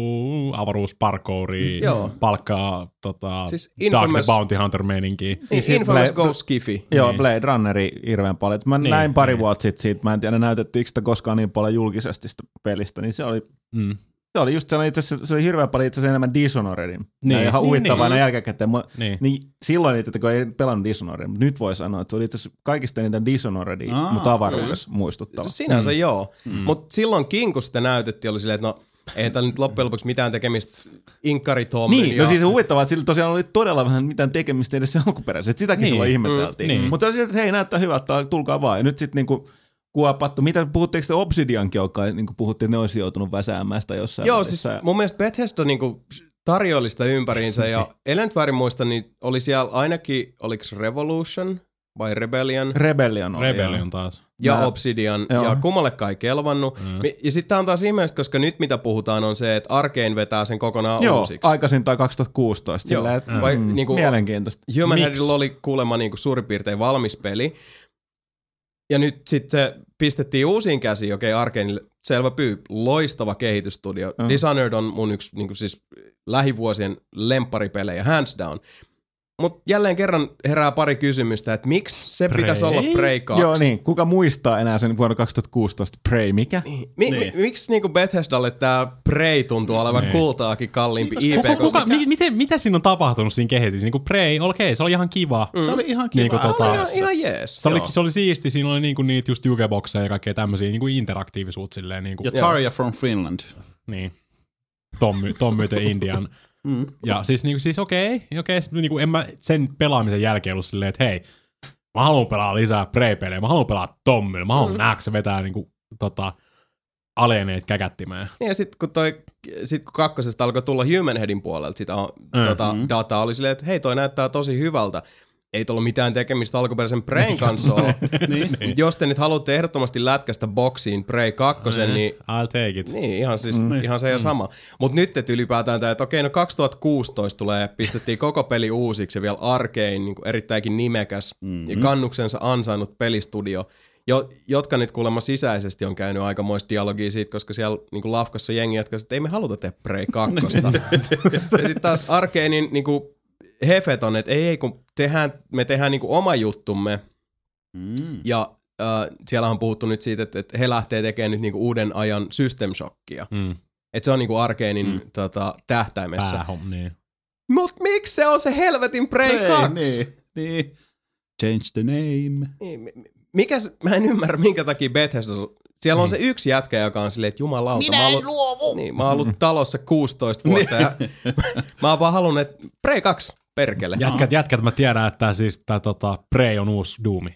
avaruusparkouria, palkkaa siis Dark the Bounty Hunter-meininkiä. Infamous Go Skiffy. Joo, Blade Runneri hirveän paljon. Mä näin pari vuotta sitten siitä, mä en tiedä näytettiinkö sitä koskaan niin paljon julkisesti sitä pelistä, niin se oli... Se oli just sellainen, itse asiassa, se oli hirveän paljon itse asiassa enemmän Dishonoredin. Niin, ihan huvittavaa aina jälkikäteen. Niin silloin niitä, kun ei pelannut Dishonoredia, mutta nyt voi sanoa, että se oli itse asiassa kaikista eniten Dishonoredia, mutta avaruudessa muistuttava. Sinänsä joo, mutta silloinkin kun sitä näytettiin, oli silleen, että no ei täällä nyt loppujen lopuksi mitään tekemistä Inkari Tommin. Niin, no siis huvittavaa, että sillä tosiaan oli todella vähän mitään tekemistä edes se alkuperäisessä, sitäkin silloin ihmeteltiin. Mutta oli siltä, että hei, näyttää hyvältä, tulkaa vaan. Ja nyt sitten niinku kuopattu. Mitä puhutteeko te Obsidiankin, joka niinku puhuttiin, että ne olisi joutunut väsäämään sitä jossain välissä? Siis mun mielestä Bethesda niinku tarjoili sitä ympäriinsä ja ellen nyt väärin muista, niin oli siellä ainakin, oliko Revolution vai Rebellion? Rebellion taas. Ja Obsidian, ja kummallekaan ei kelvannut. Ja sitten tää on taas ihmeellistä, koska nyt mitä puhutaan on se, että Arkane vetää sen kokonaan uusiksi. Aikaisintaan 2016. Sillä, niinku, mielenkiintoista. Human Headilla oli kuulemma niinku suurin piirtein valmis peli. Ja nyt sitten se pistettiin uusiin käsiin, Arkaneille selvä loistava kehitysstudio. Dishonored on mun yksi niinku siis lähivuosien lempparipelejä, hands down. Mutta jälleen kerran herää pari kysymystä, että miksi se pitäisi olla Prey 2? Joo niin, kuka muistaa enää sen vuonna 2016 Prey, mikä? Miksi niinku Bethesdalle tää Prey tuntuu olevan kultaakin kalliimpi IP? Mitä siinä on tapahtunut siinä kehityksessä? Niinku Prey, se oli ihan kiva. Se oli ihan kiva. Niinku, ihan jees. Se oli siisti, siinä oli niinku niitä just jukeboxeja ja kaikkea tämmösiä niinku interaktiivisuutta silleen. Niinku. Ja Tarja from Finland. Niin. Tommy the Indian. Ja siis okei, niinku en mä sen pelaamisen jälkeen ollut silleen, että hei, mä haluan pelaa lisää Prey-pelejä, mä haluan pelaa Tommilla, mä haluan nähdä, se vetää niinku alieneet käkättimeen. Ja sit kun kakkosesta alkoi tulla Human Headin puolelta sitä dataa, oli silleen, että hei, toi näyttää tosi hyvältä. Ei tullut mitään tekemistä alkuperäisen Preyn kanssa ole. Niin. Jos te nyt haluatte ehdottomasti lätkästä boksiin Prey 2, niin... I'll take it. Niin, ihan se ja sama. Mutta nyt ylipäätään tämä, että okei, no 2016 pistettiin koko peli uusiksi ja vielä Arkane, niin erittäinkin nimekäs ja kannuksensa ansainnut pelistudio, jotka nyt kuulemma sisäisesti on käynyt aikamoista dialogia siitä, koska siellä niin lafkassa jengi, jotka että ei me haluta tehdä Prey 2. Ja sitten taas Arkanein niin hefet on, että ei kun me tehdään niinku oma juttumme. Ja siellä on puhuttu nyt siitä, että he lähtee tekemään nyt niinku uuden ajan System Shockia. Että se on niinku Arkanein tähtäimessä. Niin. Mut miksi se on se helvetin Prey 2? Niin. Change the name. Mä en ymmärrä, minkä takia Bethesda... Siellä on se yksi jätkä, joka on silleen, että jumalauta. Minä en luovu! Niin, mä oon ollut talossa 16 vuotta ja mä oon vaan halunnut, että Prey 2, perkele. Jätkät, mä tiedän, että siis Prey on uusi Doomi.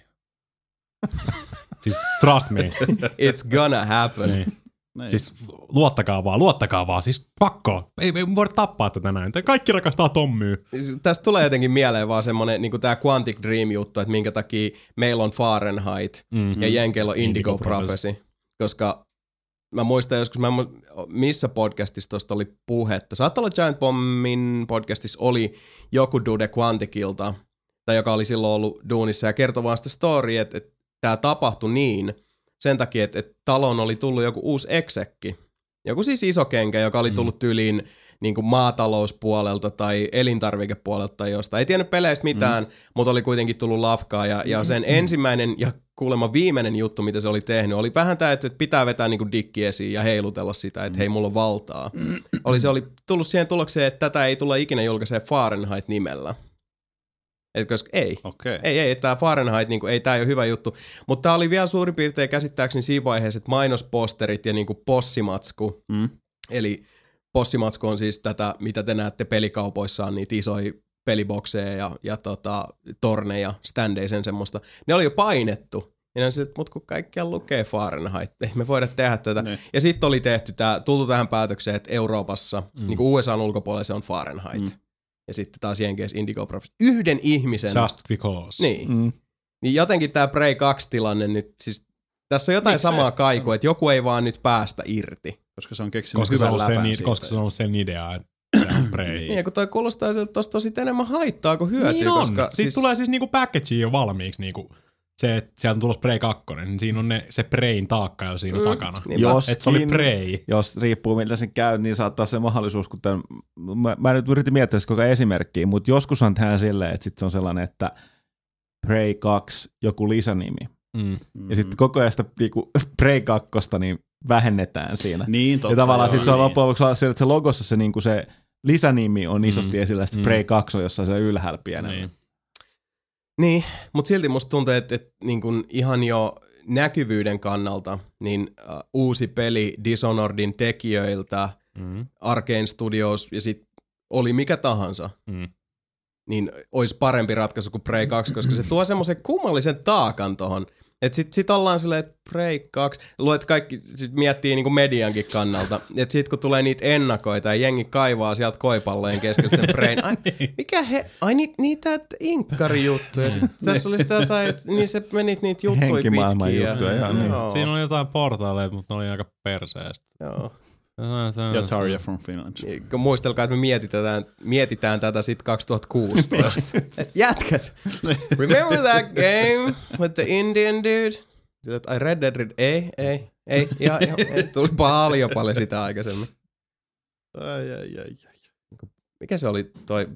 Siis trust me. It's gonna happen. Niin. Siis luottakaa vaan, siis pakko. Ei voida tappaa tätä näin. Kaikki rakastaa Tommyä. Tästä tulee jotenkin mieleen vaan semmonen niinku tää Quantic Dream juttu, että minkä takia meillä on Fahrenheit ja Jenkeillä on Indigo Prophecy. Koska mä muistan joskus, missä podcastissa tosta oli puhetta. Saattaa olla Giant Bombin podcastissa oli joku dude Quanticilta, tai joka oli silloin ollut duunissa ja kertoi vaan sitä story, että tää tapahtui niin sen takia, että taloon oli tullut joku uusi exekki. Joku siis iso kenkä, joka oli tullut tyyliin niin kuin maatalouspuolelta tai elintarvikepuolelta tai jostain. Ei tiennyt peleistä mitään, mutta oli kuitenkin tullut lafkaa. Ja sen ensimmäinen ja kuulemma viimeinen juttu, mitä se oli tehnyt, oli vähän tämä, että pitää vetää niin kuin dikki esiin ja heilutella sitä, että hei, mulla on valtaa. Se oli tullut siihen tulokseen, että tätä ei tulla ikinä julkaisee Fahrenheit-nimellä. Koska ei, tämä Fahrenheit, niin kuin, ei tämä ole hyvä juttu. Mutta tämä oli vielä suurin piirtein käsittääkseni siinä vaiheessa, että mainosposterit ja niin kuin possimatsku. Eli possimatsku on siis tätä, mitä te näette pelikaupoissa, on niitä isoja pelibokseja ja torneja, standeja sen semmoista. Ne oli jo painettu. Ja ne on sitten, mutta kun kaikkiaan lukee Fahrenheit, ei me voida tehdä tätä. Ne. Ja sitten oli tehty tultu tähän päätökseen, että Euroopassa, niin kuin USAn ulkopuolella se on Fahrenheit. Ja sitten taas Jenkeissä Indigo Prophecy. Yhden ihmisen. Just because. Niin. Niin jotenkin tämä Prey 2-tilanne nyt, siis tässä on jotain samaa kaikua, että joku ei vaan nyt päästä irti. Koska se on keksinyt hyvän läpän siitä. Koska se on ollut sen idea, että se on Prey. Niin, kun toi kuulostaa siltä, että tosta on sit enemmän haittaa kuin hyötyä. Niin on. Koska siitä tulee siis niinku packagea jo valmiiksi niinku se, että sieltä on tulossa Prey 2, niin siinä on se Preyn taakka jo siinä takana. Että se oli Prey. Jos riippuu miltä sen käy, niin saattaa se mahdollisuus, kuten mä nyt yritin miettiä koko esimerkkiä, mutta joskus on tähän silleen, että sit se on sellainen, että Prey 2 joku lisänimi. Ja sitten koko ajan sitä niinku Prey 2 niin vähennetään siinä. Niin, totta. Ja tavallaan sitten se on loppujen lopuksi että se logossa se, niinku se lisänimi on isosti esillä, ja sitten Prey 2 on jossain se ylhäällä pienellä. Niin, mutta silti musta tuntuu, että niin kun ihan jo näkyvyyden kannalta, niin uusi peli Dishonoredin tekijöiltä, Arkane Studios ja sit oli mikä tahansa, niin olisi parempi ratkaisu kuin Prey 2, koska se tuo semmoisen kummallisen taakan tohon. Että sit ollaan silleen, että Prey 2, luet kaikki, sit miettii niinku mediankin kannalta, että sit kun tulee niitä ennakoita ja jengi kaivaa sieltä koipalleen keskeltä sen Preyn, niitä inkkarijuttuja, sit tässä oli sitä jotain, niin se menit niitä juttuja pitkin. Juttuja, niin. Siinä oli jotain portaaleita, mutta ne oli aika perseestä. Joo. Ja Tarja from Finland. Muistelkaa, että me mietitään tätä sit 2016. Jätkät, remember that game with the Indian dude? I Red Dead, ei. Tuli paljon sitä aikaisemmin. Ai. Mikä se oli toi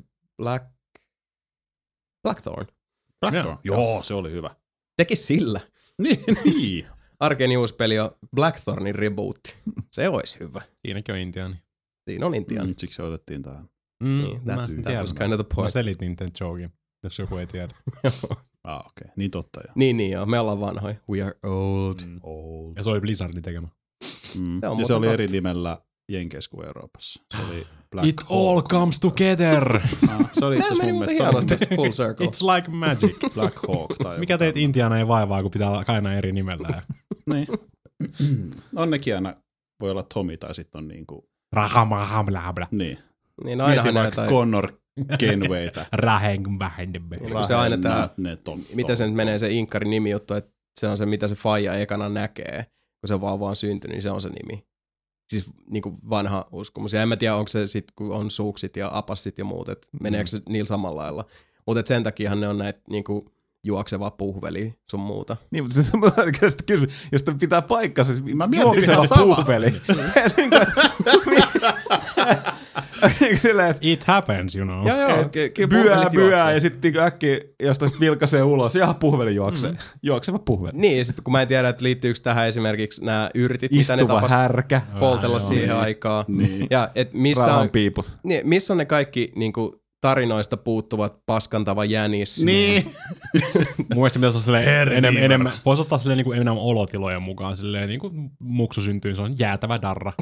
Blackthorn? Blackthorn? Joo, se oli hyvä. Teki sillä. Niin. Arkeen uusi peli on Blackthornin rebootti. Se olisi hyvä. Siinäkin on intiaani. Siinä on intiaani. Siksi se otettiin tähän. Niin, that was kind of the point. Mä selitin tämän jokin, jos joku ei tiedä. Okei. Niin totta joo. Niin joo. Me ollaan vanhoja. We are old. Old. Ja se oli Blizzardin tekemä. Ja se oli eri nimellä Jenkeissä kuin Euroopassa. Se oli Black It all comes together. Se oli itse asiassa mun mielestä full circle. It's like magic. Black Hawk. Tai mikä teet Intiana ei vaivaa, kun pitää aina eri nimellä. Niin. Onnekin aina voi olla Tommy tai sitten on niinku... Rahamahamlabla. Niin. Niin ainahan vaikka Connor Kenwaytä. Rahengvähendemme. Se aina tää, mitä se nyt menee se inkkarin nimi juttu, että se on se mitä se faija ekana näkee, kun se vauva on syntynyt, niin se on se nimi. Siis niinku vanha uskomus. Ja en mä tiedä, onko se sit, kun on suuksit ja apassit ja muut, että meneekö se niillä samalla lailla. Mutta sen takiahan ne on näitä niinku juokseva puhveli sun muuta. Niin, mutta se on kysy, jos pitää paikkansa, mä juokseva puhveli. It happens, you know. Joo, Byää ja sitten äkkiä jostain vilkaisee ulos. Ja puhveli juoksee. Juokseva puhveli. Niin, ja sitten kun mä en tiedä, että liittyykö tähän esimerkiksi nämä yrtit, istuva mitä ne tapas härkä. poltella siihen aikaan. Niin. Ja et missä on ne kaikki niinku tarinoista puuttuvat paskantava jänis. Niin. Mun mielestä pitäisi olla silleen enemmän, voisi ottaa silleen niinku enemmän olotiloja mukaan, silleen niinku muksu syntyy, se on jäätävä darra.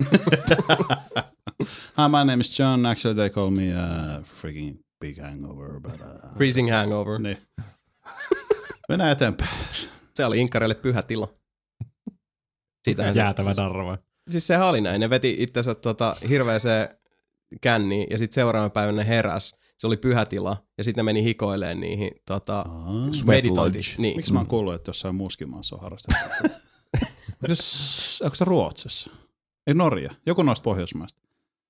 Hi, my name is John. Actually, they call me freaking big hangover. But, freezing hangover. Niin. Mennään eteenpäin. Se oli inkkareille pyhä tila. Jäätävä darra vai? Siis sehän oli näin. Ne veti itsensä hirveäseen känniin ja sitten seuraavana päivänä ne heräs. Se oli pyhä tila ja sitten ne meni hikoileen niihin meditointi. Niin. Miksi mä oon kuullut, että jossain muuskin maassa on harrastettu? Onko se Ruotsissa? Ei Norja. Joku noista Pohjoismaista.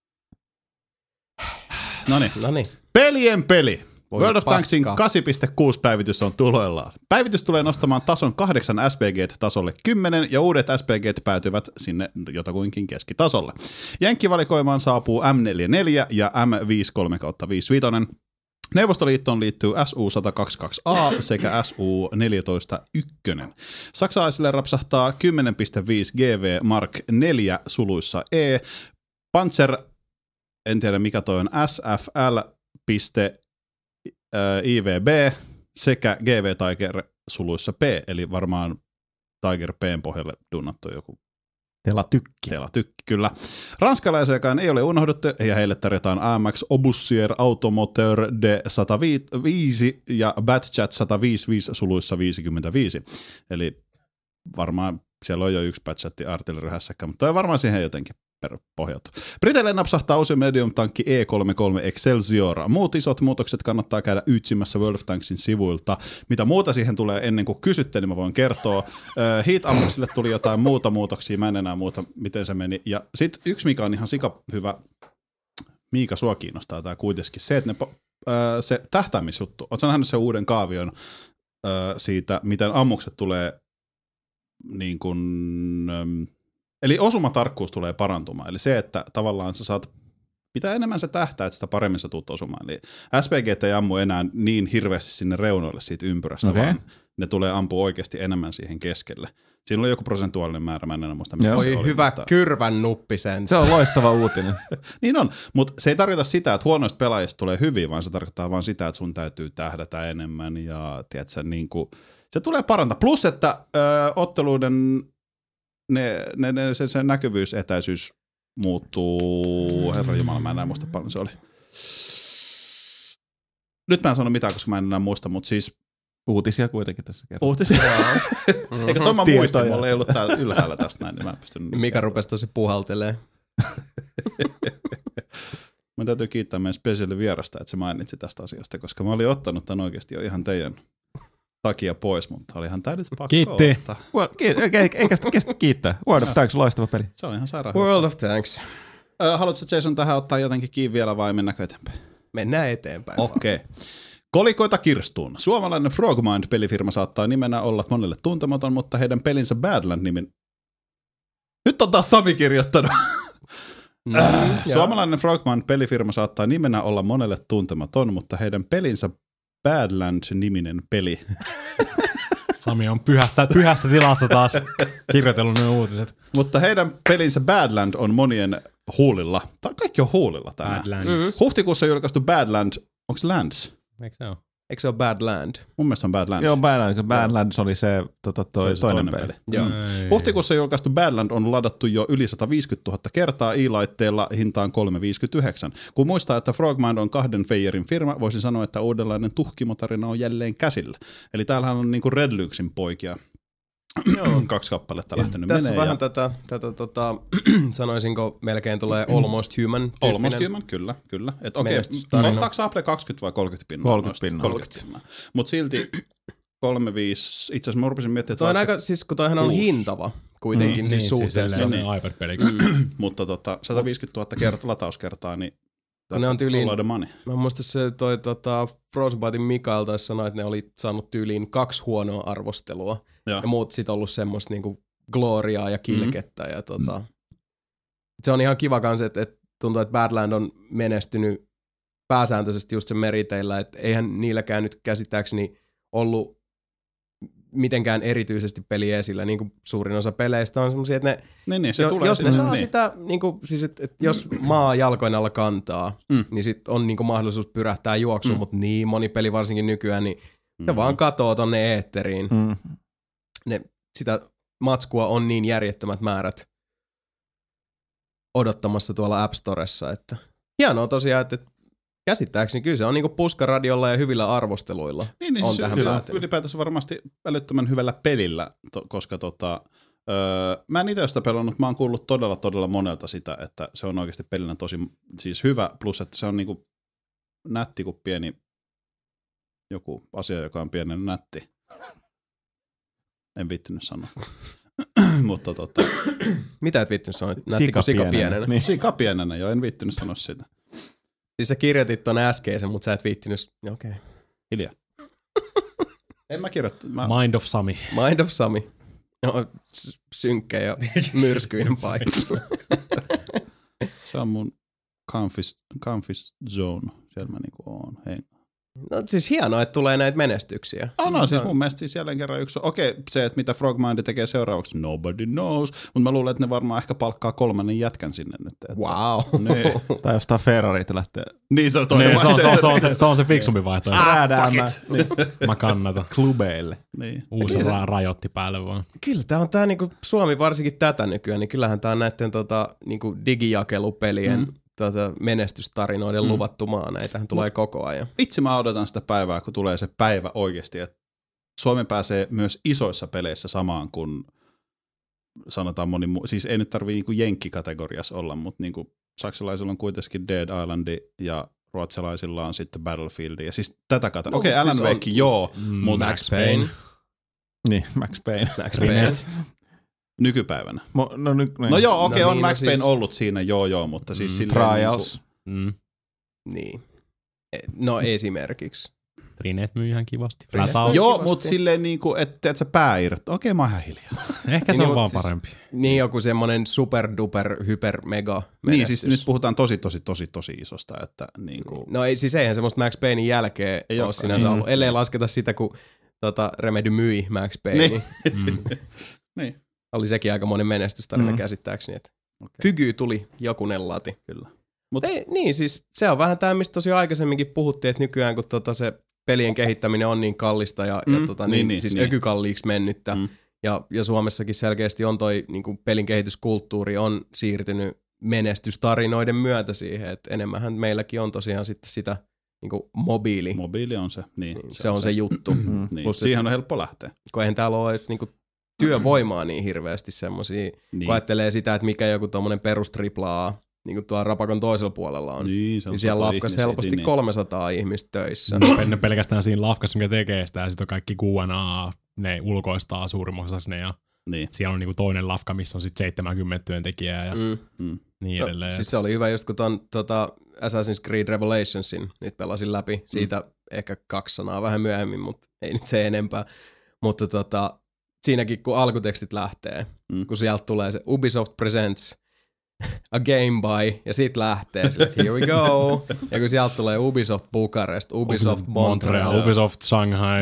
Noniin. Pelien peli. World of Tanksin 8.6 päivitys on tuloillaan. Päivitys tulee nostamaan tason 8 SPG:t tasolle 10 ja uudet SPG:t päätyvät sinne jotakuinkin keskitasolle. Jenkkivalikoimaan saapuu M44 ja M53/55. Neuvostoliittoon liittyy SU-122A sekä SU-14-1. Saksalaisille rapsahtaa 10.5 GV Mark 4 suluissa E. Panzer, en tiedä mikä toi on, SFL.IVB sekä GV Tiger suluissa P, eli varmaan Tiger P:n pohjalle dunnattu joku Telatykki, kyllä. Ranskalaisiakaan ei ole unohdettu, ja heille tarjotaan AMX Obussier Automoteur de 105 ja Batchat 155 suluissa 55. Eli varmaan siellä on jo yksi Batchatti artillerihässäkkä, mutta toi varmaan siihen jotenkin pohjautuu. Briteille napsahtaa uusi medium-tankki E33 Excelsior. Muut isot muutokset kannattaa käydä ytsimässä World of Tanksin sivuilta. Mitä muuta siihen tulee ennen kuin kysytte, niin mä voin kertoa. Heat-ammuksille tuli jotain muuta muutoksia, mä en enää muuta, miten se meni. Ja sit yksi, mikä on ihan sika hyvä, Miika, sua kiinnostaa tää kuitenkin, se, että se tähtäämisjuttu, ootko sä nähnyt sen uuden kaavion, siitä, miten ammukset tulee niin kuin, eli osumatarkkuus tulee parantumaan. Eli se, että tavallaan sä saat, mitä enemmän sä tähtäät, sitä paremmin sä tulet osumaan. Eli SPG ei ammu enää niin hirveästi sinne reunoille siitä ympyrästä, vaan ne tulee ampua oikeasti enemmän siihen keskelle. Siinä oli joku prosentuaalinen määrä, mä en enää muista. Oi hyvä kyrvän nuppi sen. Se on loistava uutinen. Niin on, mutta se ei tarkoita sitä, että huonoista pelaajista tulee hyviä, vaan se tarkoittaa vaan sitä, että sun täytyy tähdätä enemmän ja tiedätkö, niin kuin, se tulee parantaa. Plus, että otteluiden se näkyvyys, etäisyys muuttuu, herranjumala, mä en enää muista paljon se oli. Nyt mä en sano mitään, koska mä en enää muista, mutta siis uutisia kuitenkin tässä kertaa. Uutisia. Eikä toi mä muistin, mulla ei ollut tää ylhäällä tästä näin, niin mä en pystynyt. Mika rupesi tosi puhaltelee. Mä täytyy kiittää meidän spesiaalivierasta, että se mainitsi tästä asiasta, koska mä olin ottanut tämän oikeasti jo ihan teidän takia pois, mutta olihan tää nyt pakko ottaa. Eikä sitä kestä kiittää. World of Tanks, loistava peli. Se on ihan sairaan. World of Tanks. Haluatko Jason tähän ottaa jotenkin kiinni vielä vai mennäänkö eteenpäin? Mennään eteenpäin. Okei. Kolikoita kirstuun. Suomalainen Frogmind-pelifirma saattaa nimenä olla monelle tuntematon, mutta heidän pelinsä Badland-nimin... Nyt on taas Sami kirjoittanut. Suomalainen Frogmind-pelifirma saattaa nimenä olla monelle tuntematon, mutta heidän pelinsä Badland-niminen peli. Sami on pyhässä tilassa taas kirjoitellut ne uutiset. Mutta heidän pelinsä Badland on monien huulilla. Kaikki on huulilla tänään. Huhtikuussa julkaistu Badland, onko se Lands? Eikö se ole? Eikö se ole Badland? Mun mielestä on Badlands. Joo, Badlands oli se, toinen peli. Joo. Huhtikuussa julkaistu Badland on ladattu jo yli 150 000 kertaa i-laitteella hintaan 3,59. Kun muistaa, että Frogmind on 2 feijerin firma, voisin sanoa, että uudenlainen tuhkimotarina on jälleen käsillä. Eli täällähän on niinku Red Lynxin poikia. Joo. 2 kappaletta lähtenyt tässä menee. Tässä vähän sanoisinko melkein tulee Almost Human -tyyppinen. Almost Human, kyllä. Että okei, ottaako Apple 20 vai 30 pinnaa? 30 pinnaa. Mutta silti 35, itse asiassa mä rupesin miettimään, että... Toi on aika, siis kun toihan on hintava kuitenkin siis suhteessa. Niin, iPad-peliksi. Mutta 150 000 latauskertaa, niin ne on tyyliin, money. mä muistan se toi Frostbitin Mikael taisi sanoa, että ne oli saanut tyyliin 2 huonoa arvostelua. Ja muut sit ollut semmoista niinku gloriaa ja kilkettä. Ja se on ihan kiva kans, että tuntuu, että Badland on menestynyt pääsääntöisesti just sen meriteillä, että eihän niilläkään nyt käsittääkseni ollut mitenkään erityisesti peli esillä, niin kuin suurin osa peleistä on semmosia, että ne, jos ne saa sitä, niin kuin, siis että jos maa jalkojen alla kantaa, niin sit on niin kuin mahdollisuus pyrähtää juoksuun, mutta niin moni peli varsinkin nykyään, niin se vaan katoo tonne eetteriin. Sitä matskua on niin järjettömät määrät odottamassa tuolla App Storessa, että hienoa tosiaan, että käsittääkseni kyllä se on niinku puskaradiolla ja hyvillä arvosteluilla niin on tähän päätynyt. Ylipäätänsä varmasti älyttömän hyvällä pelillä, koska mä en itse sitä pelannut, mä oon kuullut todella monelta sitä, että se on oikeasti pelinä tosi siis hyvä, plus että se on niinku nätti kuin pieni joku asia, joka on pienen nätti. En viittinyt sanoa. Mutta mitä et viittinyt sanoa? Nätti kuin sika pienenä. Niin. Sika pienenä, joo, en viittinyt sanoa sitä. Siis sä kirjoitit ton äskeisen, mutta sä et viittinyt... Okei. Hiljaa. En mä kirjoittanut. Mind of Sami. Mind of Sami. Joo, synkkä ja myrskyinen paikka. Se on mun comfy zone. Siellä mä niinku oon. Hei. No siis hienoa, että tulee näitä menestyksiä. No siis mun mielestä siis jälleen kerran yksi... Okei, se, että mitä Frogmind tekee seuraavaksi, nobody knows. Mutta mä luulen, että ne varmaan ehkä palkkaa 3. jätkän sinne nyt. Että, wow. Nee. Tai jostain Ferrarita lähtee. Niin se on toinen se on se fiksumpi vaihtoehto. Niin. Mä kannatan. Klubeille. Niin. Uusi rajoitti päälle vaan. Kyllä tää on tää niinku Suomi varsinkin tätä nykyään, niin kyllähän tää on näiden niinku digijakelupelien menestystarinoiden luvattu maa. Näitähän tulee koko ajan. Itse mä odotan sitä päivää, kun tulee se päivä oikeasti, että Suomi pääsee myös isoissa peleissä samaan kuin sanotaan moni muu. Siis ei nyt tarvii niinku jenkkikategoriassa olla, mutta niinku saksalaisilla on kuitenkin Dead Islandi ja ruotsalaisilla on sitten Battlefield. Ja siis tätä kategoriaa. Okei, Alan Wake, siis joo. Max Payne. Niin, Max Payne. Nykypäivänä. No joo, okei, on Max Payne ollut siinä, joo, mutta siis silleen... Trials. Niin. No esimerkiksi. Trinet myy ihan kivasti. Trinet Flat out. Joo, kivasti. mutta silleen niinku, että sä pää irti. Okei, mä oon ihan hiljaa. Ehkä se Niin, on vaan siis- parempi. Niin joku semmonen super duper hyper mega Niin, menestys. siis nyt puhutaan tosi isosta, että niinku... No ei, siis eihän semmoista Max Paynein jälkeen Ei ole olekaan. sinänsä ollut, ellei lasketa sitä, kun Remedy myi Max Payne. Niin. Niin, Oli sekin aika monen menestystarina käsittääkseni, että Fygy tuli jokunen lati. kyllä. Ei, niin, siis se on vähän tämä, mistä tosiaan aikaisemminkin puhuttiin, että nykyään kun se pelien kehittäminen on niin kallista ja siis ökykalliiksi mennyttä, ja Suomessakin selkeästi on toi niin kuin pelin kehityskulttuuri on siirtynyt menestystarinoiden myötä siihen, että enemmänhän meilläkin on tosiaan sitten sitä niin kuin Mobiili on se, niin. se on se juttu. Niin. Plus Siihen on helppo lähteä. kun eihän täällä ole edes niin kuin työvoimaa niin hirveästi semmosia, Niin. kun ajattelee sitä, että mikä joku tommonen perus AAA, niin kuin tuolla Rapakon toisella puolella on, Niin, se on niin siellä 100 lafkas ihmisiä, helposti niin. 300 ihmistä töissä. Ne pelkästään siinä lafkassa, mikä tekee sitä, ja sitten on kaikki Q&A, ne ulkoistaa suurimman osassa ne, ja Niin. siellä on niinku toinen lafka, missä on sitten 70 työntekijää ja niin edelleen. No, siis se oli hyvä just kun ton Assassin's Creed Revelationsin nyt pelasin läpi. Siitä ehkä 2 sanaa vähän myöhemmin, mutta ei nyt se enempää. Mutta siinäkin kun alkutekstit lähtee, kun sieltä tulee se Ubisoft Presents a Game By, ja sit lähtee sille, että here we go. Ja kun sieltä tulee Ubisoft Bukarest, Ubisoft Montreal, Ubisoft Shanghai,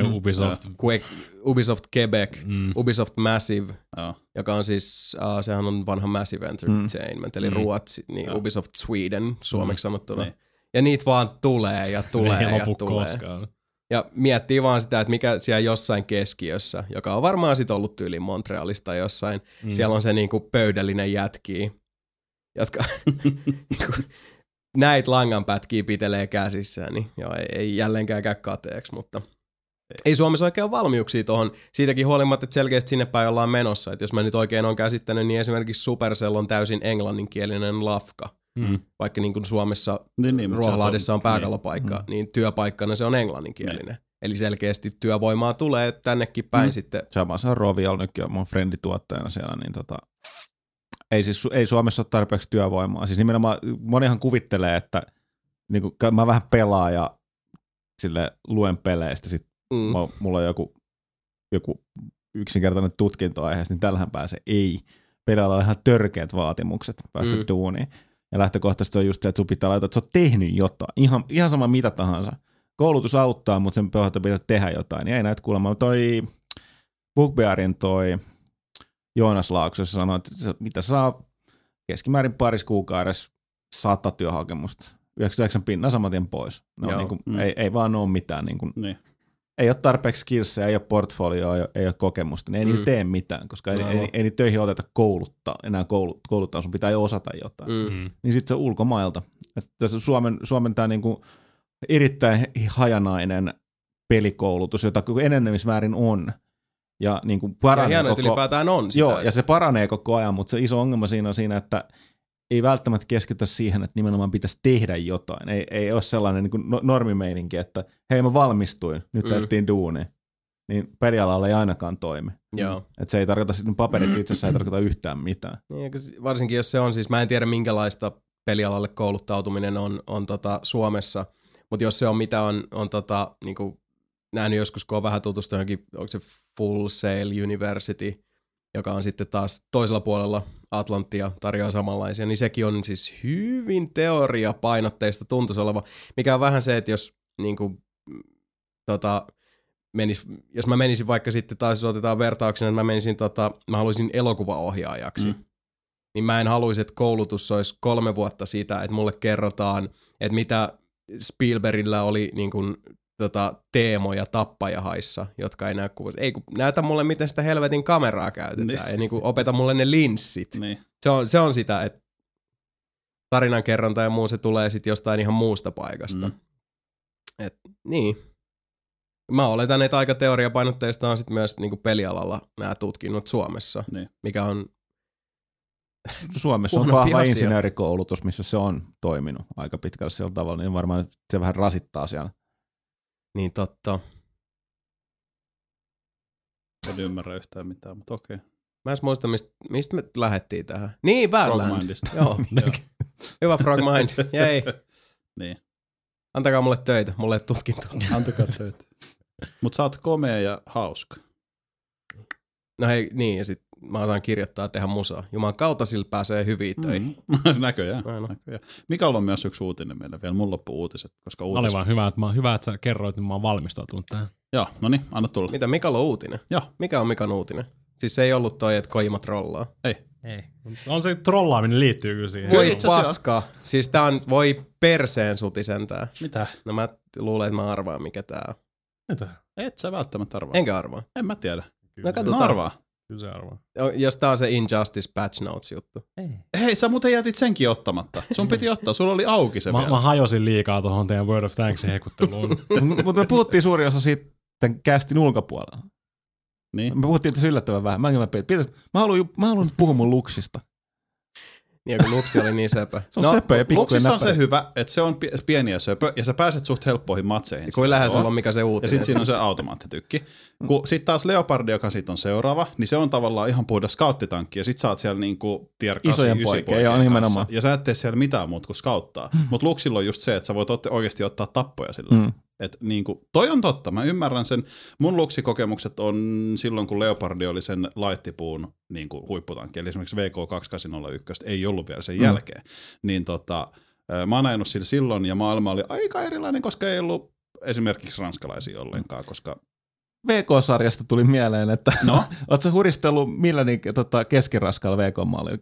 Ubisoft Quebec, Ubisoft Massive, Joo. joka on siis, sehän on vanha Massive Entertainment, eli Ruotsi, niin Ubisoft Sweden suomeksi sanottuna. Niin. Ja niitä vaan tulee ja tulee ei ja lopu tulee. koskaan. Ja miettii vaan sitä, että mikä siellä jossain keskiössä, joka on varmaan sit ollut tyyliin Montrealista jossain, siellä on se niinku pöydällinen jätkiä, jotka niinku, näitä langanpätkiä pitelee käsissään, niin joo, ei jälleenkään käy kateeksi, mutta ei Suomessa oikein ole valmiuksia tuohon. Siitäkin huolimatta, että selkeästi sinne päin ollaan menossa. Että jos mä nyt oikein olen käsittänyt, niin esimerkiksi Supercell on täysin englanninkielinen lafka. Vaikka niin kuin Suomessa Niin, mutta Ruoholahdessa on pääkallopaikka, niin työpaikkana se on englanninkielinen. Eli selkeästi työvoimaa tulee tännekin päin sitten. Sama se on Rovial nytkin on mun frendituottajana siellä, niin ei Suomessa ole tarpeeksi työvoimaa. Siis nimenomaan monihan kuvittelee, että niin kuin, mä vähän pelaan ja sille luen peleistä, sit mulla on joku yksinkertainen tutkinto aiheesta, niin tällähän pääsee. Ei. Peleillä on ihan törkeät vaatimukset päästä duuniin. Ja lähtökohtaisesti se on just se, että sun pitää laittaa, että sä oot tehnyt jotain. Ihan sama mitä tahansa. Koulutus auttaa, mutta sen pohjalta pitää tehdä jotain. Ja ei näitä kuulemma. Toi Bugbearin toi Joonas Laakso sanoi, että mitä saa keskimäärin parissa kuukaudessa 100 työhakemusta. 99% saman tien pois. No, niin kuin, ei vaan ole mitään. Niin. Ei ole tarpeeksi skillsejä, ei ole portfolioa, ei ole kokemusta, niin ei niillä tee mitään, koska ei niitä töihin oteta enää kouluttaa, sun pitää jo osata jotain. Niin sitten se on ulkomailta. Että Suomen tämä niinku erittäin hajanainen pelikoulutus, jota enenemismäärin on. Ja niinku paranee hienoa, että ylipäätään on sitä. Joo, ja se paranee koko ajan, mutta se iso ongelma siinä on siinä, että ei välttämättä keskitytä siihen, että nimenomaan pitäisi tehdä jotain. Ei ole sellainen niin kuin normimeininki, että hei mä valmistuin, nyt tehtiin duuni. Niin pelialalla ei ainakaan toimi. Joo. Että se ei tarkoita, paperit itsessään ei tarkoita yhtään mitään. Niin, varsinkin jos se on siis, mä en tiedä minkälaista pelialalle kouluttautuminen on Suomessa, mutta jos se on mitä on niinku nähnyt joskus, kun on vähän tutustunut johonkin, onko se Full Sail University, joka on sitten taas toisella puolella Atlanttia, tarjoaa samanlaisia, niin sekin on siis hyvin teoriapainotteista tuntuisi oleva, mikä on vähän se, että jos niinku, jos mä menisin vaikka sitten taas, jos otetaan vertauksena, että mä menisin, mä haluaisin elokuvaohjaajaksi, niin mä en haluaisi, että koulutus olisi 3 vuotta sitä, että mulle kerrotaan, että mitä Spielbergillä oli niin kuin, teemoja tappajahaissa, jotka ei näy kuvassa. Ei kun näytä mulle, miten sitä helvetin kameraa käytetään, ja niin kuin opeta mulle ne linssit. Niin. Se on sitä, että tarinankerronta ja muu se tulee sitten jostain ihan muusta paikasta. Niin. Mä oletan, että aika teoriapainotteista on sitten myös niin kuin pelialalla nämä tutkinnot Suomessa, mikä on Suomessa on vahva insinöörikoulutus, missä se on toiminut aika pitkälle sillä tavalla, niin varmaan se vähän rasittaa siellä. Niin totta. En ymmärrä yhtään mitään, mutta okei. Mä en muista, mistä me lähdettiin tähän. Niin, Badland. Frogmindista. Joo. Hyvä Frogmind. Jei. Niin. Antakaa mulle töitä, mulle ei tutkintoa. Antakaa töitä. Mut sä oot komea ja hauska. No hei, niin, ja sit mä osaan kirjoittaa ja tehdä musaa. Jumalan kautta sillä pääsee hyviin töihin. Näköjään. Mikael on myös yksi uutinen meille vielä. Mun loppu uutiset, koska Oli vaan hyvä, että sä kerroit, että mä oon valmistautunut tähän. Joo, no niin, anna tulla. Mitä, Mikael on uutinen? Joo. Mikä on Mikan uutinen? Siis se ei ollut toi, että Kojima trollaa. Ei. On se trollaaminen liittyy kyllä siihen. Voi itse asiassa paska. Siis tää on, voi perseen suti sentään. Mitä? No mä luulen, että mä arvaan mikä tää on. Mitä? Et sä välttämättä arvaa. Enkä arvaa. En mä tiedä. No katsotaan. Mä arvaa. Kyllä se arvaa. Jos tää on se Injustice Patch Notes juttu. Hei, sä muuten jätit senkin ottamatta. Sun piti ottaa, sulla oli auki se vielä. Mä hajosin liikaa tuohon teidän World of Tanksin hekutteluun. Mutta me puhuttiin suuri osa siitä tämän castin ulkopuolella. Niin. Me puhuttiin tässä yllättävän vähän. Mä haluan puhua mun Luxista. Niin, kun Luxi oli niin söpö. Se on söpö ja pikkuinen Luksissa on näppärä. se hyvä, että se on pieni ja söpö, ja sä pääset suht helppoihin matseihin. Kuin lähes Joo. on mikä se Ja uutinen. sitten siinä on se automaattitykki. Kun sitten taas Leopardi, joka siitä on seuraava, niin se on tavallaan ihan puhdas scouttitankki. Ja sit sä oot siellä niinku tier 8, Isojen 9 poikien, joo, kanssa. nimenomaan. Ja sä et tee siellä mitään muuta kuin scouttaa. Mutta Luxilla on just se, että sä voit oikeasti ottaa tappoja sillä. Et niinku, toi on totta, mä ymmärrän sen. Mun Luxi-kokemukset on silloin, kun Leopardi oli sen laittipuun niinku huipputankki. Eli esimerkiksi VK2801 ei ollut vielä sen jälkeen. Niin mä oon ajanut sillä silloin, ja maailma oli aika erilainen, koska ei ollut esimerkiksi ranskalaisia ollenkaan, koska VK-sarjasta tuli mieleen, että no? oot sä huristellut millä niin, keskiraskaalla VK-mallilla?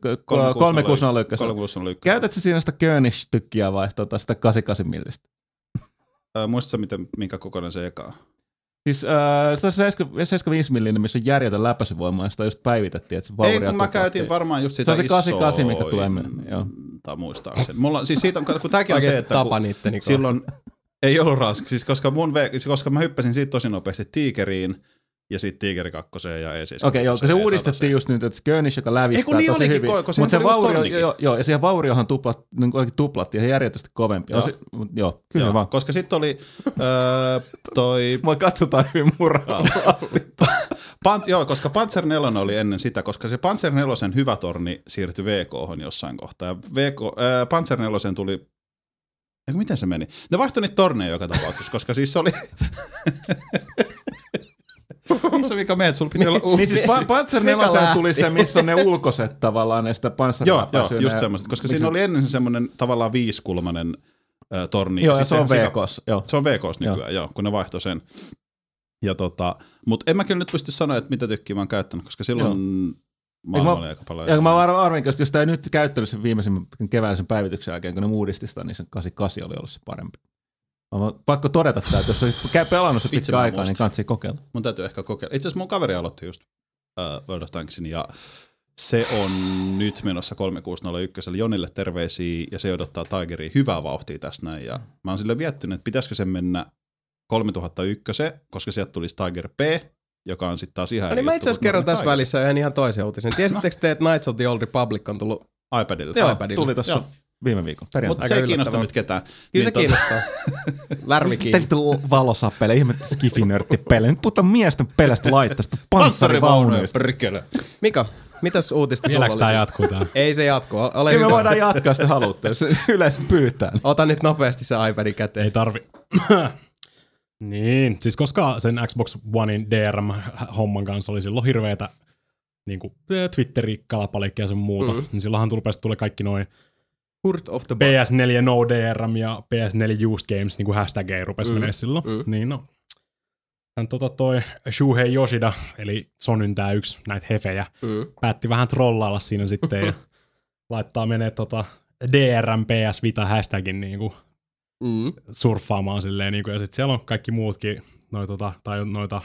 361. Käytätkö siinä sitä Königs-tykkiä vai sitä 88 millistä? Muistatko, minkä kokoinen se eka on? Siis sitä 75 millinen, missä on järjetön läpäisyvoimaa, sitä just päivitettiin, että se vauria. Ei, kun mä käytin varmaan just sitä isoa. Se on se 88, mikä isoin, tulee myöhemmin, joo. Tai muistaakseni. Mulla, siis siitä on, kun tääkin on se, että silloin ei ollut ranska, siis koska mä hyppäsin siitä tosi nopeasti Tigeriin, ja sitten Tigeri 2 ja E7. Okei, joo, kun se uudistettiin just nyt, että se Königs, joka lävistää niin tosi hyvin. Mutta se vaurio, joo, ja siihen vauriohan tuplattiin ihan järjettösti kovempi. Joo, kyllä vaan. Koska sitten oli toi... Mua katsotaan hyvin murhaavaa. Joo, koska Panzer 4 oli ennen sitä, koska se Panzer 4 hyvä torni siirtyi VK:hon jossain kohtaa. Ja Panzer 4 tuli... Eiku, miten se meni? Ne vaihtoi niitä torneja joka tapauksessa, koska siis se oli... Missä mikä meet, sulla piti olla uusi. Niin siis Panzer 4 tuli se, missä on ne ulkoiset tavallaan näistä panssariläpäisyä. Joo, just semmoista, koska siinä oli ennen semmoinen tavallaan viisikulmainen torni. Joo, ja se on VK:s. Se on VK:s nykyään, joo, kun ne vaihtoi sen. Ja mutta en mä kyllä nyt pysty sanoa, että mitä tykkiä mä oon käyttänyt, koska silloin maailma oli aika paljon. Ja mä arvin, että jos tämä ei nyt käyttänyt sen viimeisen keväisen päivityksen jälkeen, kun ne uudisti sitä, niin se 88 oli ollut se parempi. Mä pakko todeta tämä, että jos olet pelannut se pitkä aikaa, niin kannattaa kokeilla. Mun täytyy ehkä kokeilla. Itse asiassa mun kaveri aloitti just World of Tanksin, ja se on nyt menossa 3601. Jonille terveisiä, ja se odottaa Tigeria hyvää vauhtia tässä näin. Ja mä oon sille viettynyt, että pitäisikö sen mennä 3001, koska sieltä tulisi Tiger P, joka on sitten taas ihan eri. Niin mä itse asiassa kerron tässä välissä yhden ihan toisen uutisen. Tiesittekö te, että Knights of the Old Republic on tullut iPadille? Joo, tuli tuossa viime viikon. Mutta se ei kiinnosta nyt ketään. Kyllä se kiinnostaa. Lärmi kiinnostaa. Mitä valosappele, ihmettä skifinörttipele. Nyt puhutaan miesten pelestä laitteesta. Panssarivaunuista. Mika, mitäs uutista sulla Vieläks oli? tää jatkuu tää? Ei se jatku. Ole Kyllä hyvä. me voidaan jatkaa, jos te haluatte, jos yleisö pyytää. Ota nyt nopeasti se iPadin käteen. Ei tarvi. Niin, siis koska sen Xbox Onein DRM-homman kanssa oli silloin hirveetä niin Twitteri-kalapalikkia ja sen muuta, niin silloinhan tuli kaikki noin Hurt of the Bot. PS4 No DRM ja PS4 Used Games niin kuin hashtageja rupesi menee silloin. Niin no, toi Shuhei Yoshida, eli Sonyn tää yksi näitä hefejä, päätti vähän trollailla siinä sitten ja laittaa menee DRM PS Vita hashtagin niinku surffaamaan silleen niinku, ja sitten siellä on kaikki muutkin noita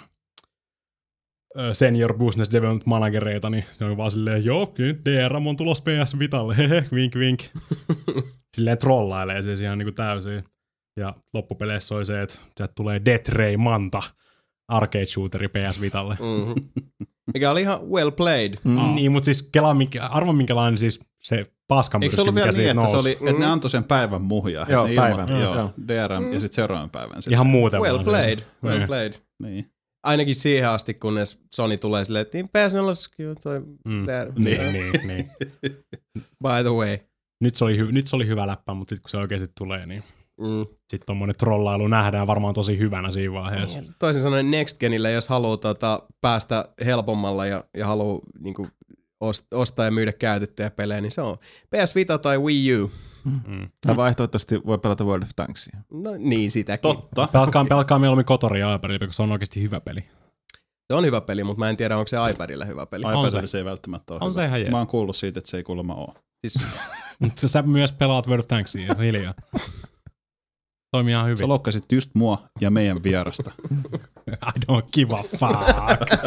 senior business development managereita, niin ne on vaan silleen, joo, kyllä DRM on tulos PS Vitalle, hehe, vink vink. Silleen trollailee se ihan niinku täysin. Ja loppupeleissä oli se, että sieltä tulee Death Ray Manta arcade shooteri PS Vitalle. Mikä oli ihan well played. Niin, mutta siis arvon minkälainen siis se paskamyrsky, eikö se ollut vielä niin, että, se oli, että ne antoi sen päivän muhjaa? Joo, päivän. DRM ja sitten seuraavan päivän. Ihan muuten Well vaan. played, well played. Niin. Ainakin siihen asti, kunnes Sony tulee silleen, että PS4 toi Niin. by the way. Nyt se oli hyvä läppä, mutta sitten kun se oikeasti tulee, niin Sitten tommonen trollailu nähdään varmaan tosi hyvänä siinä vaiheessa. Toisin sanoen Next Genillä, jos haluaa päästä helpommalla ja haluaa niinku ostaa ja myydä käytettyjä pelejä, niin se on PS Vita tai Wii U. Tai vaihtoehtoisesti voi pelata World of Tanksia. No niin, sitäkin. Totta. Pelkkaa mieluummin Kotoria iPadilla, koska se on oikeasti hyvä peli. Se on hyvä peli, mutta mä en tiedä, onko se iPadilla hyvä peli. iPadilla se ei välttämättä ole on hyvä. se ihan jees. Mä oon kuullut siitä, että se ei kuulemma ole. Siis, Sä myös pelaat World of Tanksia, hiljaa. Toimii ihan Sä hyvin. loukkasit just mua ja meidän vierasta. I don't give a fuck.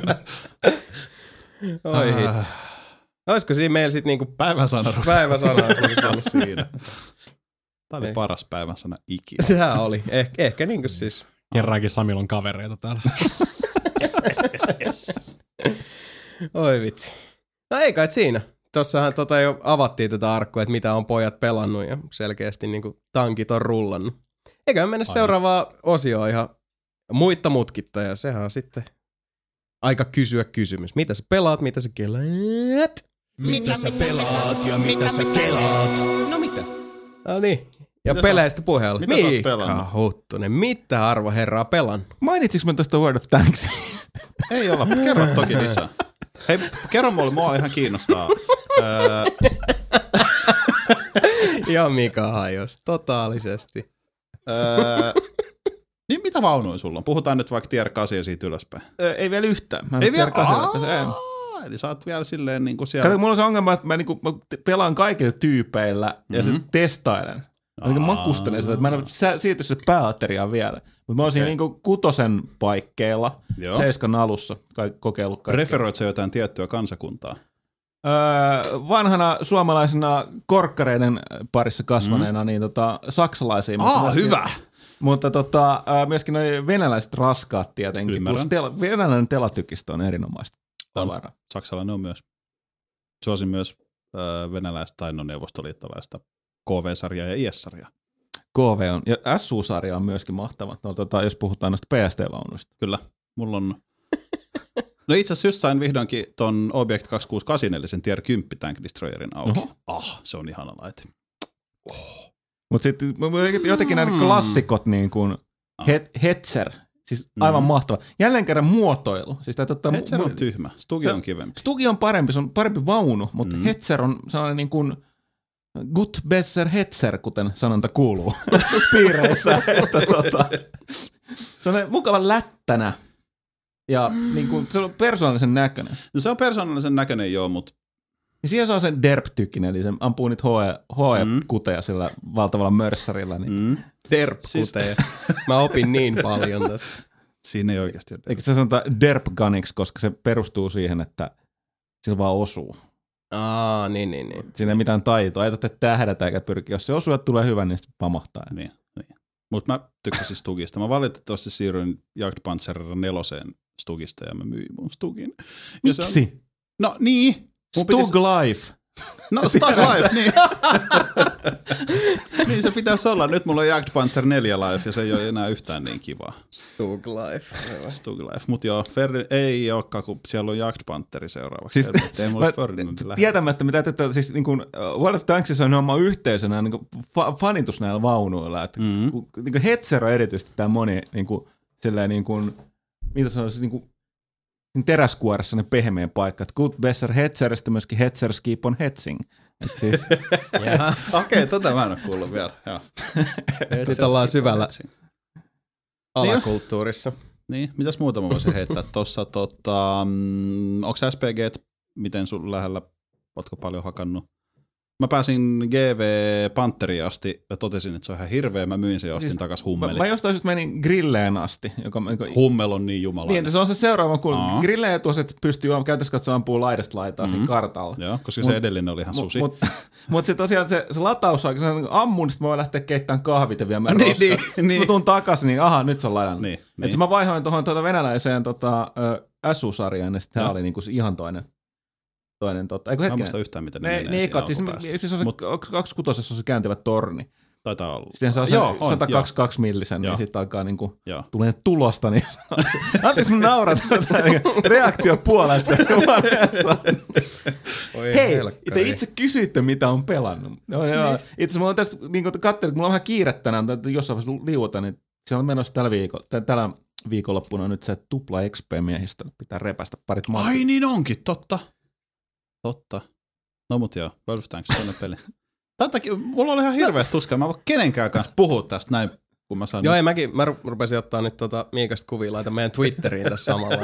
oi hit. Olisiko siinä meillä sitten niinku Päivänsana. päiväsana? Siinä. Tää oli paras päivänsana ikinä. Tää oli. Ehkä niinku siis. Kerrankin Samilla on kavereita täällä. Oi vitsi. No ei kai siinä. Tossahan jo avattiin tätä arkkua, että mitä on pojat pelannut ja selkeästi niinku tankit on rullannut. Eiköhän mennä seuraavaan osioon ihan muitta mutkitta ja sehän on sitten aika kysyä kysymys. Mitä sä pelaat, mitä sä kelaat? Mitä sä pelaat ja mitä sä kelaat? No mitä? No niin. Ja Mitä peleistä puheella. mitä sä oot Miikka pelannut? Huttunen, mitä arvo herraa pelannut? Mainitsiks mä tästä World of Tanksia? Ei olla, kerro toki lisää. Hei, kerro mulle, mua ihan kiinnostaa. Ja Mika hajos totaalisesti. Niin mitä vaunuja sulla on? Puhutaan nyt vaikka tier 8 ja siitä ylöspäin. Ei vielä yhtään. Mä en Ei tiedä vielä? kasilla. Eli sä oot vielä silleen niinku siellä. Kato, mulla on se ongelma, että mä pelaan kaikilla tyypeillä ja sitten testailen. Mä makustelen sitä, että mä en ole siirty se pääateriaan vielä. Mutta mä oon siinä niinku 6 paikkeilla, Joo. 7 alussa kokeillut kaikkea. Referoit sä jotain tiettyä kansakuntaa? Vanhana suomalaisena korkkareiden parissa kasvaneena, niin saksalaisia. Hyvä! Mutta myöskin noi venäläiset raskaat tietenkin. Ymmärrän. Plus venäläinen telatykistö on erinomaista tavaraa. Saksalainen on myös. Suosin myös venäläistä tai neuvostoliittolaista KV-sarjaa ja IS-sarjaa. KV on, ja SU-sarja on myöskin mahtava, jos puhutaan näistä PST-vaunuista. Kyllä, mulla on. No itse asiassa just sain vihdoinkin ton Object 268, eli sen Tier 10 Tank Destroyerin auki. Se on ihana laite. Mutta sitten jotenkin nämä klassikot, niin kuin Hetzer, siis aivan mahtava. Jälleen kerran muotoilu. Siis Hetzer on tyhmä, Stugi on kivempi. Stugi on parempi, se on parempi vaunu, mutta Hetzer on sellainen niin kuin gut besser Hetzer, kuten sanonta kuuluu piireissä. Se on mukava lättänä ja niin kuin, se on persoonallisen näköinen. No se on persoonallisen näköinen joo, mutta ja siihen saa sen derp-tykin, eli se ampuu niitä HE-kuteja sillä valtavalla mörssarilla. Niin. Derp-kuteja. Mä opin niin paljon tässä. Siinä ei oikeasti ole. Eikö se sanota derp-guniksi, koska se perustuu siihen, että sillä vaan osuu. Niin. Siinä ei mitään taitoa, ei tarvitse tähdätä eikä pyrkiä. Jos se osuu ja tulee hyvä, niin sitten pamahtaa. Niin. Mutta mä tykkäsin Stugista. Mä valitettavasti siirryin Jagdpanzer 4 Stugista ja mä myin mun Stugin. Miksi? No niin. Stug Life. No Stug Life, niin. Niin se pitäisi olla. Nyt mulla on Jagdpanzer 4 Life ja se ei ole enää yhtään niin kivaa. Stug Life. Stug Life. Mut joo, ei olekaan, kun siellä on Jagdpantheri seuraavaksi. Siis, tietämättä, mitä tätä, siis niin kuin World of Tanksissa on oma yhteisönä niin kuin fanitus näillä vaunuilla. Että, niin kuin Hetzer on erityisesti tämä moni, niin kuin, silleen niin kuin, mitä sanoisi, niin kuin teräskuoressa ne pehmeä paikka. Gut besser Hetzer, sitten myöskin Hetzers keep on hetzing. Siis, Okei, tota mä en ole kuullut vielä. Nyt ollaan syvällä alakulttuurissa. Niin, mitäs muuta mä voisin heittää tuossa? Onko SPGt, miten sun lähellä, ootko paljon hakannut? Mä pääsin GV Pantheriin asti ja totesin, että se on ihan hirveä. Mä myin sen ja ostin takas Hummeli. Mä jostain syystä menin Grilleen asti. Hummel on niin jumalainen. Niin, se on se seuraava kulma. Grilleen tuossa, että pystyy käytössä katsoa ampuu laidasta laitaa siinä kartalla. Joo, koska se edellinen oli ihan susi. Mutta se tosiaan se latausaika, se on ammun, niin mä voin lähteä keittämään kahvit ja viemään Niin, roskaan. niin. Mä tuun takaisin, niin nyt se on laidalla. Niin. Että mä vaihoin tuohon venäläiseen SU-sarjaan, ja sitten tää oli niinku ihan toinen. Eikö mä en muista yhtään, miten ne menee siis on se 26 on se kääntyvä torni. Taitaa olla. Sitten saa 122 millisen, niin sitten alkaa niinku, tulee tulosta niin sanoksi. Anteeksi, mä naurat reaktio puolesta. Hei, te itse kysyitte, mitä on pelannut. Itse asiassa mulla on tästä, niin katselin, mulla on vähän kiire tänään, jossain vaiheessa liuuta, niin siellä on menossa tällä viikonloppuna nyt se tupla XP-miehistä. Pitää repästä parit matsit. Ai niin onkin, totta. No mut joo, World of Tanks on peli. Tämän takia, mulla oli ihan hirveä tuska. Mä en voi kenenkään kanssa puhua tästä näin, kun mä sanon. Joo, mä rupesin ottaa nyt Miikasta kuvia, laitan meidän Twitteriin tässä samalla.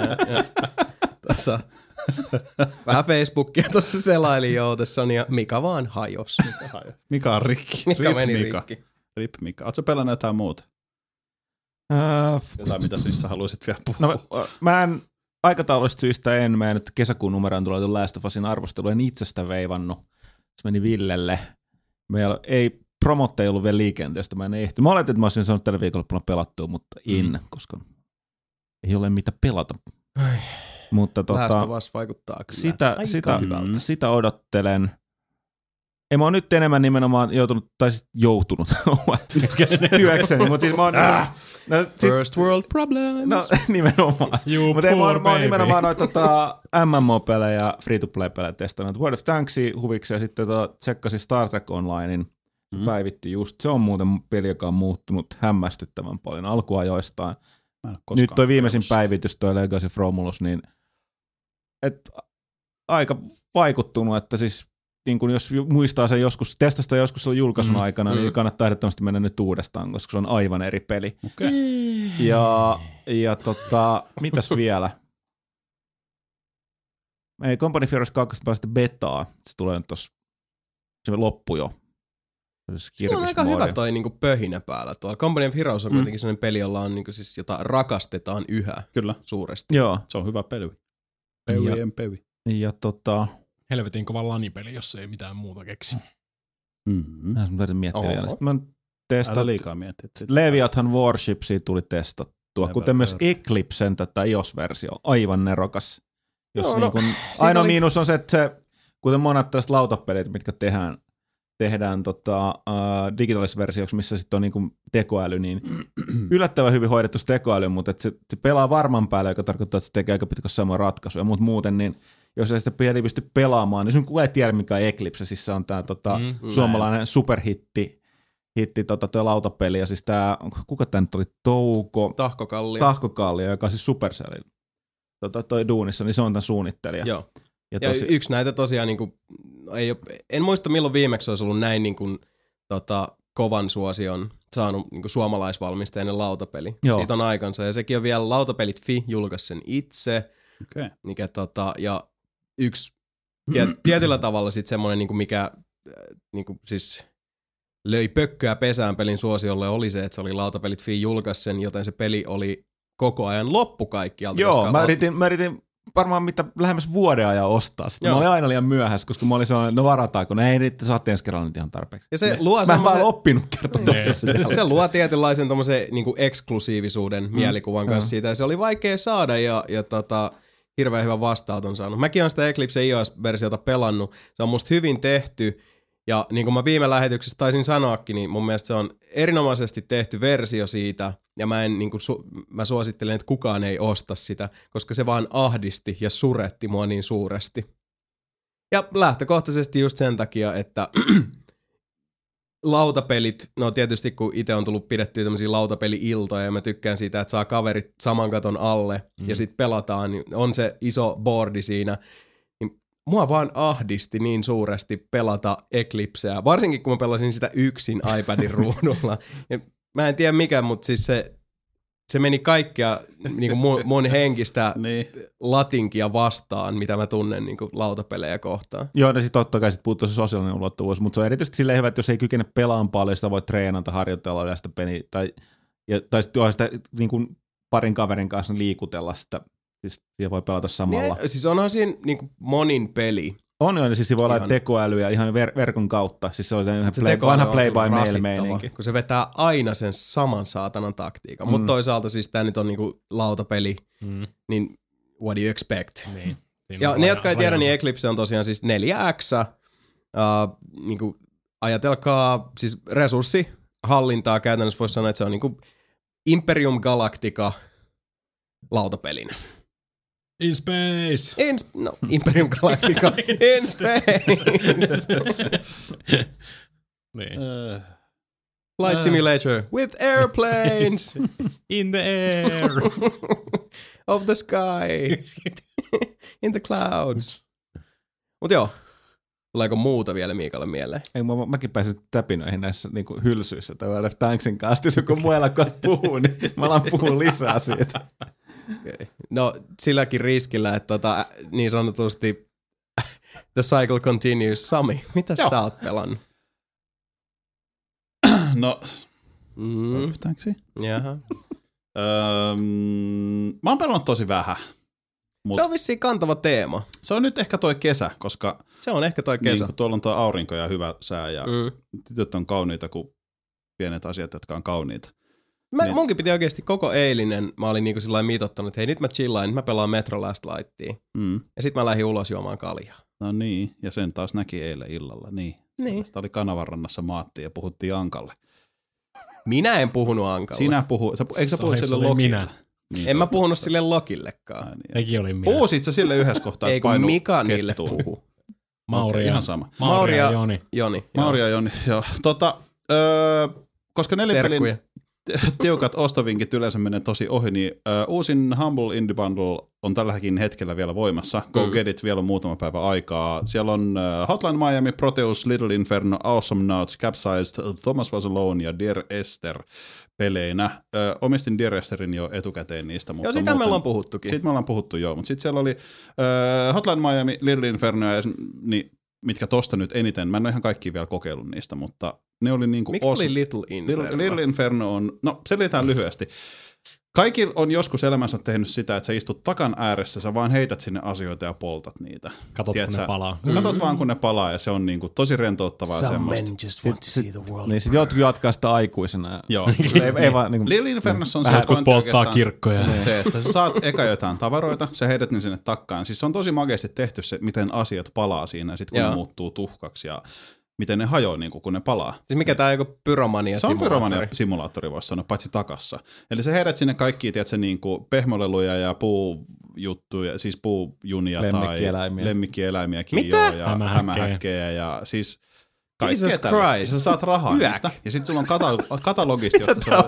Vähän Facebookia tuossa selailin joutessani ja Mika vaan hajos. Mika on rikki. Mika meni rikki. Rip Mika. Ootko sä pelannut jotain muuta? Jotain, mitä sä haluaisit vielä puhua? No, mä en aikatauluista syistä mä nyt kesäkuun numeroon tulee Last of Usin arvostelu, en itsestä veivannut. Se meni Villelle. Meillä promot ei ollut vielä liikenteestä, mä en ehtinyt. Mä oletin, että mä olisin saanut tällä viikonloppuna pelattua, mutta koska ei ole mitä pelata. Mutta Last of Us vaikuttaa kyllä sitä odottelen. Ei mä oon nyt enemmän nimenomaan joutunut työkseni, mutta siis mä oon... First world problems. No nimenomaan. Mutta mä oon nimenomaan noita MMO-pelejä, free-to-play-pelejä testannut. World of Tanksia huviksi ja sitten tsekkasin Star Trek Onlinein. Päivitti just. Se on muuten peli, joka on muuttunut hämmästyttävän paljon alkuajoistaan. Nyt toi viimeisin päivitys, toi Legacy of Romulus, niin aika vaikuttunut, että siis niin kun jos muistaa sen joskus, testasta joskus on julkaisun aikana, niin kannattaa ehdottomasti mennä nyt uudestaan, koska se on aivan eri peli. Okay. Ja mitäs vielä? Ei, Company of Heroes 2 päästä betaa, se tulee nyt tossa, se loppu jo. Se on aika hyvä toi niinku pöhinä päällä tuolla. Company of Heroes on kuitenkin sellainen peli, jolla on niinku siis, jota rakastetaan yhä suuresti. Joo. Se on hyvä peli. Pevi. Ja helvetin kova lanipeli, jos ei mitään muuta keksi. Mä täytyy miettiä vielä. Sitten mä testaan liikaa miettiä. Leviathan Warshipsia tuli testattua, kuten myös Eclipsen tätä iOS-versio. Aivan nerokas. Jos ainoa miinus on se, että se, kuten monet tällaiset lautapelit, mitkä tehdään digitaalisessa versioksi, missä sitten on niinku tekoäly, niin yllättävän hyvin hoidettu se tekoäly, mutta se pelaa varman päälle, joka tarkoittaa, että se tekee aika pitkästi samoja ratkaisuja, mutta muuten niin jos ei sitä peli pysty pelaamaan, niin sun kukaan ei tiedä, mikä on Eclipse, siis se on tää suomalainen superhitti tuo lautapeli, ja siis tää, kuka tää nyt oli, Tahko-Kallio, joka on siis Supercellin toi duunissa, niin se on tän suunnittelija. Joo. Ja yksi näitä tosiaan, niin kuin, en muista milloin viimeksi olisi ollut näin niin kuin, kovan suosion saanut niin kuin suomalaisvalmisteinen lautapeli. Joo. Siitä on aikansa, ja sekin on vielä Lautapelit.fi julkaisi sen itse, mikä, ja yksi tietyllä tavalla sitten semmoinen, niin kuin mikä niin kuin, siis löi pökköä pesään pelin suosiolle, oli se, että se oli Lautapelit.fi julkaisi sen, joten se peli oli koko ajan loppu kaikkialta. Joo, mä yritin varmaan mitä lähemmäs vuoden ajan ostaa sitä. Mä olin aina liian myöhässä, koska mä olin sellainen, no varataanko, ei niitä saatte ensi kerralla nyt ihan tarpeeksi. Ja se luo mä en vaan oppinut kertoa. Se luo tietynlaisen tommosen niinku eksklusiivisuuden mielikuvan kanssa siitä, ja se oli vaikea saada, ja hirveän hyvä vastaanoton saanut. Mäkin olen sitä Eclipse iOS-versiota pelannut, se on musta hyvin tehty, ja niin kuin mä viime lähetyksessä taisin sanoakin, niin mun mielestä se on erinomaisesti tehty versio siitä, ja mä suosittelen, että kukaan ei osta sitä, koska se vaan ahdisti ja suretti mua niin suuresti. Ja lähtökohtaisesti just sen takia, että lautapelit, no tietysti kun itse on tullut pidettyä tämmöisiä lautapeli-iltoja, ja mä tykkään siitä, että saa kaverit saman katon alle, ja sit pelataan, niin on se iso boardi siinä. Mua vaan ahdisti niin suuresti pelata Eclipseä, varsinkin kun mä pelasin sitä yksin iPadin ruudulla. Ja mä en tiedä mikä, mutta siis se meni kaikkea niin mun henkistä latinkia vastaan, mitä mä tunnen niin lautapelejä kohtaan. Joo, ja sitten totta kai sit puuttuu se sosiaalinen ulottuvuus, mutta se on erityisesti silleen hyvä, että jos ei kykene pelaamaan paljon, sitä voi treenata, harjoitella ja sitä peliä, tai sitten sitä niin kuin parin kaverin kanssa liikutella sitä. Siis siihen voi pelata samalla. Ja, siis onhan siinä niinku monin peli. On jo, siis voi olla tekoälyä ihan verkon kautta. Siis se on vanha play-by-mail-meininki. Kun se vetää aina sen saman saatanan taktiikan. Mutta toisaalta siis tää nyt on niinku lautapeli, niin what do you expect? Niin. Ja ne, jotka ei tiedä, niin Eclipse on tosiaan siis 4X. Niinku, ajatelkaa siis resurssi hallintaa käytännössä voisi sanoa, että se on niinku Imperium Galactica lautapelinä. In space! Imperium Galactica in space! Niin. Flight simulator with airplanes In the air! of the sky in the clouds. Mut joo, tuleeko muuta vielä Miikalle mieleen? Ei, mäkin pääsin täpinöihin näissä niinku hylsyissä tai World of Tanksin kanssa. Jos joku muu eläkot puhuu, niin mä alan puhua lisää siitä. Okay. No silläkin riskillä, että niin sanotusti the cycle continues. Sami, mitä sä oot pelannut? No, Thanks. Jaha. Mä oon pelannut tosi vähän. Se on vissiin kantava teema. Se on nyt ehkä toi kesä, koska se on ehkä toi kesä. Niin, tuolla on tuo aurinko ja hyvä sää ja tytöt on kauniita kuin pienet asiat, jotka on kauniita. Munkin piti oikeasti koko eilinen, mä olin niinku sillain mitottanut, että hei nyt mä chillaan, nyt mä pelaan Metro Last Lightia. Ja sit mä lähdin ulos juomaan kaljaa. No niin, ja sen taas näki eilen illalla, niin. Sitä oli Kanavanrannassa maattiin ja puhuttiin Ankalle. Minä en puhunut Ankalle. Sinä puhuit, eikö sä puhut sille Lokille? Niin, en mä puhunut sille Lokillekaan. Sekin oli minä. Puhusit sä sille yhdessä kohtaa, että painu Mika niille puhu. Mauri ihan sama. Mauri ja Joni. Mauri ja Joni, joo. Koska nelipelin tiukat ostovinkit yleensä menee tosi ohi, niin uusin Humble Indie Bundle on tälläkin hetkellä vielä voimassa. Go get it, vielä on muutama päivä aikaa. Siellä on Hotline Miami, Proteus, Little Inferno, Awesome Notes, Capsized, Thomas Was Alone ja Dear Esther peleinä. Omistin Dear Esterin jo etukäteen niistä. Mutta joo, sitä me ollaan puhuttukin. Siitä me ollaan puhuttu, joo. Mutta sitten siellä oli Hotline Miami, Little Inferno, niin mitkä tosta nyt eniten. Mä en ole ihan kaikkia vielä kokeillut niistä, mutta ne oli niinku... Mikä oli Little Inferno? Little Inferno on... No, selitään lyhyesti. Kaikki on joskus elämänsä tehnyt sitä, että sä istut takan ääressä, sä vaan heität sinne asioita ja poltat niitä. Katot, kun ne palaa. Katot vaan, kun ne palaa, ja se on niinku tosi rentouttavaa Some semmoista. men just want to see the world. Niin sit jotkut jatkaa sitä aikuisena. Joo. ei vaan niinku... Little Infernossa on se polttaa kirkkoja. Se, että sä saat eka jotain tavaroita, sä heidät ne sinne takkaan. Siis se on tosi makeasti tehty se, miten asiat palaa siinä, ja sit kun ne muuttuu tuhkaksi ja miten ne hajoaa, niin kun ne palaa. Siis mikä tää on joku pyromania-simulaattori? Se on pyromania-simulaattori, voisi sanoa, paitsi takassa. Eli sä heidät sinne kaikkia, tiedätkö, niin kuin pehmoleluja ja puujuttuja, siis puujunia tai lemmikkieläimiäkin. Mitä? Ja hämähäkkejä ja siis kaikkea Jesus tällaista. Christ. Sä saat rahaa niistä. Ja sit sulla on katalogista, josta sä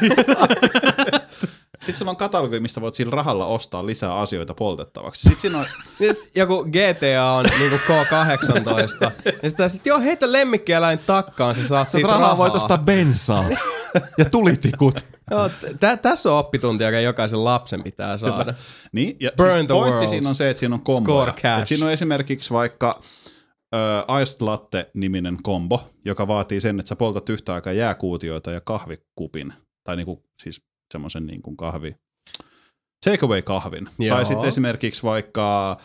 Sitten sulla on katalogi, mistä voit sillä rahalla ostaa lisää asioita poltettavaksi. Sitten siinä on... joku GTA on niinku K18. Ja sitten joo, heitä lemmikkieläin takkaan, sä saat siitä rahaa. Voit ostaa bensaa ja tulitikut. Joo, tässä on oppitunti, joka jokaisen lapsen pitää saada. Niin, ja Burn siis the pointti world. siinä on se, että siinä on komboja. Score cash. Et siinä on esimerkiksi vaikka Iced Latte-niminen kombo, joka vaatii sen, että sä poltat yhtä aikaa jääkuutioita ja kahvikupin. Tai niinku siis semmoisen niin kuin takeaway-kahvin. Joo. Tai sitten esimerkiksi vaikka,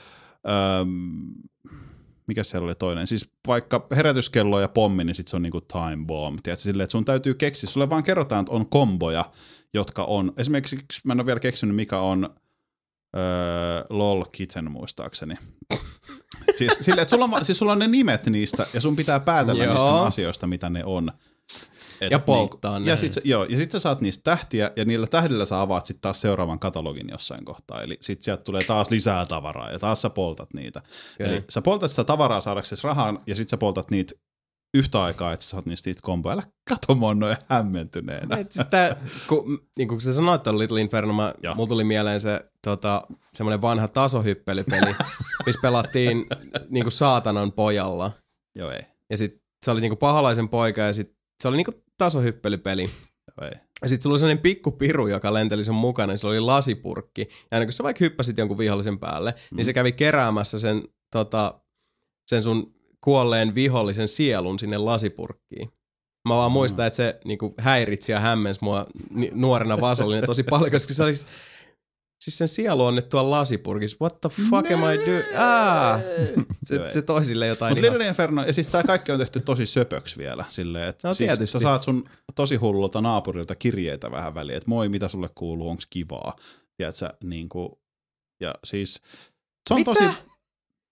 mikä siellä oli toinen, siis vaikka herätyskello ja pommi, niin sitten se on niin kuin time bomb. Tiedätkö, silleen, että sun täytyy keksiä, sulle vaan kerrotaan, että on komboja, jotka on, esimerkiksi mä en ole vielä keksinyt, mikä on LOL Kitten muistaakseni. Siis silleen, että sulla on ne nimet niistä, ja sun pitää päätellä niistä asioista, mitä ne on. Ja polttaa ne. Ja sit sä saat niistä tähtiä, ja niillä tähdillä sä avaat sit taas seuraavan katalogin jossain kohtaa. Eli sit sieltä tulee taas lisää tavaraa, ja taas sä poltat niitä. Okay. Eli sä poltat sitä tavaraa saadaksesi rahaa, ja sit sä poltat niitä yhtä aikaa, että sä saat niistä komboja. Älä kato mua noin hämmentyneenä. Kun sä sanoit ton Little Inferno, mulla tuli mieleen se semmoinen vanha tasohyppelypeli, missä pelattiin niinku saatanan pojalla. Joo, ei. Ja sit se oli niinku pahalaisen poika, ja sit se oli niinku tasohyppelypeli. Ei. Ja sit sulla oli sellainen pikku piru, joka lenteli sun mukana, ja se oli lasipurkki. Ja aina kun sä vaikka hyppäsit jonkun vihollisen päälle, niin se kävi keräämässä sen sun kuolleen vihollisen sielun sinne lasipurkkiin. Mä vaan muistan, että se niinku häiritsi ja hämmensi mua nuorena vasallinen tosi paljon, koska se oli... Siis sen sielu on nyt tuolla lasipurkissa. What the fuck am I doing? Se toi sille jotain. Mutta Little Inferno, ja siis tää kaikki on tehty tosi söpöksi vielä. Silleen, että no, siis sä saat sun tosi hullulta naapurilta kirjeitä vähän väliin, että moi, mitä sulle kuuluu, onks kivaa? Tiedätkö, niinku, ja siis se on mitä? tosi... Mitä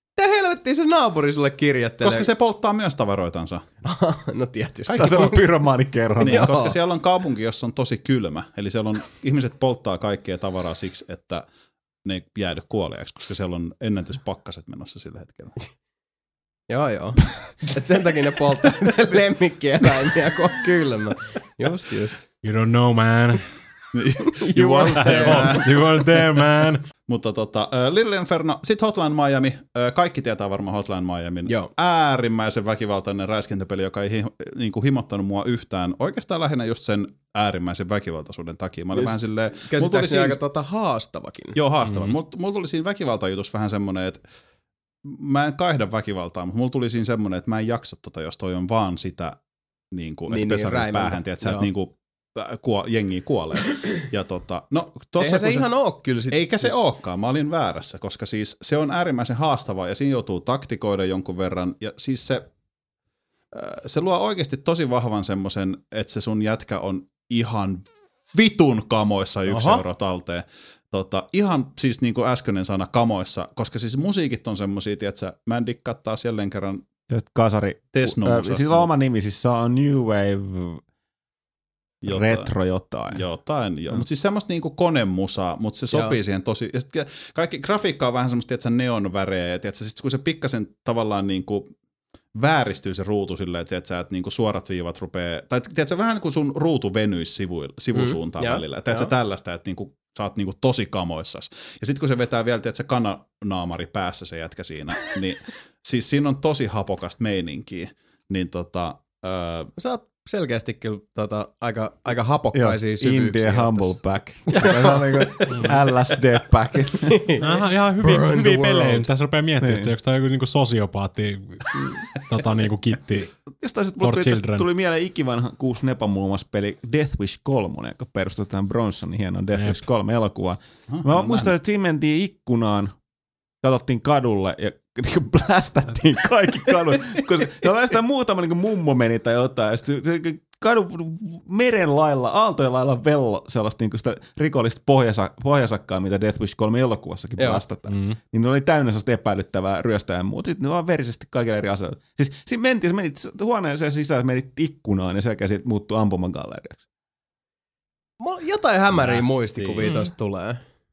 helvettiin se naapuri sulle kirjoittelee? Koska se polttaa myös tavaroitansa. No tietysti. Kaikki on pyromaanikerran. Niin, koska siellä on kaupunki, jossa on tosi kylmä. Eli siellä on, ihmiset polttaa kaikkea tavaraa siksi, että ne ei jäädy kuolleeksi, koska siellä on ennätyspakkaset menossa sillä hetkellä. Joo. Et sen takia ne polttaa lemmikkieläimiä, kun on kylmä. Just. You don't know, man. You weren't there. You weren't there, man. Mutta Little Inferno, sit Hotline Miami, kaikki tietää varmaan Hotline Miamin. Joo. Äärimmäisen väkivaltainen räiskintäpeli, joka ei niinku himottanut mua yhtään. Oikeastaan lähinnä just sen äärimmäisen väkivaltaisuuden takia. Mä olin vähän silleen... Käsittääkseni aika haastavakin. Joo, haastava. Mulla tuli siinä väkivaltajutus vähän semmonen, että mä en kaihda väkivaltaa, mutta mulla tuli siinä semmonen, että mä en jaksa jos toi on vaan sitä, niinku, että pesarin päähän, tiedät sä, että niinku, jengiä kuolee. Ja no, eihän se ihan oo kyllä sit. Eikä se ookaan, mä olin väärässä, koska siis se on äärimmäisen haastavaa ja siinä joutuu taktikoida jonkun verran ja siis se luo oikeasti tosi vahvan semmosen, että se sun jätkä on ihan vitun kamoissa 1 euro talteen. Ihan siis niin kuin äskeinen sana kamoissa, koska siis musiikit on semmosia, tiiätsä, mä en dikkaa taas jälleen kerran kasari. Tesno-musasta. Sillä on oma nimi, siis se on New Wave retro jotain. Jotain, joo. Mutta siis semmoista niinku konemusaa, mutta se sopii siihen tosi. Ja sit kaikki grafiikka on vähän semmoista, tiiätsä, neonvärejä, ja tiiätsä, sit kun se pikkasen tavallaan niinku vääristyy se ruutu silleen, että niinku suorat viivat rupeaa, tai tiiätsä, vähän kuin sun ruutu venyisi sivusuuntaan välillä. Tiiätsä tällaista, että niinku, sä oot niinku tosi kamoissas. Ja sit kun se vetää vielä, tiiätsä, kananaamari päässä se jätkä siinä, niin siis siinä on tosi hapokasta meininkiä. Niin sä oot selkeästi kyllä aika hapokkaisia syvyyksiä. Indie Humble Pack. Se on niinku LSD Pack. Ihan hyviä pelejä. Tässä rupeaa miettimään, että onko tämä joku niinku sosiopaatti niinku kitti for children. Tuli mieleen ikivanha 6 Nepa-mulmas peli Death Wish 3, joka perustuu tähän Bronsonin hienoon Death Wish 3 elokuvaan. Mä muistan, että siinä mentiin ikkunaan, katsottiin kadulle ja blästättiin kaikki kadut. Sitä muutama niin mummo meni tai jotain. Ja se kadun meren lailla, aaltojen lailla vello sellaista niin sitä rikollista pohjasakkaa, mitä Death Wish 3 elokuvassakin blästätään. Niin ne oli täynnä sellaista epäilyttävää ryöstäjää ja muuta. Sitten ne vaan verisesti kaikille eri asioilla. Siis siinä mentiin huoneeseen sisään, menit ikkunaan ja selkeä siitä muuttui ampumagalleriaksi. Jotain hämäriä muistikuvia tosta tulee.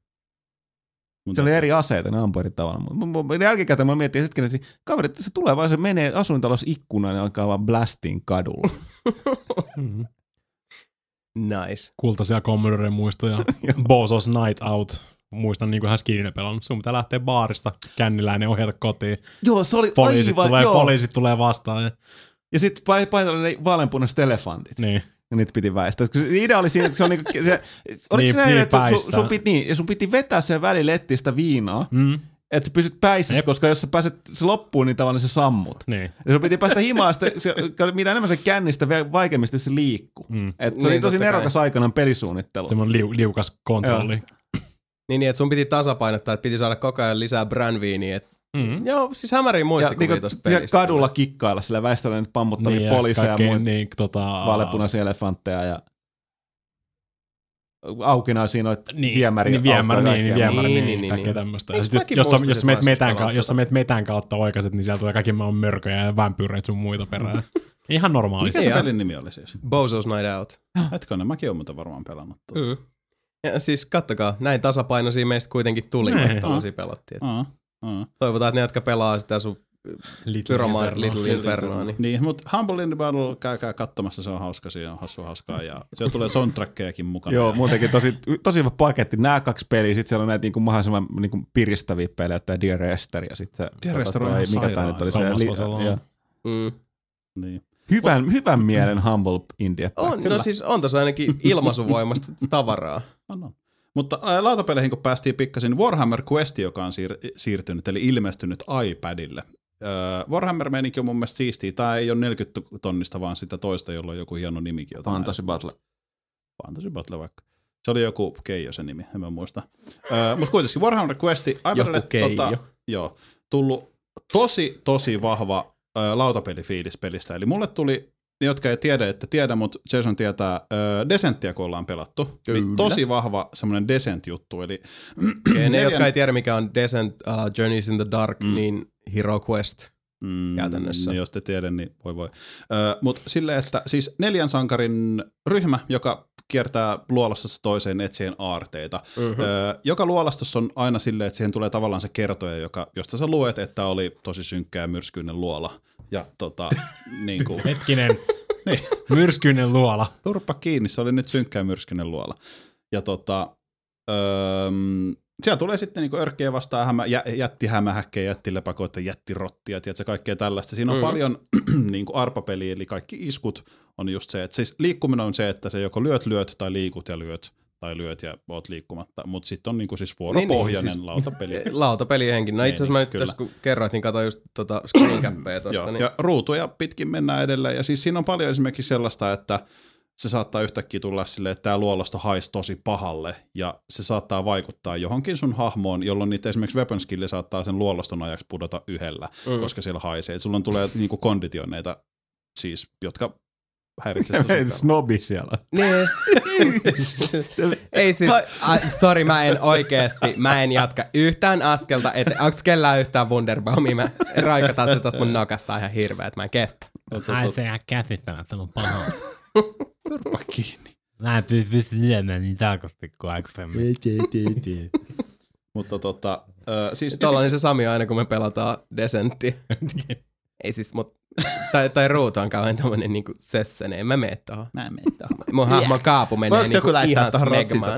Se oli eri aseita, ne ampui eri tavalla. Mutta jälkikäteen mä mietin hetken, että kaveri, että se tulee vaan, se menee asuintalos ikkunaan ja alkaa vaan blastiin kadulla. Nice. Kultaisia Commodore muistoja. Bozos Night Out. Muistan niin kuin hän skininen pelannut. Sun pitää lähteä baarista känniläinen ohjata kotiin. Joo, se oli Poliisit tulee vastaan. Ja sitten paikalla ne vaaleanpunaiset elefantit. Niin. Ja niitä piti väistää. Idea oli siinä, että se on niinku, oliko se näin, että sun piti vetää sen välilettistä viinaa, että pysyt päissä, koska jos sä pääset se loppuun, niin tavallaan se sammut. Niin. Ja sun piti päästä himaan, mitä enemmän se kännistä, vaikeammista se liikkuu. Että se oli tosi nerokas aikanaan pelisuunnittelu. Semmoinen liukas kontrolli. Niin, että sun piti tasapainottaa, että piti saada koko ajan lisää brandviiniä. Joo, siis hämäriä muistikuvia tosta pelistä. Kadulla kikkailla, sillä väiställä nyt pammuttavia niin, poliiseja ja muita vaaleanpunaisia elefantteja ja aukina siinä noita viemäriä. Viemäri, kaikkea tämmöistä. Jos sä meet metän kautta oikaiset, niin sieltä tulee kaikki maailman mörköjä ja vampyyreitä sun muita perään. Ihan normaalisti. Mikä se pelin nimi oli siis? Bozos Night Out. Hetkonen, mäkin oon muuten varmaan pelannut. Ja siis kattokaa, näin tasapainoisia meistä kuitenkin tuli, mutta tosi pelottiin. Toivotaan, että ne, jotka pelaa sitä sun Little Infernoa. Niin, mutta Humble in the Battle, käykää katsomassa, se on hauska, siinä on hauskaa ja siellä tulee soundtrackejakin mukana. Joo, muutenkin tosi hyvä paketti. Nämä 2 peliä, sitten siellä on näitä niinku mahdollisimman niinku piristäviä pelejä, tämä Dear Esther ja sitten Dear Esther on ihan sairaan. Niin. Hyvän mielen Humble Indie. No siis on tässä ainakin ilmaisuvoimasta tavaraa. Mutta lautapeleihin kun päästiin pikkasin, Warhammer Quest, joka on siirtynyt, eli ilmestynyt iPadille. Warhammer-meininki on mun mielestä siistiä. Tää ei ole 40 tonnista, vaan sitä toista, jolla on joku hieno nimikin. Fantasy Battle. Fantasy Battle vaikka. Se oli joku Keijo se nimi, en mä muista. Mutta kuitenkin Warhammer Quest iPadille tullut tosi vahva lautapelifiilis pelistä. Eli mulle tuli, jotka ei tiedä, mutta Jason tietää, Descentia, kun ollaan pelattu. Niin tosi vahva semmoinen Descent-juttu. Eli ne, jotka ei tiedä, mikä on Descent Journeys in the Dark, niin Hero Quest käytännössä. Jos te tiedä, niin voi. Mutta silleen, että siis 4 sankarin ryhmä, joka kiertää luolastossa toiseen etsien aarteita. Joka luolastossa on aina silleen, että siihen tulee tavallaan se kertoja, josta sä luet, että oli tosi synkkä ja myrskyinen luola. Ja niinku... Hetkinen. Niin. Myrskyinen luola. Turppa kiinni, se oli nyt synkkä ja myrskyinen luola. Ja siellä tulee sitten niinku örkkiä vastaan jättihämähäkkejä, jättilepakoita, jättirottia, tiedätkö, kaikkea tällaista. Siinä on paljon niinku arpapeliä, eli kaikki iskut on just se, että siis liikkuminen on se, että se joko lyöt tai liikut ja lyöt tai lyöt ja oot liikkumatta, mutta sitten on niinku siis vuoropohjainen siis lautapeli. Lautapeli henkin. No itse asiassa mä nyt tässä kun kerroit, niin katsoin just screencappeja tosta. Niin. Ja ruutuja pitkin mennään edelleen ja siis siinä on paljon esimerkiksi sellaista, että se saattaa yhtäkkiä tulla silleen, että tämä luolasto haisi tosi pahalle ja se saattaa vaikuttaa johonkin sun hahmoon, jolloin niitä esimerkiksi weapon skilli saattaa sen luolaston ajaksi pudota yhdellä, koska siellä haisee. Et sulla tulee niinku konditioneita siis, jotka häiritsee snobi siellä. Niin. Ei siis, sorry, mä en jatka yhtään askelta, että onks kellään yhtään Wunderbaumia, mä raikataan se tosta mun nokasta ihan hirveä, että mä en kestä. Ai se ihan käsittämättä, on pahaa. Turpa kiinni. Mä en pysty lyömään niin tarkasti kuin aikaisemmin. Mutta siis... Tuolla on se Sami aina, kun me pelataan Descenttiä. Ei siis, tai Ruutu on kauhean tommonen niinku sessene, en mä mene tohon. Mun hahmon kaapu menee niinku ihan smegmaan.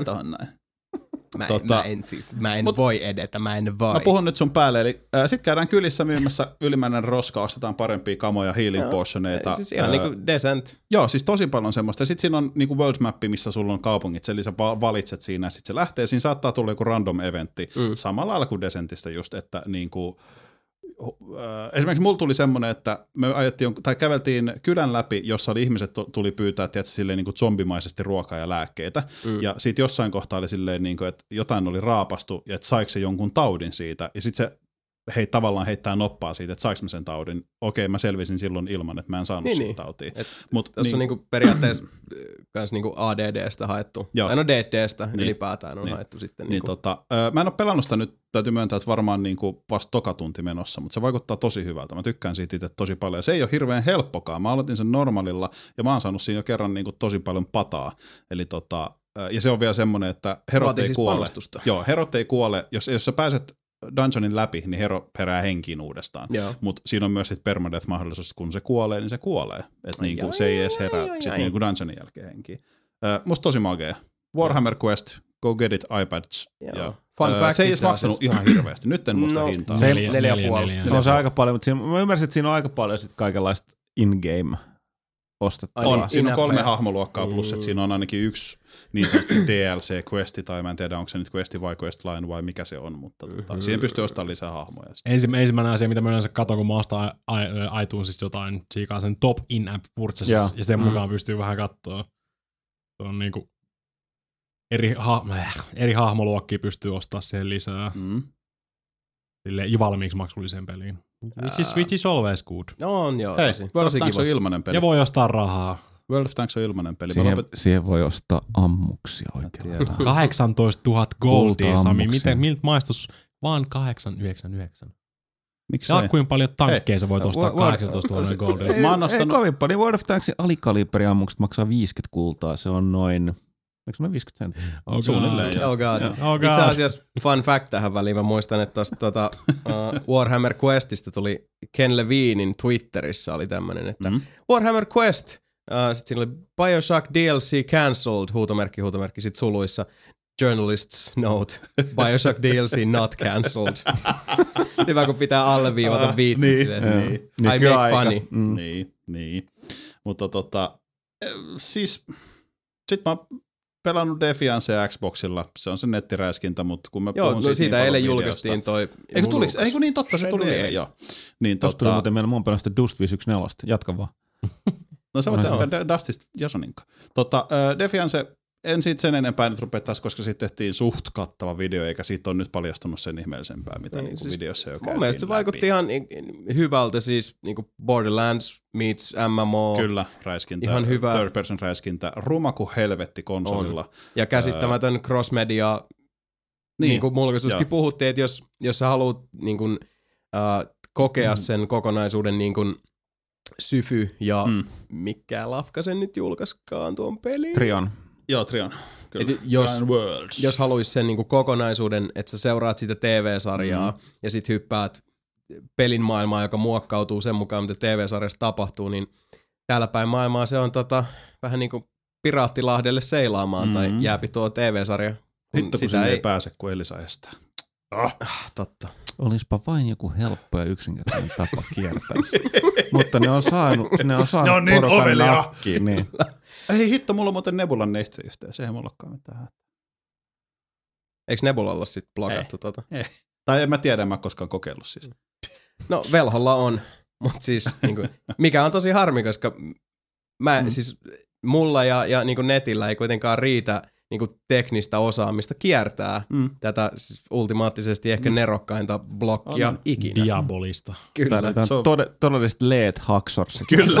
Mä en voi edetä, mä en voi. Mä puhun nyt sun päälle, eli sit käydään kylissä myymässä ylimmäinen roska, ostetaan parempia kamoja, healing potioneita. Siis ihan niinku Descent. Joo, siis tosi paljon semmoista. Ja sit siinä on niinku world mappi, missä sulla on kaupungit, eli sä valitset siinä ja sit se lähtee. Siinä saattaa tulla joku random eventti, samalla lailla kuin Descentistä just, että niinku... Esimerkiksi mulla tuli semmoinen, että me käveltiin kylän läpi, jossa oli ihmiset tuli pyytää tietysti silleen niin kuin zombimaisesti ruokaa ja lääkkeitä. Ja sitten jossain kohtaa oli silleen, niin kuin, että jotain oli raapastu ja että saiko se jonkun taudin siitä. Ja sitten se tavallaan heittää noppaa siitä, että saiko mä sen taudin. Okei, mä selvisin silloin ilman, että mä en saanut siitä tautia. Tässä on niinku periaatteessa kans niinku ADDstä haettu. Tai no DDstä ylipäätään on haettu sitten. Mä en ole pelannut sitä nyt, täytyy myöntää, että varmaan niinku vasta toka tunti menossa, mutta se vaikuttaa tosi hyvältä. Mä tykkään siitä itse tosi paljon. Se ei ole hirveän helppokaan. Mä aloitin sen normaalilla ja mä oon saanut siinä jo kerran niinku tosi paljon pataa. Eli ja se on vielä semmoinen, että herot ei siis kuole. Panostusta. Joo, herot ei kuole. Jos sä pääset dungeonin läpi, niin hero herää henkiin uudestaan. Mutta siinä on myös permadeath-mahdollisuus, kun se kuolee, niin se kuolee. Että niinku se ei edes herää sitten niinku dungeonin jälkeen henkiin. Musta tosi magea. Warhammer Quest, go get it iPads. Ja, se ei edes maksanut ihan hirveästi. Nyt en muista hintaa. 4,5. No se aika paljon, mutta mä ymmärsin, että siinä on aika paljon sit kaikenlaista in-game ostettua. On, siinä on 3 hahmoluokkaa plus, että siinä on ainakin yksi niin sanottu DLC-questi, tai mä en tiedä, onko se nyt questi vai questline vai mikä se on, mutta siihen pystyy ostamaan lisää hahmoja. Ensimmäinen asia, mitä mä yleensä katson, kun mä ostan iTunesista jotain, tsiikaa sen top in-app purchases, ja sen mukaan pystyy vähän katsoa. Se on niinku eri hahmoluokkia pystyy ostamaan siihen lisää. Silleen valmiiksi maksulliseen peliin. Which is always good. No on joo, hei, tosi kiva. On ilmanen peli. Ja voi ostaa rahaa. World of Tanks on ilmanen peli. Siihen voi ostaa ammuksia oikein. 18 000 goldia, Sami. Miltä maistus? Vaan 8,99. Miksi ja kuinka paljon tankkeja sä voit ostaa 18 000 goldia? Ei kovin paljon. World of Tanksin alikaliberiammukset maksaa 50 kultaa. Se on noin... Eikö se 50 senttiä? Oh god. Itse asiassa fun fact tähän väliin. Mä muistan, että tuosta Warhammer Questista tuli Ken Levinin Twitterissä oli tämmönen, että Warhammer Quest, sit siinä oli Bioshock DLC cancelled, huutomerkki, sit suluissa journalists note, Bioshock DLC not cancelled. Hyvä, kun pitää alleviivata viitsit silleen. I make funny. Niin. Mutta siis sit mä pelannut Defiancea Xboxilla, se on se nettiräiskintä, mutta kun mä puhun siitä niin eilen julkaistiin toi Eikö niin totta, se tuli eilen, joo. Niin, tosta tuli muuten meillä mun pelasta Dust 514, jatka vaan. No sä voit Dustista Jasoninka. Defiance, en siitä sen enempää nyt rupea tässä, koska siitä tehtiin suht kattava video, eikä siitä ole nyt paljastunut sen ihmeellisempää, mitä niin, siis videossa jo käytiin. Mun mielestä se vaikutti ihan hyvältä, siis niinku Borderlands meets MMO. Kyllä, räiskintä, ihan hyvä. Third person räiskintä, ruma kuin helvetti konsolilla. On. Ja käsittämätön cross-media, niin kuin mulkaisuuskin puhuttiin, että jos sä haluat niin kuin, kokea sen kokonaisuuden niin kuin syfy ja mikä lafka sen nyt julkaiskaan tuon pelin. Trion. Joo, Trion. Kyllä. Jos haluaisi sen niin kuin kokonaisuuden, että sä seuraat sitä TV-sarjaa ja sit hyppäät pelin maailmaa, joka muokkautuu sen mukaan, mitä TV-sarjassa tapahtuu, niin täällä päin maailmaa se on vähän niin kuin Piraattilahdelle seilaamaan tai jääpi tuo TV-sarja. Hitto, kun sinne ei pääse, kun Elisa estää. Totta. Olispa vain joku helppo ja yksinkertainen tapa kiertää. Mutta ne on saanut niin porukan ovelia. nakkiin. Niin. Ei hitto, mulla on muuten Nebulan nehtiyhteys. Eihän mulla olekaan mitään. Eikö Nebulalla sit blokattu tota? Ei. Tai en mä tiedä, en mä koskaan kokeillut siis. No Velholla on, mutta siis niinku, mikä on tosi harmi, koska siis mulla ja niinku netillä ei kuitenkaan riitä niinku teknistä osaamista kiertää tätä siis ultimaattisesti ehkä nerokkainta blokkia ikinä. Diabolista. Kyllä. Tämä on todelliset leet-haksorsit. Kyllä.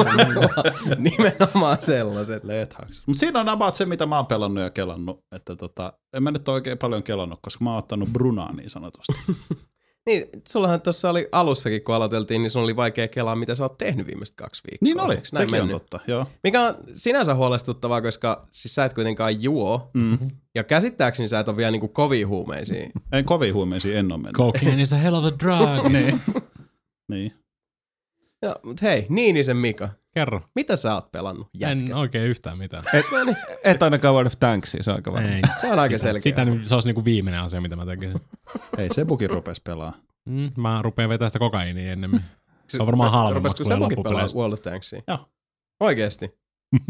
Nimenomaan sellaiset. Mutta siinä on about se, mitä mä oon pelannut ja kelannut. Että en mä nyt oikein paljon kelannut, koska mä oon ottanut brunaa niin sanotusti. Niin, sullahan tuossa oli alussakin, kun aloiteltiin, niin sun oli vaikea kelaa, mitä sä oot tehnyt viimeiset 2 viikkoa. Niin oli, Eiks näin sekin mennyt? on totta, joo. Mikä on sinänsä huolestuttavaa, koska siis sä et kuitenkaan juo, ja käsittääkseni sä et ole vielä niinku kovin huumeisiin. En kovin huumeisiin, en ole mennyt. Cocaine is a hell of a drug. Niin. Joo, mut hei, Niinisen Mika, Kerro. mitä sä oot pelannut jätkä? En oikein yhtään mitään. Et ainakaan World of Tanksia, se on aika varma. Ei. Se on aika selkeä. Se olisi niinku viimeinen asia, mitä mä tekisin. Ei, Sebukin rupesi pelaa. Mä rupean vetämään sitä kokaiinia ennemmin. Se on varmaan halvemmasta Rupesiko tulee Sebukin pelaa loppupeleissä. World of Tanksia? Joo. Oikeesti?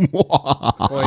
Oi,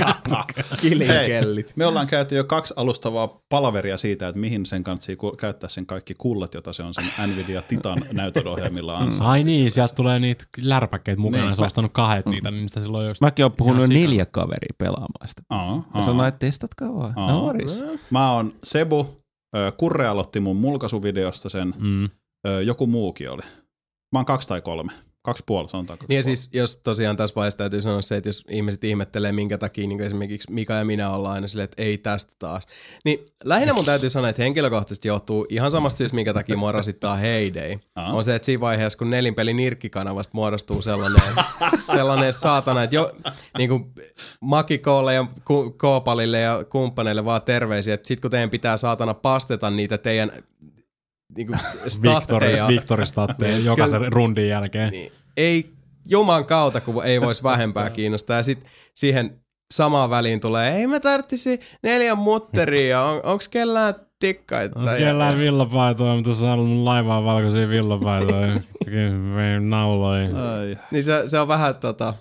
kilinkellit. Me ollaan käyty jo 2 alustavaa palaveria siitä, että mihin sen kanssa käyttää sen kaikki kullat, jota se on sen Nvidia Titan näytönohjelmilla ansainnut. Ai niin, sieltä tulee niitä lärpäkkeitä mukana, Niin. ja se on ostanut 2 niitä, niin sitä silloin just... Mäkin oon puhunut ihan 4 kaveria pelaamaan sitä. Mä sanoin, että testatkaa vaan. No worries. Mä oon Sebu, Kurre aloitti mun mulkaisuvideosta sen, joku muukin oli. Mä oon 2 tai 3. 2,5 sanotaan. Niin ja siis, jos tosiaan tässä vaiheessa täytyy sanoa se, että jos ihmiset ihmettelee, minkä takia niin esimerkiksi Mika ja minä ollaan aina silleen, että ei tästä taas. Niin lähinnä mun täytyy sanoa, että henkilökohtaisesti johtuu ihan samasta syystä, minkä takia mua rasittaa Heyday. On se, että siinä vaiheessa, kun Nelinpelin nirkkikanavasta muodostuu sellainen saatana, että jo niin kuin Makikoolle ja Koopalille ja kumppaneille vaan terveisiä, että sit kun teidän pitää saatana pasteta niitä teidän niinku statteja. Victory-statteja jokaisen rundin jälkeen. Niin, ei juman kautta, kun ei voisi vähempää kiinnostaa. Ja sit siihen samaan väliin tulee, ei mä tarvitsisi 4 mutteria, onks kellään tikkaita? Onko kellään villapaitoja, mutta sä on mun laivaan valkoisia villapaitoja. Nauloja. Niin se on vähän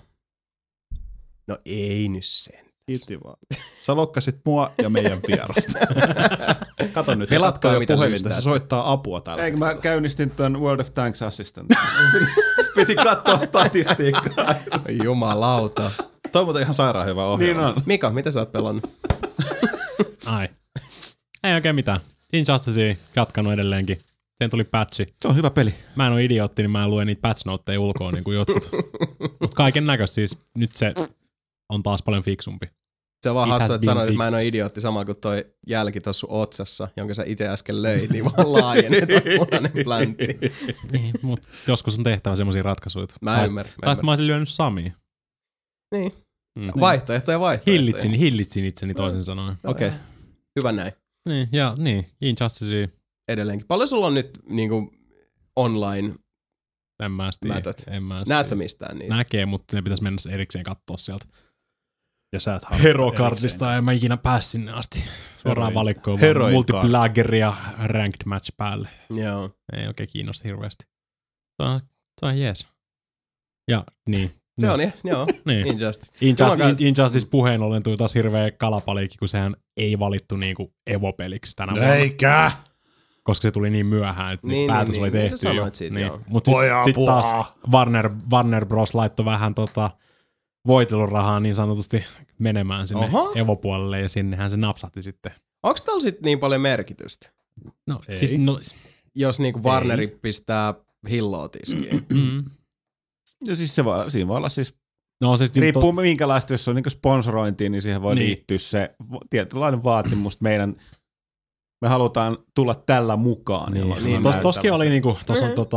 no ei nyt sen. Kiitti vaan. Sä lokkasit mua ja meidän vierasta. Kato nyt, Pelatkaa se mitä puhelinta, lystää. se soittaa apua täällä. Eikö mä käynnistin ton World of Tanks Assistant. Piti katsoa statistiikkaa. Jumalauta. Toi on muuten ihan sairaan hyvä ohjelma. Niin on. Mika, mitä sä oot pelannut? Ai. Ei oikein mitään. Injusticea jatkanut edelleenkin. Siihen tuli patchi. Se on hyvä peli. Mä en oo idiootti, niin mä en lue niitä patch noteja ulkoa niin kuin jotkut. Mut kaiken näköistä siis. Nyt se on taas paljon fiksumpi. Se on vaan It hassu, has että sanoit, been että mä en ole idiootti samalla kuin toi jälki tuossa sun otsassa, jonka sä itse äsken löit, niin vaan laajennetaan punainen pläntti. Niin, mut joskus on tehtävä semmosia ratkaisuja. Mä ymmärrän. Taas mä olisin lyönyt Samia. Niin. Vaihtoehtoja. Hillitsin itseni toisin sanoen. Okei. Hyvä näin. Niin, ja niin, Injusticea. Edelleenkin. Paljon sulla on nyt niinku online En mä tiedä. mätöt? En mä Näet sä mistään niitä? Näkee, mutta ne pitäisi mennä erikseen katsoa sieltä. Ja sä et Herocardista en mä ikinä pääs sinne asti. Suoraan valikkoon vaan Heroin multiplayer ja ranked match päälle. Joo. Ei oikein kiinnosta hirveästi. Se on jees. Ja niin. Se on, joo. Niin. Injustice. Injustice puheen ollen tuli taas hirveä kalapaliikki, kun sehän ei valittu niinku Evo-peliksi tänä vuonna. Eikä! Koska se tuli niin myöhään, että Niin, päätös niin, oli niin, tehty sä jo. sanoit siitä, joo. Mutta sitten taas Warner Bros. Laittoi vähän voitelurahaa niin sanotusti menemään sinne Evo-puolelle ja sinnehän se napsahti sitten. Onko tällä sitten niin paljon merkitystä? No, Ei. siis, Jos niinku Warneri pistää hilloa tiskiin. Ja siis siinä voi olla siis, no, se riippuu minkälaista, jos on niin sponsorointia, niin siihen voi Niin. liittyä se tietynlainen vaatimus. Me halutaan tulla tällä mukaan. Niin. Tossakin oli niinku, tossa on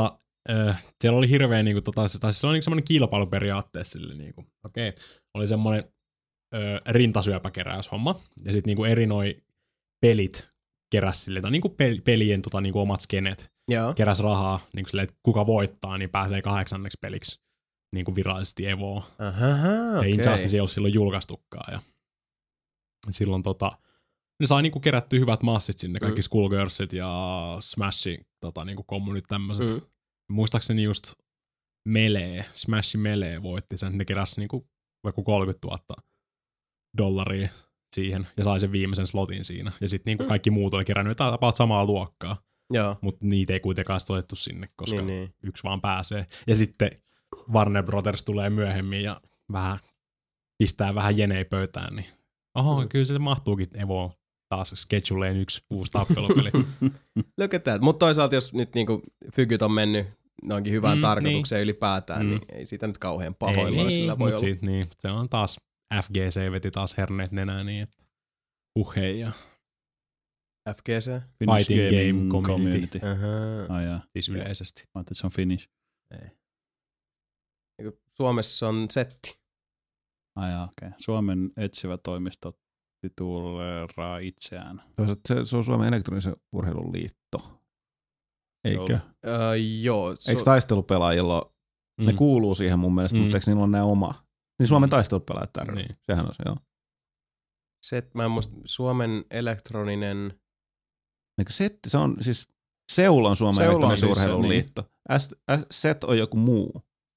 siellä oli hirveä niinku se oli niinku semmoinen kilpailu periaatteessa sille niinku. Okei. Oli semmoinen rintasyöpäkeräyshomma ja sit niinku eri noi pelit keräs sille, tai niinku pelien niinku omat skenet. Joo. Keräs rahaa niinku silleen, että kuka voittaa, niin pääsee 8. peliksi niinku virallisesti Evoon. Okei. Ja Injustice ei ollut silloin julkaistukaan. Ja silloin ne sai niinku kerättyä hyvät massit sinne, kaikki Skullgirlsit ja Smashin niinku kommunit tämmöiset. Muistaakseni just Smashin Melee voitti sen, ne keräsi niinku joku $30,000 siihen ja sai sen viimeisen slotin siinä. Ja sitten niinku kaikki muut oli kerännyt about samaa luokkaa. Mutta niitä ei kuitenkaan otettu sinne, koska yksi vaan pääsee. Ja sitten Warner Brothers tulee myöhemmin ja pistää vähän jenei pöytään, niin kyllä se mahtuukin Evoon taas scheduleen yksi uusi tappelupeli. Look at that. Mutta toisaalta jos nyt niinku fygyt on mennyt noinkin hyvään tarkoitukseen ylipäätään, niin ei siitä nyt kauhean pahoilla sillä voi olla. Niin, se on taas FGC veti taas herneet nenää niin, että hei ja FGC? Fighting Game Community. Siis yleisesti. Mä ajattelin, että se on Finnish. Ei. Suomessa on setti. Okei. Suomen etsivä toimisto tituleeraa itseään. Se on Suomen elektronisen urheilun liitto. Eikö? Joo. Eikö taistelupelaajilla ne kuuluu siihen mun mielestä, mutta eikö niillä on nää oma? Niin Suomen taistelupelaajat ry. Niin. Sehän on se, joo. Mä en muista, Suomen elektroninen... Se on siis Seul on Suomen elektronisen urheilun liitto. SET on joku muu.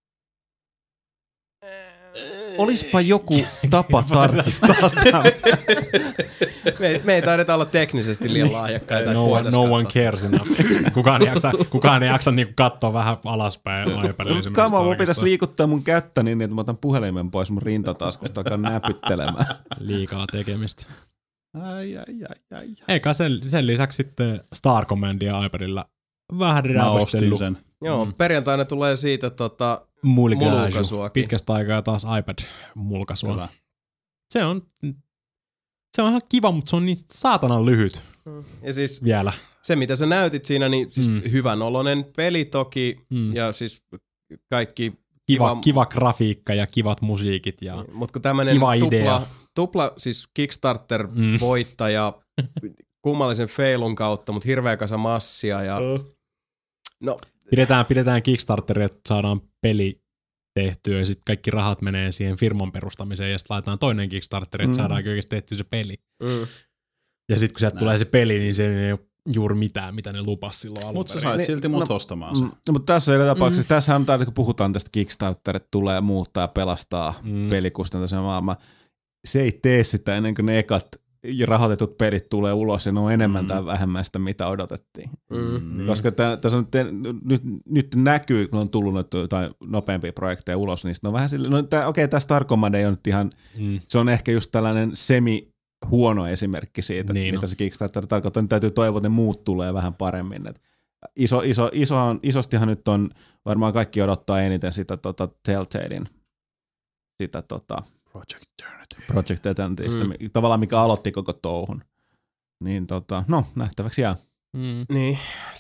Olispa joku tapa tarkistaa tämä. Me ei taideta olla teknisesti liian lahjakkaita. No one cares enough. Kukaan ei jaksa niinku katsoa vähän alaspäin. Mun pitäisi liikuttaa mun kättä niin, että mä otan puhelimen pois mun rintataskusta alkaa näpyttelemään. Liikaa tekemistä. Ai. Eikä sen lisäksi sitten Star Commandia iPadilla vähän rävästely. Joo, perjantaina tulee siitä mulkaisua. Pitkästä aikaa taas iPad-mulkaisua. Hyvä. Se on ihan kiva, mutta se on niin saatanan lyhyt. Ja siis vielä. Se, mitä sä näytit siinä, niin siis hyvän oloinen peli toki, ja siis kaikki kiva grafiikka ja kivat musiikit ja mutta kun tämmönen tupla siis Kickstarter-voittaja kummallisen failun kautta, mutta hirveä kasa massia ja no pidetään Kickstarteria, että saadaan peli tehtyä ja sitten kaikki rahat menee siihen firman perustamiseen ja sitten laitetaan toinen Kickstarter, että saadaan oikeasti tehtyä se peli. Ja sitten kun sieltä tulee se peli, niin se ei ole juuri mitään, mitä ne lupas silloin alun perin. Mutta sä sait silti mut ostamaan sen. Mutta tässä on joka tapauksessa, tässähän on kun puhutaan tästä Kickstarter, että tulee muuttaa ja pelastaa pelikustantaisen maailman. Se ei tee sitä ennen kuin ne ekat rahoitetut pelit tulee ulos ja ne on enemmän tai vähemmän sitä, mitä odotettiin. Koska tässä on nyt näkyy, kun on tullut jotain nopeampia projekteja ulos, niin on vähän silleen, tämä Star Command ei ole nyt ihan, se on ehkä just tällainen huono esimerkki siitä, niin mitä se Kickstarter tarkoittaa. Nyt täytyy toivoa, että ne muut tulee vähän paremmin. Isostihan nyt on, varmaan kaikki odottaa eniten sitä Telltalein, sitä Project Eternitystä, tavallaan mikä aloitti koko touhun. Niin nähtäväksi jää. Niin,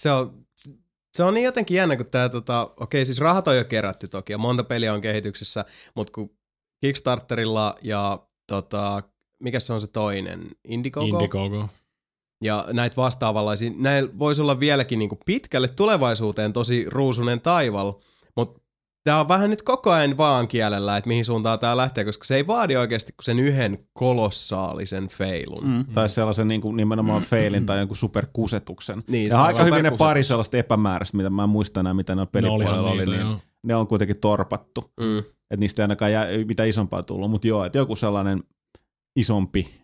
se on niin jotenkin jännä, kun tää okei, siis rahat on jo kerätty toki ja monta peliä on kehityksessä, mutta kun Kickstarterilla ja mikä se on se toinen? Indiegogo. Ja näitä vastaavanlaisia, näillä voisi olla vieläkin niinku pitkälle tulevaisuuteen tosi ruusunen taival, mutta tää on vähän nyt koko ajan vaan kielellä, että mihin suuntaan tää lähtee, koska se ei vaadi oikeasti kuin sen yhden kolossaalisen failun. Tai sellaisen niin kuin nimenomaan failin tai jonkun superkusetuksen. Niin, ja aika hyvin ne pari sellaista epämääräistä, mitä mä en muista enää, mitä ne pelipuolella oli, niin ne on kuitenkin torpattu. Että niistä ei ainakaan mitään isompaa tullut, mutta joo, että joku sellainen isompi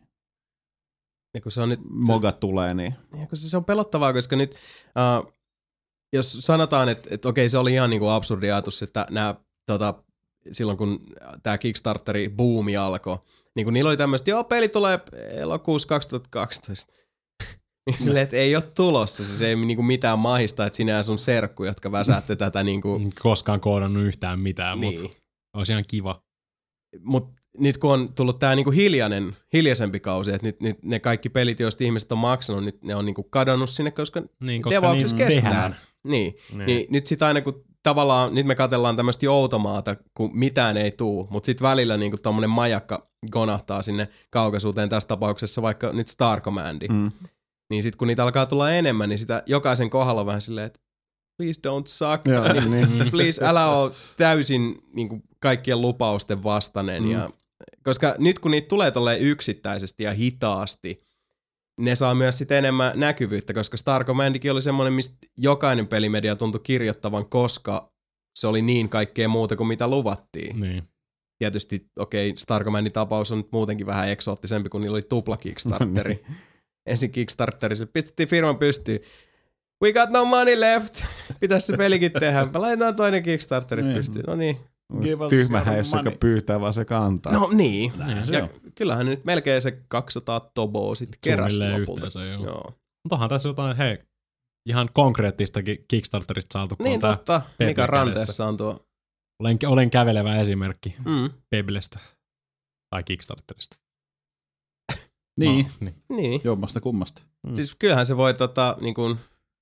moga tulee. Niin. Se on pelottavaa, koska nyt... jos sanotaan, että okei, se oli ihan niinku absurdi ajatus, että nämä silloin kun tämä Kickstarteri buumi alkoi, niin kun niillä oli tämmöistä, peli tulee elokuussa 2012. Niin silleen, että ei ole tulossa, siis ei niinku mitään mahista, että sinä ja sun serkku, jotka väsäätte tätä niinku... Koskaan koodannut yhtään mitään, mutta olisi ihan kiva. Mutta nyt kun on tullut tämä niinku hiljaisempi kausi, että nyt ne kaikki pelit, joista ihmiset on maksanut, nyt ne on niinku kadonnut sinne, koska devauksessa kestää. Niin nyt sit aina kun tavallaan nyt me katsellaan tämmöistä joutomaata, kun mitään ei tuu, mutta sitten välillä niinku tommonen majakka gonahtaa sinne kaukaisuuteen, tässä tapauksessa vaikka nyt Star Commandi. Niin sitten kun niitä alkaa tulla enemmän, niin sitä jokaisen kohdalla on vähän silleen, että please don't suck. Niin, please älä ole täysin niin kaikkien lupausten vastainen. Ja, koska nyt kun niitä tulee tolleen yksittäisesti ja hitaasti, ne saa myös sit enemmän näkyvyyttä, koska Star Commandikin oli semmoinen, mistä jokainen pelimedia tuntui kirjoittavan, koska se oli niin kaikkea muuta kuin mitä luvattiin. Niin. Tietysti, Star Commandin tapaus on nyt muutenkin vähän eksoottisempi, kun niillä oli tupla Kickstarteri. Ensin Kickstarterissa pistettiin firman pystyyn. We got no money left. Pitäisi se pelikin tehdä. Me laitetaan toinen Kickstarteri pystyyn. No niin. Tyhmä häissä, joka pyytää, vaan se kantaa. No niin. Ja kyllähän nyt melkein se 200 toboa sit keräsi lopulta. Joo. Mutta onhan tässä jotain, ihan konkreettistakin Kickstarterista saatu. Niin totta. Mikä ranteessa on tuo. Olen kävelevä esimerkki Peblestä tai Kickstarterista. Niin. Niin. Jommasta kummasta. Siis kyllähän se voi niin kuin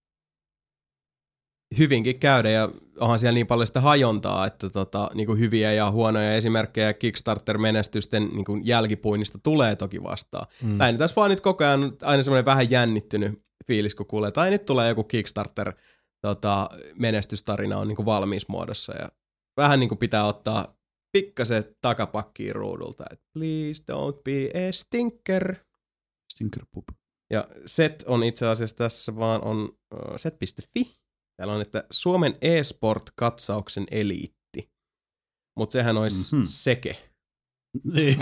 hyvinkin käydä ja onhan siellä niin paljon sitä hajontaa, että niin kuin hyviä ja huonoja esimerkkejä Kickstarter-menestysten niin kuin jälkipuinnista tulee toki vastaan. Tai tässä vaan nyt koko ajan aina semmoinen vähän jännittynyt fiilis, kun kuulee, tai nyt tulee joku Kickstarter menestystarina on niin kuin valmiismuodossa ja vähän niin kuin pitää ottaa pikkasen takapakkiin ruudulta, että please don't be a stinker. Stinker pup. Ja set on itse asiassa tässä vaan on set.fi. Täällä on, että Suomen e-sport-katsauksen eliitti. Mutta sehän olisi seke. Niin.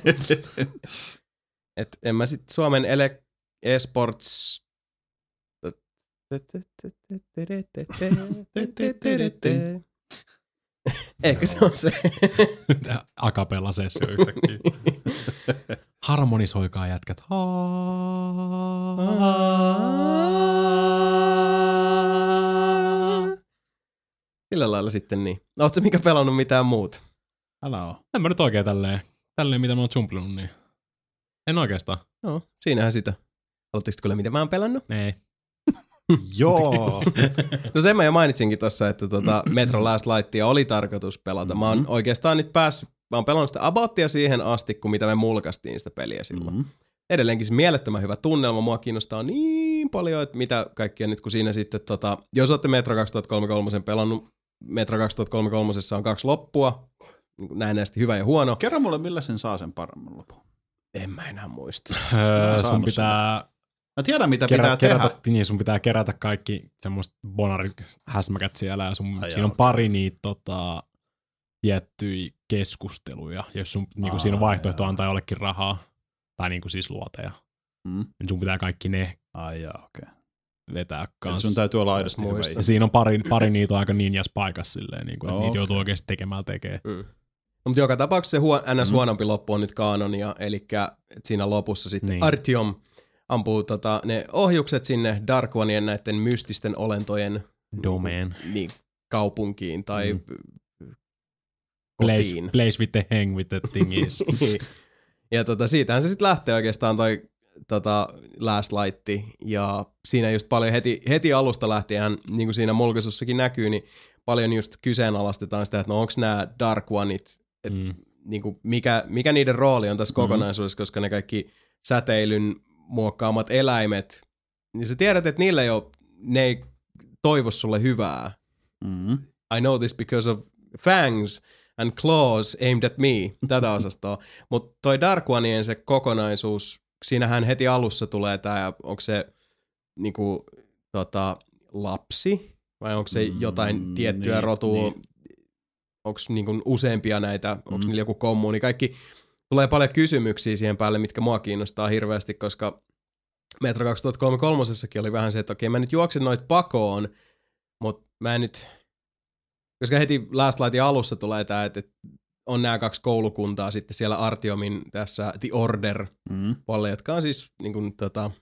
Et en mä sit Suomen e-sports... Ehkä se on se. Akapella sessio yhtäkkiä. Harmonisoikaa jätkät. Sillä lailla sitten niin. No, ootko mikä pelannut mitään muut? Älä oo. En mä nyt oikein tälleen mitä mä oon jumplinut, niin en oikeastaan. No, siinähän sitä. Haluatteko kuulla, mitä mä oon pelannut? Ei. Joo. No sen mä jo mainitsinkin tossa, että Metro Last Lightia oli tarkoitus pelata. Mä oon oikeastaan nyt mä oon pelannut sitä abouttia siihen asti, kun mitä me mulkaistiin sitä peliä silloin. Edelleenkin se mielettömän hyvä tunnelma. Mua kiinnostaa niin paljon, että mitä kaikkia nyt, kun siinä sitten, jos olette Metro 2033 pelannut, Metro 2033 on 2 loppua, näennäisesti hyvä ja huono. Kerro mulle, millä sen saa sen paremman lopun. En mä enää muista. Sun pitää... Mä tiedän, mitä pitää tehdä. Niin, sun pitää kerätä kaikki semmoiset bonarihäsmäkät siellä ja siinä on pari niitä tiettyjä keskusteluja, jos sun niinku siinä on vaihtoehto antaa jollekin rahaa, tai niinku siis luoteja. Niin sun pitää kaikki ne vetää kanssa. Sun täytyy olla aidosti hyvä. Ja siinä on pari niitä aika ninjas paikassa silleen, niinku, että niitä joutuu oikeasti tekemällä tekemään. No, mutta joka tapauksessa se NS huonompi loppu on nyt kanonia, eli siinä lopussa sitten Artyom ampuu ne ohjukset sinne Dark Oneien näiden mystisten olentojen domain kaupunkiin tai kotiin. Place with the hang with the thingies. Ja siitähän se sitten lähtee oikeastaan toi Last Light, ja siinä just paljon heti alusta lähtien, niin kuin siinä mulkaisussakin näkyy, niin paljon just kyseenalaistetaan sitä, että no onko nämä Dark Oneit, niin kuin mikä niiden rooli on tässä kokonaisuudessa, koska ne kaikki säteilyn muokkaamat eläimet, niin sä tiedät, että ne ei toivo sulle hyvää. I know this because of fangs and claws aimed at me, tätä osastoa. Mutta toi Dark Oneien se kokonaisuus, siinähän heti alussa tulee tää, onko se niinku, lapsi, vai onko se jotain tiettyä rotua, onko niinku useampia näitä, onko niillä joku kommuuni, kaikki tulee paljon kysymyksiä siihen päälle, mitkä mua kiinnostaa hirveästi, koska Metro 2033 oli vähän se, että okei, mä nyt juoksen noit pakoon, mutta mä en nyt, koska heti Last Lightin alussa tulee tää, että on nämä 2 koulukuntaa sitten siellä Artyomin tässä The Order puolella, jotka on siis niin kuin,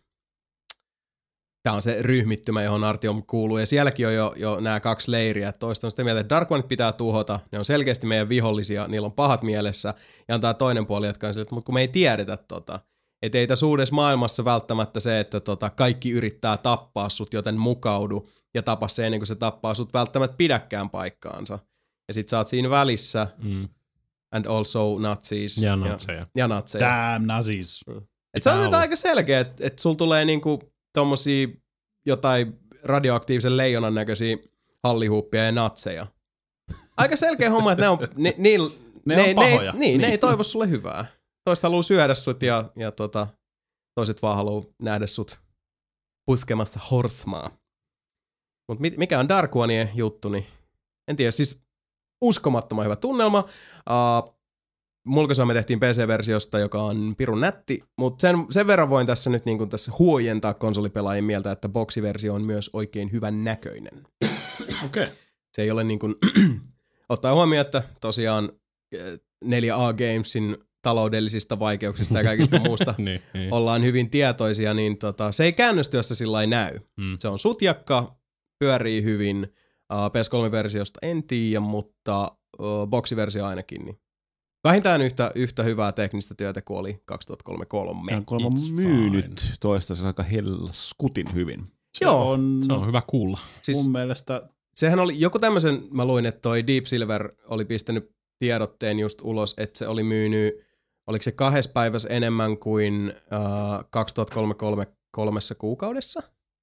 tää on se ryhmittymä, johon Artyom kuuluu, ja sielläkin on jo nämä 2 leiriä. Toista on sitä mieltä, että Dark Oneit pitää tuhota, ne on selkeästi meidän vihollisia, niillä on pahat mielessä, ja on tää toinen puoli, jotka on sille, että kun me ei tiedetä Että ei tässä uudessa maailmassa välttämättä se, että kaikki yrittää tappaa sut, joten mukaudu ja tapa se ennen kuin se tappaa sut välttämättä pidäkään paikkaansa. Ja sit sä oot siinä välissä, and also Nazis. Ja natseja. Damn Nazis. Et se on sitä aika selkeä, että sul tulee niinku tommosia jotain radioaktiivisen leijonan näköisiä hallihuuppia ja natseja. Aika selkeä homma, että ne on pahoja. Ne ei toivo sulle hyvää. Toiset haluaa syödä sut ja toiset vaan haluaa nähdä sut puskemassa horsmaa. Mut mikä on Dark Oneien juttu, niin en tiedä, siis uskomattoman hyvä tunnelma. Mulkossa me tehtiin PC-versiosta, joka on pirun nätti, mutta sen verran voin tässä nyt niin kuin tässä huojentaa konsolipelaajien mieltä, että boksiversio on myös oikein hyvän näköinen. Okei. Se ei ole niin kuin, ottaa huomioon, että tosiaan 4A Gamesin taloudellisista vaikeuksista ja kaikista muusta niin. ollaan hyvin tietoisia, niin se ei käännöstyössä sillä ei näy. Se on sutjakka, pyörii hyvin, PS3-versiosta en tiedä, mutta boksiversio ainakin, niin vähintään yhtä hyvää teknistä työtä kuin oli 2033. Ja kun on myynyt toistaiseksi aika skutin hyvin. Se on hyvä kuulla. Siis mun mielestä sehän oli joku tämmöisen, mä luin, että toi Deep Silver oli pistänyt tiedotteen just ulos, että se oli myynyt, oliko se 2 päivässä enemmän kuin 2033 3 kuukaudessa?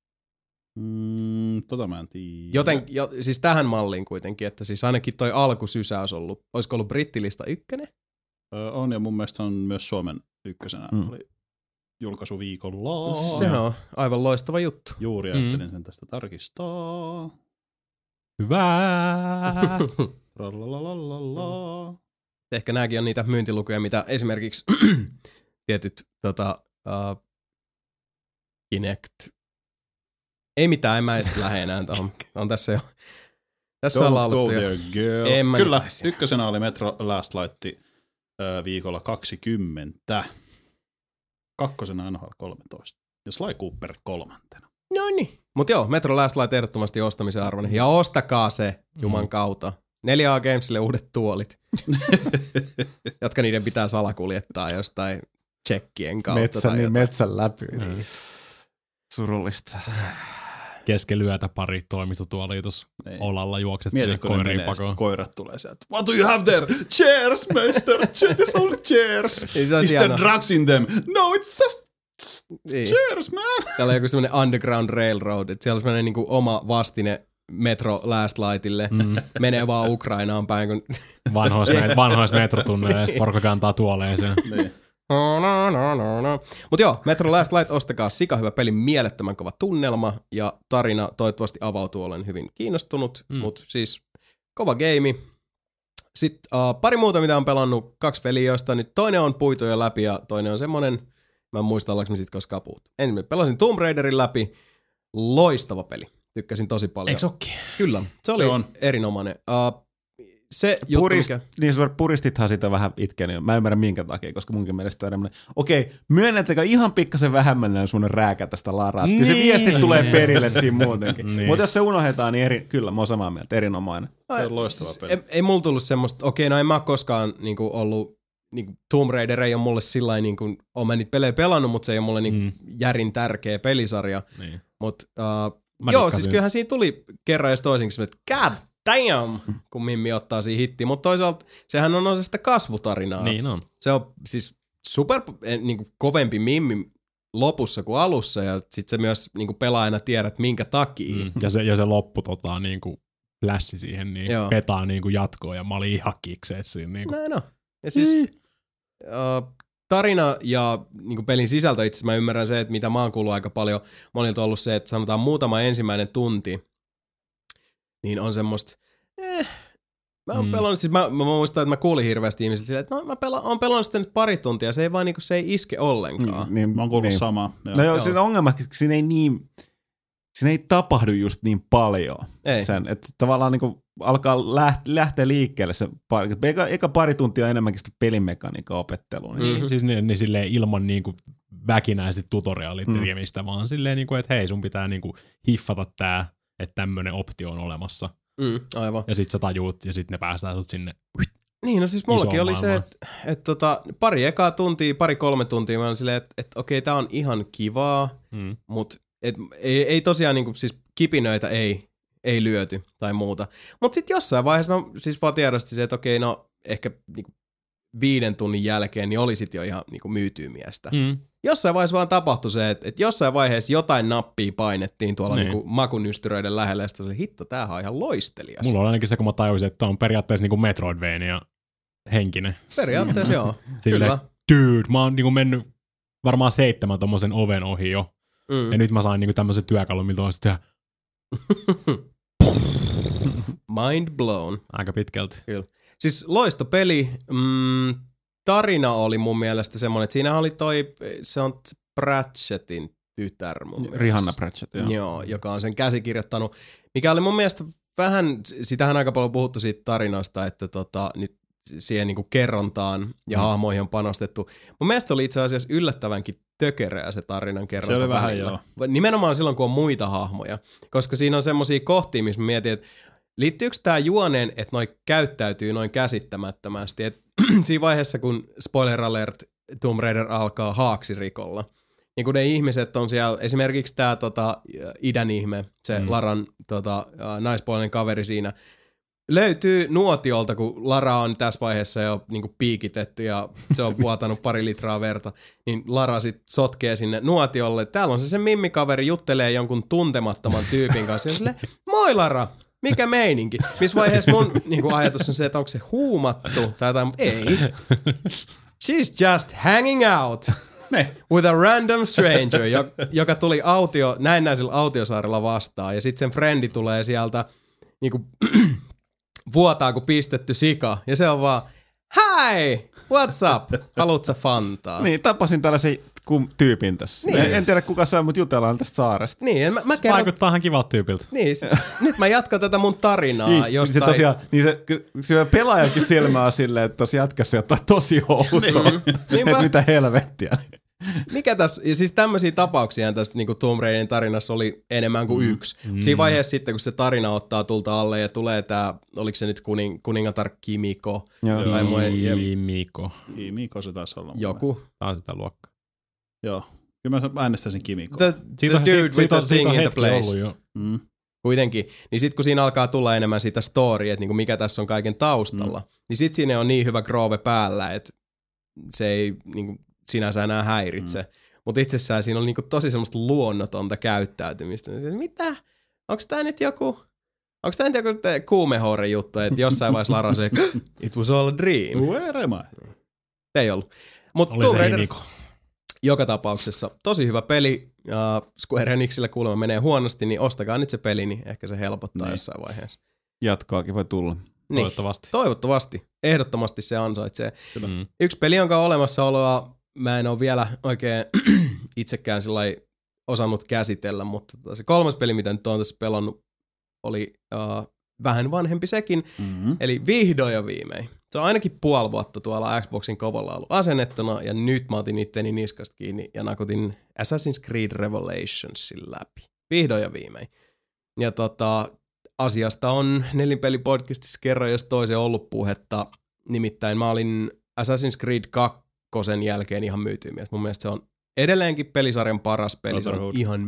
Mä en tiedä. Siis tähän malliin kuitenkin, että siis ainakin toi alkusysäys ollut, olisiko ollut brittilista 1? On, ja mun mielestä on myös Suomen ykkösenä. Oli julkaisuviikolla. No siis sehän on aivan loistava juttu. Juuri ajattelin sen tästä tarkistaa. Hyvä. Ehkä nääkin on niitä myyntilukuja, mitä esimerkiksi tietyt Kinect. Ei mitään, en mä edes lähde enää tuohon. On tässä jo. Tässä on laulettu jo. Kyllä, ykkösenä oli Metro Last Light viikolla 20. Kakkosena NHL 13. Ja Sly Cooper 3. No niin. Mut joo, Metro Last Light ehdottomasti ostamisen arvoinen. Ja ostakaa se juman kautta. 4A Gamesille uudet tuolit, jotka niiden pitää salakuljettaa jostain tsekkien kautta. Metsän läpi. Surullista. Kesken lyötä pari toimistotuoliitos olalla juokset sille koiriin pakoon. Koirat tulee sieltä. What do you have there? Chairs, master. There's only chairs. Is there drugs in them? No, it's just chairs, man. Täällä on joku semmonen Underground Railroad. Että siellä on semmonen niinku oma vastine Metro Last Lightille. Menee vaan Ukrainaan päin. Kun vanhoissa metrotunneilla porukka kantaa tuoleeseen. Niin. Mut joo, Metro Last Light, ostakaa, sika hyvä peli, mielettömän kova tunnelma ja tarina toivottavasti avautuu, olen hyvin kiinnostunut, mut siis kova game. Sitten pari muuta, mitä on pelannut, 2 peliä, joista nyt toinen on puitu jo läpi ja toinen on semmonen, mä en muista ollaanko me sit koskaan puhuttu. Ensin pelasin Tomb Raiderin läpi, loistava peli, tykkäsin tosi paljon. Eikö ookin? Kyllä, se oli erinomainen. Se juttu, mikä... Niin puristithan sitä vähän itkeni. Mä en ymmärrä minkä takia, koska munkin mielestä on enemmän. Okei, myönnettekö ihan pikkasen vähemmän on sun rääkä tästä Laraa. Kyllä se viesti tulee perille siinä muutenkin. Mutta jos se unohdetaan, niin kyllä, mä oon samaa mieltä, erinomainen. Se on loistava peli. Ei mulla tullut semmoista, no en mä koskaan niinku ollut, niinku Tomb Raider ei ole mulle sillain, niinku, oon mä niitä pelejä pelannut, mutta se ei ole mulle niinku järin tärkeä pelisarja. Niin. Mut joo, siis kyllähän siinä tuli kerran jos toisinkin, että god damn, kun Mimmi ottaa siihen hittiin. Mutta toisaalta sehän on osa sitä kasvutarinaa. Niin on. Se on siis super niinku, kovempi Mimmi lopussa kuin alussa ja sit se myös niinku, pelaajana tiedät minkä takia. Ja se loppu niinku lässi siihen, niin petaa niinku jatkoon ja mä olin ihan kikseessä siinä. Niinku. Näin on. Ja siis tarina ja niinku, pelin sisältö itse asiassa mä ymmärrän se, että mitä mä oon kuullut aika paljon. Monilta on ollut se, että sanotaan muutama ensimmäinen tunti niin on semmoista, mä oon pelannut, siis mä muistan, että mä kuulin hirveästi ihmisiltä silleen, että no mä oon pelannut sitä nyt pari tuntia, se ei vaan niinku, se ei iske ollenkaan. Niin, mä oon kuullut samaa. No joo, siinä ongelma, siinä ei tapahdu just niin paljon. Ei. Että tavallaan niinku alkaa lähteä liikkeelle se eka pari tuntia enemmänkin sitä pelimekaniikan opettelua. Niin. Siis niin silleen ilman niinku väkinäisesti tutoriaalit tekemistä, vaan silleen niinku, että hei sun pitää niinku hiffata tää, että tämmönen optio on olemassa. Aivan. Ja sit sä tajuut, ja sit ne päästään sut sinne. Niin, no siis mullakin oli se, että pari ekaa tuntia, 2-3 tuntia mä olin silleen, että okei, tää on ihan kivaa, mutta ei tosiaan niinku, siis kipinöitä ei lyöty tai muuta. Mutta sitten jossain vaiheessa mä siis vaan tiedostin se, että okei, no ehkä niinku 5 tunnin jälkeen niin oli sit jo ihan niinku myytyy miestä. Jossain vaiheessa vaan tapahtui se, että jossain vaiheessa jotain nappia painettiin tuolla niinku makunystyröiden lähellä, ja sitten se oli, hitto, tämähän on ihan loistelias. Mulla on ainakin se, kun mä tajusin, että on periaatteessa niinku Metroidvania henkinen. Periaatteessa joo. Kyllä. Dude, mä oon niinku mennyt varmaan 7 tommosen oven ohi jo. Ja nyt mä sain niinku tämmösen työkalun, miltä on sitten mind blown. Aika pitkälti. Kyllä. Siis loistopeli. Tarina oli mun mielestä semmoinen, että siinä oli se on Pratchettin tytär mun mielestä. Rihanna Pratchett, joo. Joo, joka on sen käsikirjoittanut. Mikä oli mun mielestä vähän, sitähän aika paljon puhuttu siitä tarinasta, että nyt siihen niinku kerrontaan ja hahmoihin on panostettu. Mun mielestä se oli itse asiassa yllättävänkin tökerää se tarinan kerronta. Se oli vähän joo. Nimenomaan silloin, kun on muita hahmoja. Koska siinä on semmosia kohtia, missä mä mietin, että liittyykö tää juoneen, että noi käyttäytyy noin käsittämättömästi. Et siinä vaiheessa, kun spoiler alert, Tomb Raider alkaa haaksirikolla, niin kun ne ihmiset on siellä, esimerkiksi tää idän ihme, se Laran naispuolinen kaveri siinä, löytyy nuotiolta, kun Lara on tässä vaiheessa jo niinku piikitetty ja se on vuotanut 2 litraa verta, niin Lara sit sotkee sinne nuotiolle. Täällä on se mimmikaveri juttelee jonkun tuntemattoman tyypin kanssa ja silleen, moi Lara, mikä meininki? Missä vaiheessa mun niinku ajatus on se, että onko se huumattu tai jotain, mutta ei. She's just hanging out with a random stranger, joka tuli näennäisellä autiosaarella vastaan ja sitten sen frendi tulee sieltä niinku vuotaa kuin pistetty sika. Ja se on vaan, hi, what's up? Haluutko fantaa? Niin, tapasin tällaisen tyypin tässä. Niin. En tiedä kuka sai, mutta jutellaan tästä saaresta. Niin, mä kerron. Vaikuttaa ihan kivalta tyypiltä. Niin, nyt mä jatkan tätä mun tarinaa jostain. Se tosiaan, se pelaajakin silmä on silleen, että tosi jatkassa jotain tosi outoa. Että mitä helvettiä. Mikä tässä, ja siis tämmöisiä tapauksia tässä niinku Tomb Raiderin tarinassa oli enemmän kuin yksi. Siinä vaiheessa sitten, kun se tarina ottaa tulta alle ja tulee tää, oliko se nyt kuningatar Kimiko? Kimiko se taisi olla. Joku. Tää on sitä luokkaa. Joo. Kyllä mä äänestäisin Kimikoa. The dude with the thing in the place. Kuitenkin. Niin sit kun siinä alkaa tulla enemmän siitä storya, että niinku mikä tässä on kaiken taustalla, niin sit siinä on niin hyvä groove päällä, että se ei niinku sinänsä enää häiritse. Mutta itsessään siinä oli niinku tosi semmoista luonnotonta käyttäytymistä. Mitä? Onko tää nyt joku kuumehore juttu, että jossain vaiheessa Lara se, it was all a dream. Where am I? Ei ollut. Mutta Tomb Raider joka tapauksessa tosi hyvä peli. Square Enixillä kuulemma menee huonosti, niin ostakaa nyt se peli, niin ehkä se helpottaa jossain vaiheessa. Jatkoakin voi tulla. Niin, toivottavasti. Ehdottomasti se ansaitsee. Yksi peli, jonka olemassaoloa mä en ole vielä oikein itsekään sillai osannut käsitellä, mutta se 3. peli, mitä nyt on tässä pelannut, oli vähän vanhempi sekin. Eli vihdoin ja viimein. Se on ainakin puoli vuotta tuolla Xboxin kovalla ollut asennettuna, ja nyt mä otin itteni niskasta kiinni ja nakutin Assassin's Creed Revelationsin läpi. Vihdoin ja viimein. Ja asiasta on Nelinpeli-podcastissa kerran jos toisen ollut puhetta. Nimittäin mä olin Assassin's Creed 2 jälkeen ihan myytymies. Mun mielestä se on edelleenkin pelisarjan paras peli. Se on ihan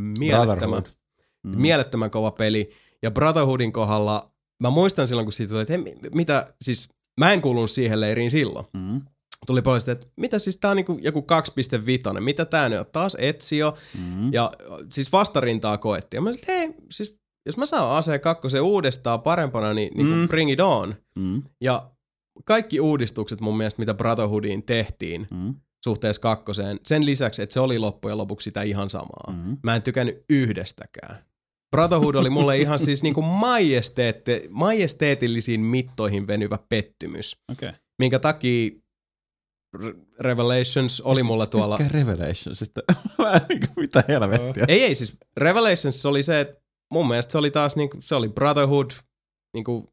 mielettömän kova peli. Ja Brotherhoodin kohdalla, mä muistan silloin, kun siitä tuli, että mitä, siis mä en kuulunut siihen leiriin silloin. Tuli paljon sitä, että mitä siis tää on niinku joku 2.5, mitä tää nyt on, taas Ezio. Ja siis vastarintaa koettiin. Ja mä sanoin, hei, siis jos mä saan AC2 uudestaan parempana, niin bring it on. Ja kaikki uudistukset mun mielestä, mitä Brotherhoodiin tehtiin suhteessa 2, sen lisäksi, että se oli loppujen lopuksi sitä ihan samaa. Mä en tykännyt yhdestäkään. Brotherhood oli mulle ihan siis niinku majesteetillisiin mittoihin venyvä pettymys. Okay. Minkä takia Revelations oli mulla tuolla. Mikä Revelations? Mitä helvettiä? Ei, siis Revelations oli se, että mun mielestä se oli taas niinku, se oli Brotherhood niinku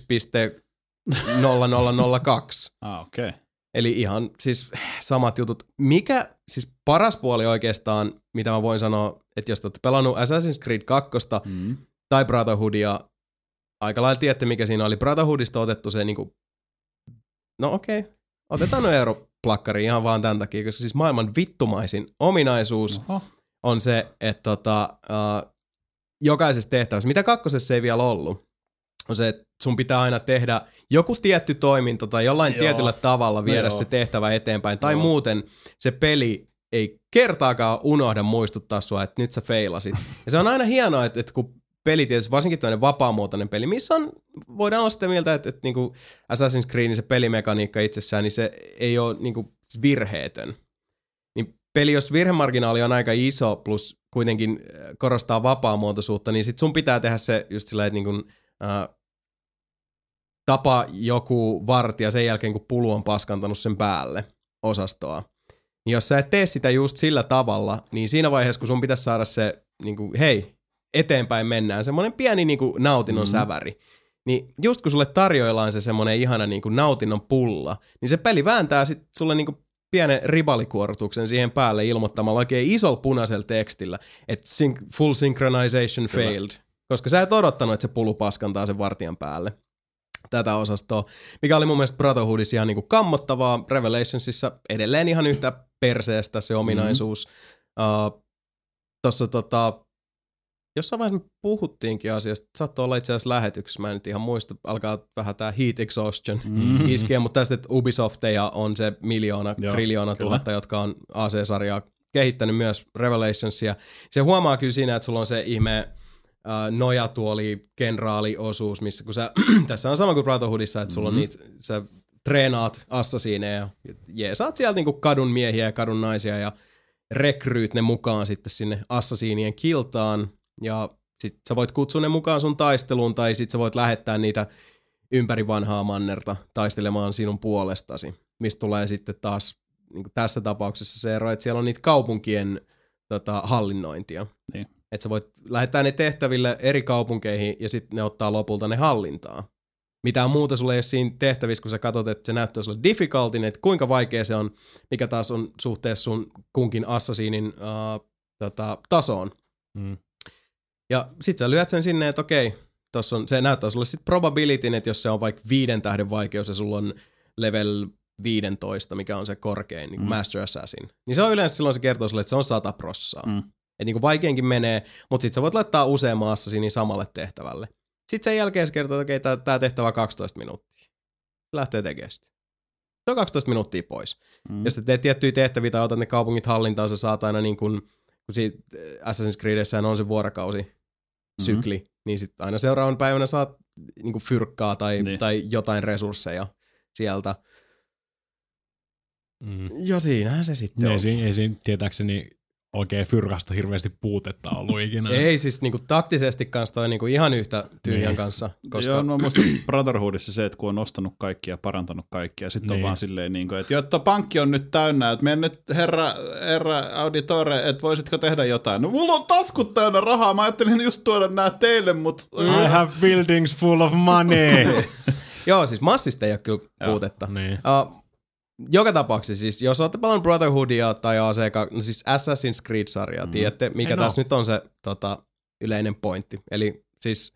1.0002. Okei. Okay. Eli ihan siis samat jutut. Mikä siis paras puoli oikeastaan, mitä mä voin sanoa, että jos te olette pelannut Assassin's Creed 2 tai Brotherhoodia, aika lailla tiedätte mikä siinä oli. Brotherhoodista otettu se niinku, No okei. Otetaan no europlakkari ihan vaan tämän takia, koska siis maailman vittumaisin ominaisuus on se, että jokaisessa tehtävässä, mitä kakkosessa ei vielä ollut, on se, että sun pitää aina tehdä joku tietty toiminto tai jollain tietyllä tavalla viedä se tehtävä eteenpäin. Tai muuten se peli ei kertaakaan unohda muistuttaa sua, että nyt sä feilasit. Ja se on aina hienoa, että kun peli tietysti, varsinkin tämmöinen vapaamuotoinen peli, missä voidaan olla sitä mieltä, että niinku Assassin's Creed, se pelimekaniikka itsessään, niin se ei ole niinku virheetön. Niin peli, jos virhemarginaali on aika iso, plus kuitenkin korostaa vapaamuotoisuutta, niin sit sun pitää tehdä se just sillä, että niinku, tapa joku vartija sen jälkeen, kun pulu on paskantanut sen päälle osastoa. Niin jos sä et tee sitä just sillä tavalla, niin siinä vaiheessa, kun sun pitäisi saada se, niinku, hei, eteenpäin mennään, semmoinen pieni niinku nautinnon säväri. Niin just kun sulle tarjoillaan se semmoinen ihana niinku nautinnon pulla, niin se peli vääntää sit sulle niinku pienen ribalikuorutuksen siihen päälle ilmoittamalla oikein isolla punaisella tekstillä, että full synchronization failed. Koska sä et odottanut, että se pulu paskantaa sen vartijan päälle. Tätä osastoa, mikä oli mun mielestä Brotherhoodissa ihan niinku kammottavaa. Revelationsissa edelleen ihan yhtä perseestä se ominaisuus. Tossa jossain vaiheessa me puhuttiinkin asiasta, saattoi olla itse asiassa lähetyksessä, mä en nyt ihan muista, alkaa vähän tää heat exhaustion iskeä, mutta tästä, että Ubisofteja on se triljoona tuhatta, jotka on AC-sarjaa kehittänyt myös Revelationsia. Se huomaa kyllä siinä, että sulla on se ihme nojatuoli kenraaliosuus, missä kun sä, tässä on sama kuin Brotherhoodissa, että sulla on niitä, sä treenaat assasiineja ja jeesaat sieltä niinku kadun miehiä ja kadun naisia ja rekryyt ne mukaan sitten sinne assasiinien kiltaan ja sit sä voit kutsua ne mukaan sun taisteluun tai sit sä voit lähettää niitä ympäri vanhaa mannerta taistelemaan sinun puolestasi, mistä tulee sitten taas niin kuin tässä tapauksessa se ero, että siellä on niitä kaupunkien hallinnointia. Niin. Että sä voit lähettää ne tehtäville eri kaupunkeihin ja sitten ne ottaa lopulta ne hallintaa. Mitään muuta sulle ei ole siinä tehtävissä, kun sä katsot, että se näyttää sulle difficultin, että kuinka vaikea se on, mikä taas on suhteessa sun kunkin assassinin tasoon. Ja sit sä lyöt sen sinne, että okei, tossa on, se näyttää sulle sit probabilityn, että jos se on vaikka 5 tähden vaikeus ja sulla on level 15, mikä on se korkein, niin kuin Master Assassin, niin se on yleensä silloin se kertoo sulle, että se on 100%. Että niin kuin vaikeinkin menee, mutta sit sä voit laittaa useamman assassinin samalle tehtävälle. Sitten sen jälkeen se kertoo, että okei, tää tehtävä on 12 minuuttia. Se lähtee tekemään sitä. Se on 12 minuuttia pois. Jos sä teet tiettyjä tehtäviä tai otat ne kaupungit hallintaan, sä saat aina niin kuin siitä Assassin's Creedessään on se vuorokausi-sykli, niin sit aina seuraavan päivänä saat niin kuin fyrkkaa tai jotain resursseja sieltä. Ja siinähän se sitten on. Ei siinä tietääkseni oikein fyrkasta hirveästi puutetta ollut ikinä. Ei siis niinku taktisesti kanssa toi niinku ihan yhtä tyhjän kanssa. Koska joo, no musta Brotherhoodissa se, että kun on ostanut kaikkia ja parantanut kaikkia, sitten on vaan silleen niinku, että jotta pankki on nyt täynnä, että mene nyt herra auditore, että voisitko tehdä jotain. No mulla on taskut täynnä rahaa, mä ajattelin just tuoda nää teille, mut I have buildings full of money. Joo, siis massista ei ole kyllä puutetta. Niin. Joka tapauksessa siis, jos olette pelannut Brotherhoodia tai no siis Assassin's Creed-sarjaa, tiedätte, mikä tässä nyt on se yleinen pointti. Eli siis,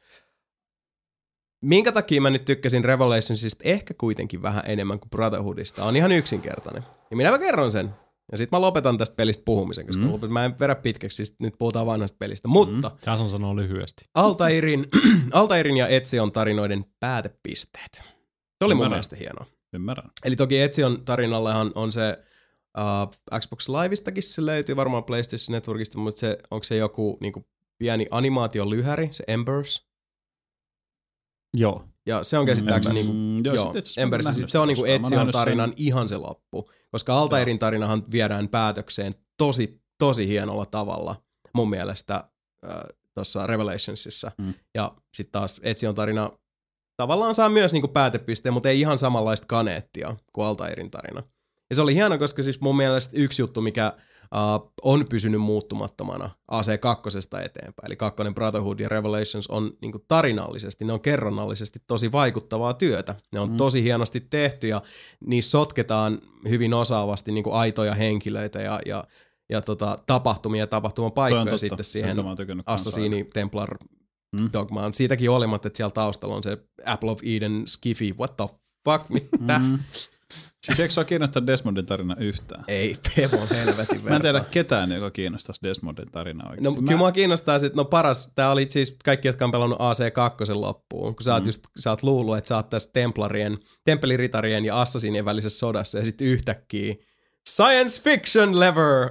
minkä takia mä nyt tykkäsin Revelationsista ehkä kuitenkin vähän enemmän kuin Brotherhoodista, on ihan yksinkertainen. Ja minä kerron sen. Ja sit mä lopetan tästä pelistä puhumisen, koska mä en vedä pitkäksi, siis nyt puhutaan vanhasta pelistä. Mutta Jason sanoo lyhyesti. Altairin ja Ezion tarinoiden päätepisteet. Se oli mun mielestä hienoa. Ymmärrän. Eli toki Ezion tarinallehan on se Xbox Liveistakin se löytyy, varmaan PlayStation Networkista, mutta onko se joku niinku pieni animaatiolyhäri, se Embers? Joo. Ja se on käsittääkseni Embers. Sitten se on niinku Ezion tarinan ihan se loppu, koska Altairin tarinahan viedään päätökseen tosi hienolla tavalla mun mielestä tuossa Revelationsissa. Ja sitten taas Ezion tarina tavallaan saa myös niinku päätepisteen, mutta ei ihan samanlaista kaneettia kuin Altairin tarina. Ja se oli hieno, koska siis mun mielestä yksi juttu, mikä on pysynyt muuttumattomana AC2 eteenpäin, eli 2. Brotherhood ja Revelations on niinku tarinallisesti, ne on kerronnallisesti tosi vaikuttavaa työtä. Ne on tosi hienosti tehty ja niissä sotketaan hyvin osaavasti niinku aitoja henkilöitä ja tapahtumia ja tapahtumapaikkoja sitten siihen Assassini Templar dogmaan. Siitäkin olematta, että siellä taustalla on se Apple of Eden Skiffy, what the fuck, mitä? Siis eikö sua kiinnostaa Desmondin tarina yhtään? Ei, Pevon helvetin verran. Mä en tiedä ketään, joka kiinnostaisi Desmondin tarinaa oikeasti. No kyllä mua kiinnostaa sit, paras, tää oli siis kaikki, jotka on pelannut AC2 loppuun, kun sä oot luullut, että sä oot tässä temppeliritarien ja assassinien välisessä sodassa, ja sitten yhtäkkiä science fiction lever.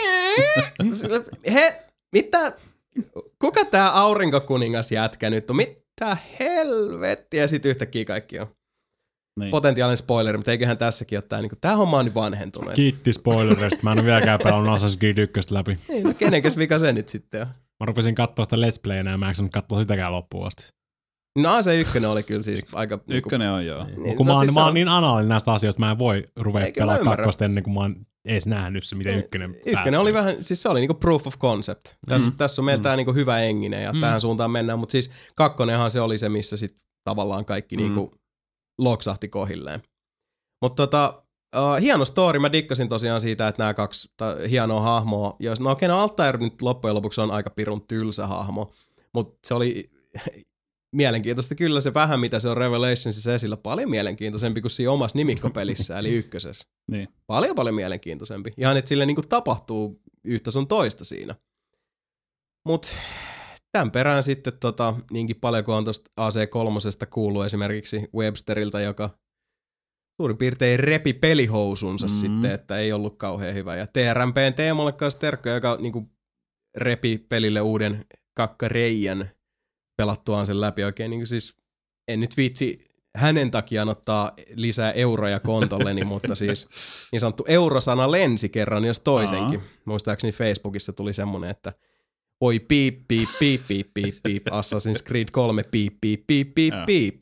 Mitä? Kuka tää aurinkokuningas jätkä nyt on? Mitä helvettiä? Ja sit yhtäkkiä kaikki on. Niin. Potentiaalinen spoileri, mutta eiköhän tässäkin ole tää homma on nyt vanhentunut. Kiitti spoilereista. Mä en ole vieläkään pelannut Assassin's Creed 1 läpi. Ei, no kenenkäs vika se nyt sitten on? Mä rupesin katsoa sitä Let's Playna ja mä en katsoa sitäkään loppuun asti. No se ykkönen oli kyllä siis aika... Ykkönen on joo. Niin, kun siis mä oon niin analinen näistä asioista, mä en voi ruveta pelaa kakkosta ennen kuin mä oon edes nähnyt se, miten ykkönen päättyy. Ykkönen oli vähän, siis se oli niinku proof of concept. Tässä on meillä tää niinku hyvä enginen ja tähän suuntaan mennään, mutta siis kakkonenhan se oli se, missä sit tavallaan kaikki niinku loksahti kohilleen. Mutta hieno story, mä dikkasin tosiaan siitä, että nämä kaksi hienoa hahmoa, no okei, no Altair nyt loppujen lopuksi on aika pirun tylsä hahmo, mutta se oli mielenkiintoista kyllä se vähän, mitä se on Revelationsissa esillä, paljon mielenkiintoisempi kuin siinä omassa nimikkopelissä, eli ykkösessä. Niin. Paljon mielenkiintoisempi. Ihan, että sille niinku tapahtuu yhtä sun toista siinä. Mut tämän perään sitten niinkin paljon kuin on tuosta AC3 kuullut esimerkiksi Websteriltä, joka suurin piirtein repi pelihousunsa sitten, että ei ollut kauhean hyvä. Ja TRMPn Teemolle kanssa terkkoja, joka niinku repi pelille uuden kakkareijän pelattuaan sen läpi oikein. Niin siis en nyt viitsi hänen takiaan ottaa lisää euroja kontolleni, mutta siis niin sanottu eurosana lensi kerran jos toisenkin. Muistaakseni Facebookissa tuli semmonen, että voi piip, piip, piip, piip, piip, piip, Assassin's Creed 3, piip, piip, piip, piip, piip.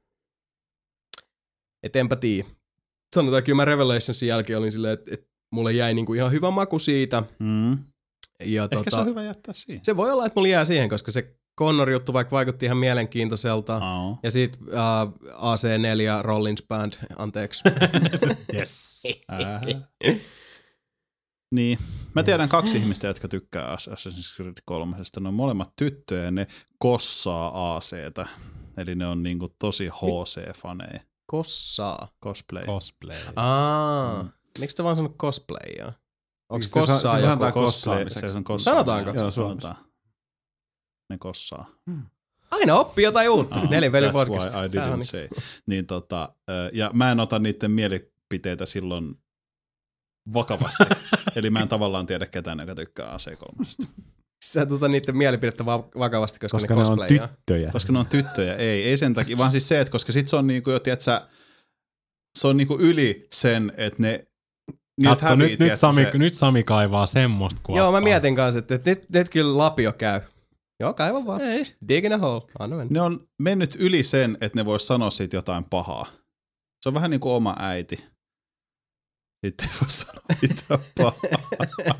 Et enpä tiedä. Sanotaan, kyllä mä Revelationsin jälkeen olin silleen, että mulle jäi niinku ihan hyvä maku siitä. Ja ehkä se on hyvä jättää siihen. Se voi olla, että mulla jää siihen, koska se Connor-juttu vaikka vaikutti ihan mielenkiintoiselta. Ja sit AC4 Rollins Band, anteeksi. Yes. Niin. Mä tiedän 2 ihmistä, jotka tykkää Assassin's Creed 3. Ne on molemmat tyttöjä ja ne kossaa AC:tä. Eli ne on niinku tosi HC-faneja. Kossaa? Cosplay. Miksi sä vaan sanonut cosplayia? Onko kossaa joku? Se on kossaa. Sanotaanko? Joo, sanotaan. Ne kossaa. Aina oppii jotain uutta. Nelinpeli That's podcast. why I didn't say. Niin ja mä en ota niiden mielipiteitä silloin vakavasti. Eli mä en tavallaan tiedä ketään, joka tykkää AC3. Sä et ota niiden mielipidettä vakavasti, koska ne on cosplayia. tyttöjä. Koska ne on tyttöjä. Ei sen takia, vaan siis se, että koska sit se on niinku jo, tiiätsä, se on niinku yli sen, että ne Katso, nyt Sami kaivaa semmoista kuoppaa. Joo, mä mietin kanssa, että nyt kyllä lapio käy. Joo, kaiva vaan. Ei. Dig in a hole. Anna mennä. Ne on mennyt yli sen, että ne vois sanoa siitä jotain pahaa. Se on vähän niin kuin oma äiti. Sitten ei voi sanoa mitään pahaa.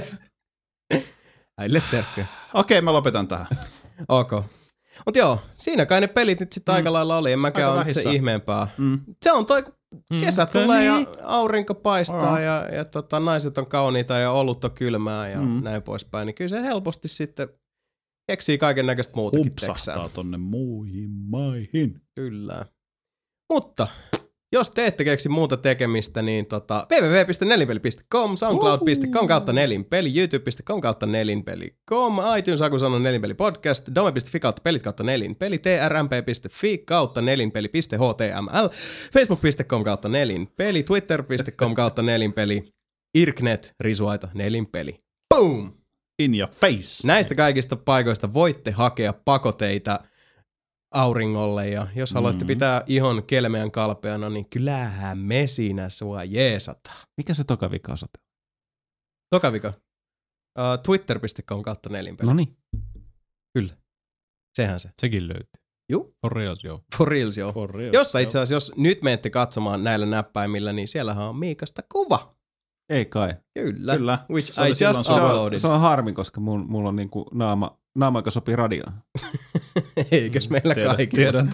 Äille terkkuja. Okei, mä lopetan tähän. Ok. Mut joo, siinä kai ne pelit nyt sitten aika lailla oli. En mäkään ole se ihmeempää. Se on toi, kun kesä tulee ja aurinko paistaa ja naiset on kauniita ja olut on kylmää ja näin poispäin. Niin kyllä se helposti sitten keksii kaiken näköistä muutakin teksää. Humpsahtaa tonne muihin maihin. Kyllä. Mutta jos te ette keksi muuta tekemistä, niin www.nelinpeli.com, soundcloud.com kautta nelinpeli, youtube.com kautta nelinpeli.com, iTunes Aku sanoo nelinpeli podcast, dome.fi kautta pelit kautta nelinpeli, trmp.fi kautta nelinpeli.html, facebook.com kautta nelinpeli, twitter.com kautta nelinpeli, irknet, risuaita, nelinpeli. Boom! In your face. Näistä kaikista paikoista voitte hakea pakoteita auringolle ja jos haluatte pitää ihon kelmeän kalpeana, niin kyllähän me siinä sua jeesataan. Mikä se toka vika osoite? Toka vika? Twitter.com kautta nelinpeli. Noniin. Kyllä. Sehän se. Sekin löytyy. Juu. For reals, joo. For reals, joo. Josta itse asiassa, jos nyt menette katsomaan näillä näppäimillä, niin siellähän on Miikasta kuva. Ei kai. Kyllä. Which I just uploaded. Se on harmi, koska mulla on niinku naama, joka sopii radioon. Eikös meillä kaikilla? Tiedän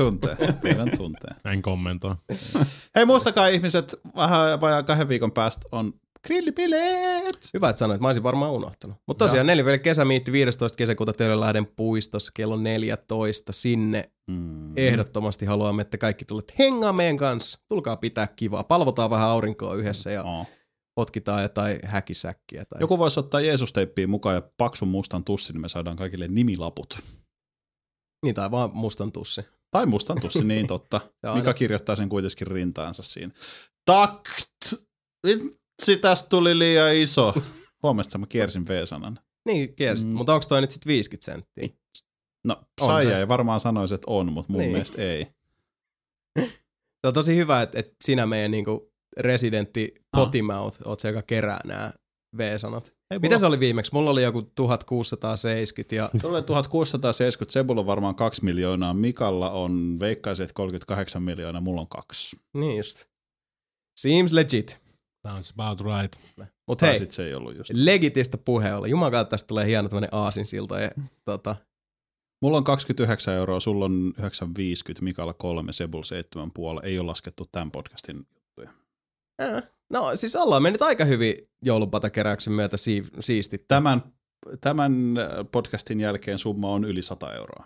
tunteen. En kommentoi. Hei, muistakaa ihmiset, vähän vajaa 2 viikon päästä on Grillibileet! Hyvä, että sanoit. Mä olisin varmaan unohtanut. Mutta tosiaan 4 kesämiitti 15. kesäkuuta Töölönlahden puistossa kello 14. Sinne ehdottomasti haluamme, että kaikki tulette hengaa meidän kanssa. Tulkaa pitää kivaa. Palvotaan vähän aurinkoa yhdessä ja potkitaan jotain häkisäkkiä. Tai... Joku voisi ottaa Jeesus-teippiä mukaan ja paksun mustan tussin, niin me saadaan kaikille nimilaput. Niin, tai vaan mustan tussi. Tai mustan tussi, niin totta. Mika kirjoittaa sen kuitenkin rintaansa siinä. Takt! Vitsi, tästä tuli liian iso. Huomasit, mä kiersin V-sanan. Niin, kiersit. Mutta onko toi nyt sit 50 senttiä? No, Saija ei varmaan sanoisi, että on, mutta mun mielestä ei. Se on tosi hyvä, että sinä meidän niinku residentti Pottimouth oot se, joka kerää nämä V-sanat. Mitä se oli viimeksi? Mulla oli joku 1670 ja... Sulla oli 1670, Sebulla on varmaan 2 miljoonaa, Mikalla on veikkaiset 38 miljoonaa, mulla on 2. Niin just. Seems legit. Sounds about right. Mut hei, se ei ollut just. legitistä puheella. Juman kautta tästä tulee hieno tämmönen aasinsilta. Ja, Mulla on 29 €, sulla on 9,50, Mikalla 3, Sebul 7,5. Ei ole laskettu tämän podcastin juttuja. No siis ollaan mennyt aika hyvin joulupatakeräyksen myötä siistit. Tämän podcastin jälkeen summa on yli 100 €.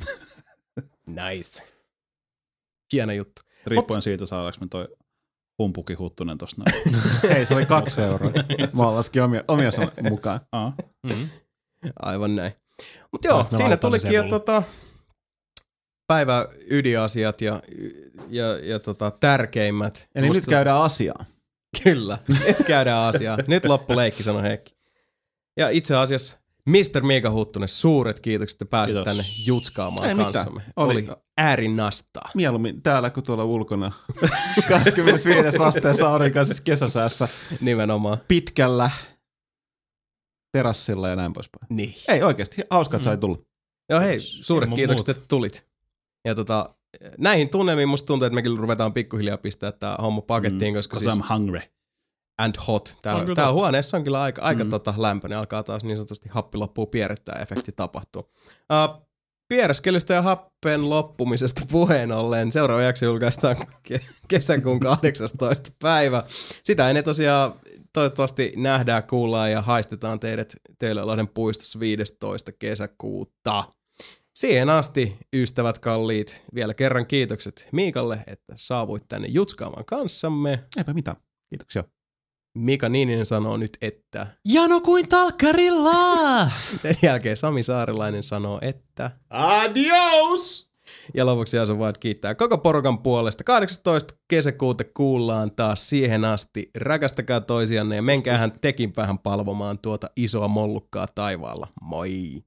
Nice. Hieno juttu. Riippuen siitä, saadaanko me toi humpuki huttunen tosta. Hei, se oli 2 €. Mä laskin omia sanoja mukaan. Aivan näin. Mutta joo, siinä tulikin jo päivän ydinasiat ja tärkeimmät. Eli nyt käydään asiaa. Kyllä, nyt käydään asiaa. Nyt loppu leikki, sanoi Heikki. Ja itse asiassa Mr. Mika Huttunen, suuret kiitokset, että pääsit tänne jutskaamaan kanssamme. Oli äärinastaa. Mieluummin täällä kuin tuolla ulkona 25 asteessa aurinkaisessa kesäsäässä. Nimenomaan. Pitkällä terassilla ja näin poispäin. Niin. Ei oikeasti, hauskaa, että sai tulla. Joo hei, suuret kiitokset, että tulit. Ja näihin tunnelmiin musta tuntuu, että mekin ruvetaan pikkuhiljaa pistää tää homma pakettiin, koska siis... I'm hungry. And hot. Täällä huoneessa on kyllä aika lämpöinen. Alkaa taas niin sanotusti happi loppuu pierrettää efekti tapahtuu. Piereskelystä ja happen loppumisesta puheen ollen. Seuraava jakso julkaistaan kesäkuun 18. päivä. Sitä ennen tosiaan toivottavasti nähdään, kuullaan ja haistetaan teidät Töölönlahden puistossa 15. kesäkuuta. Siihen asti, ystävät kalliit, vielä kerran kiitokset Miikalle, että saavuit tänne jutskaamaan kanssamme. Eipä mitään. Kiitoksia. Mika Niininen sanoo nyt, että... Jano kuin talkkarilla! Sen jälkeen Sami Saarilainen sanoo, että... Adios! Ja lopuksi Jason White kiittää koko porukan puolesta. 18. kesäkuuta kuullaan taas siihen asti. Rakastakaa toisianne ja menkäähän tekin päähän palvomaan tuota isoa mollukkaa taivaalla. Moi!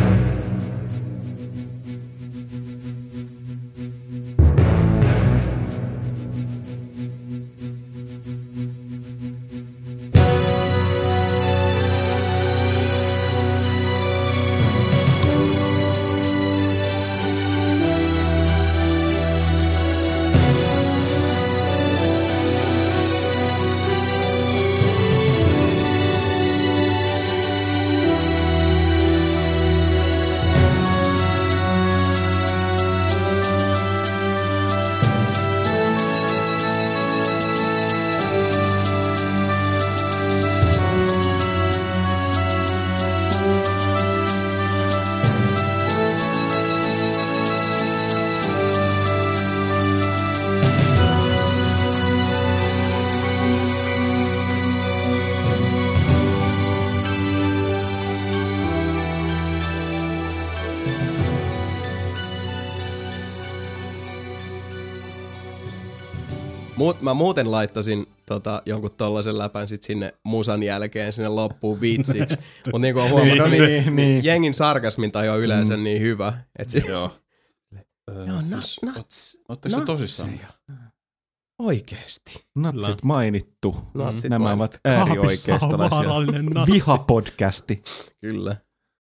Mä muuten laittasin jonkun tollasen läpän sit sinne musan jälkeen sinne loppuun viitsiksi. Mut niinku on huomannut, niin jengin sarkasmin tai on yleensä niin hyvä. Joo. Ootteko se tosissaan? Oikeesti. Natsit mainittu. Nämä ovat äärioikeistolaisia. Vihapodcasti. Kyllä.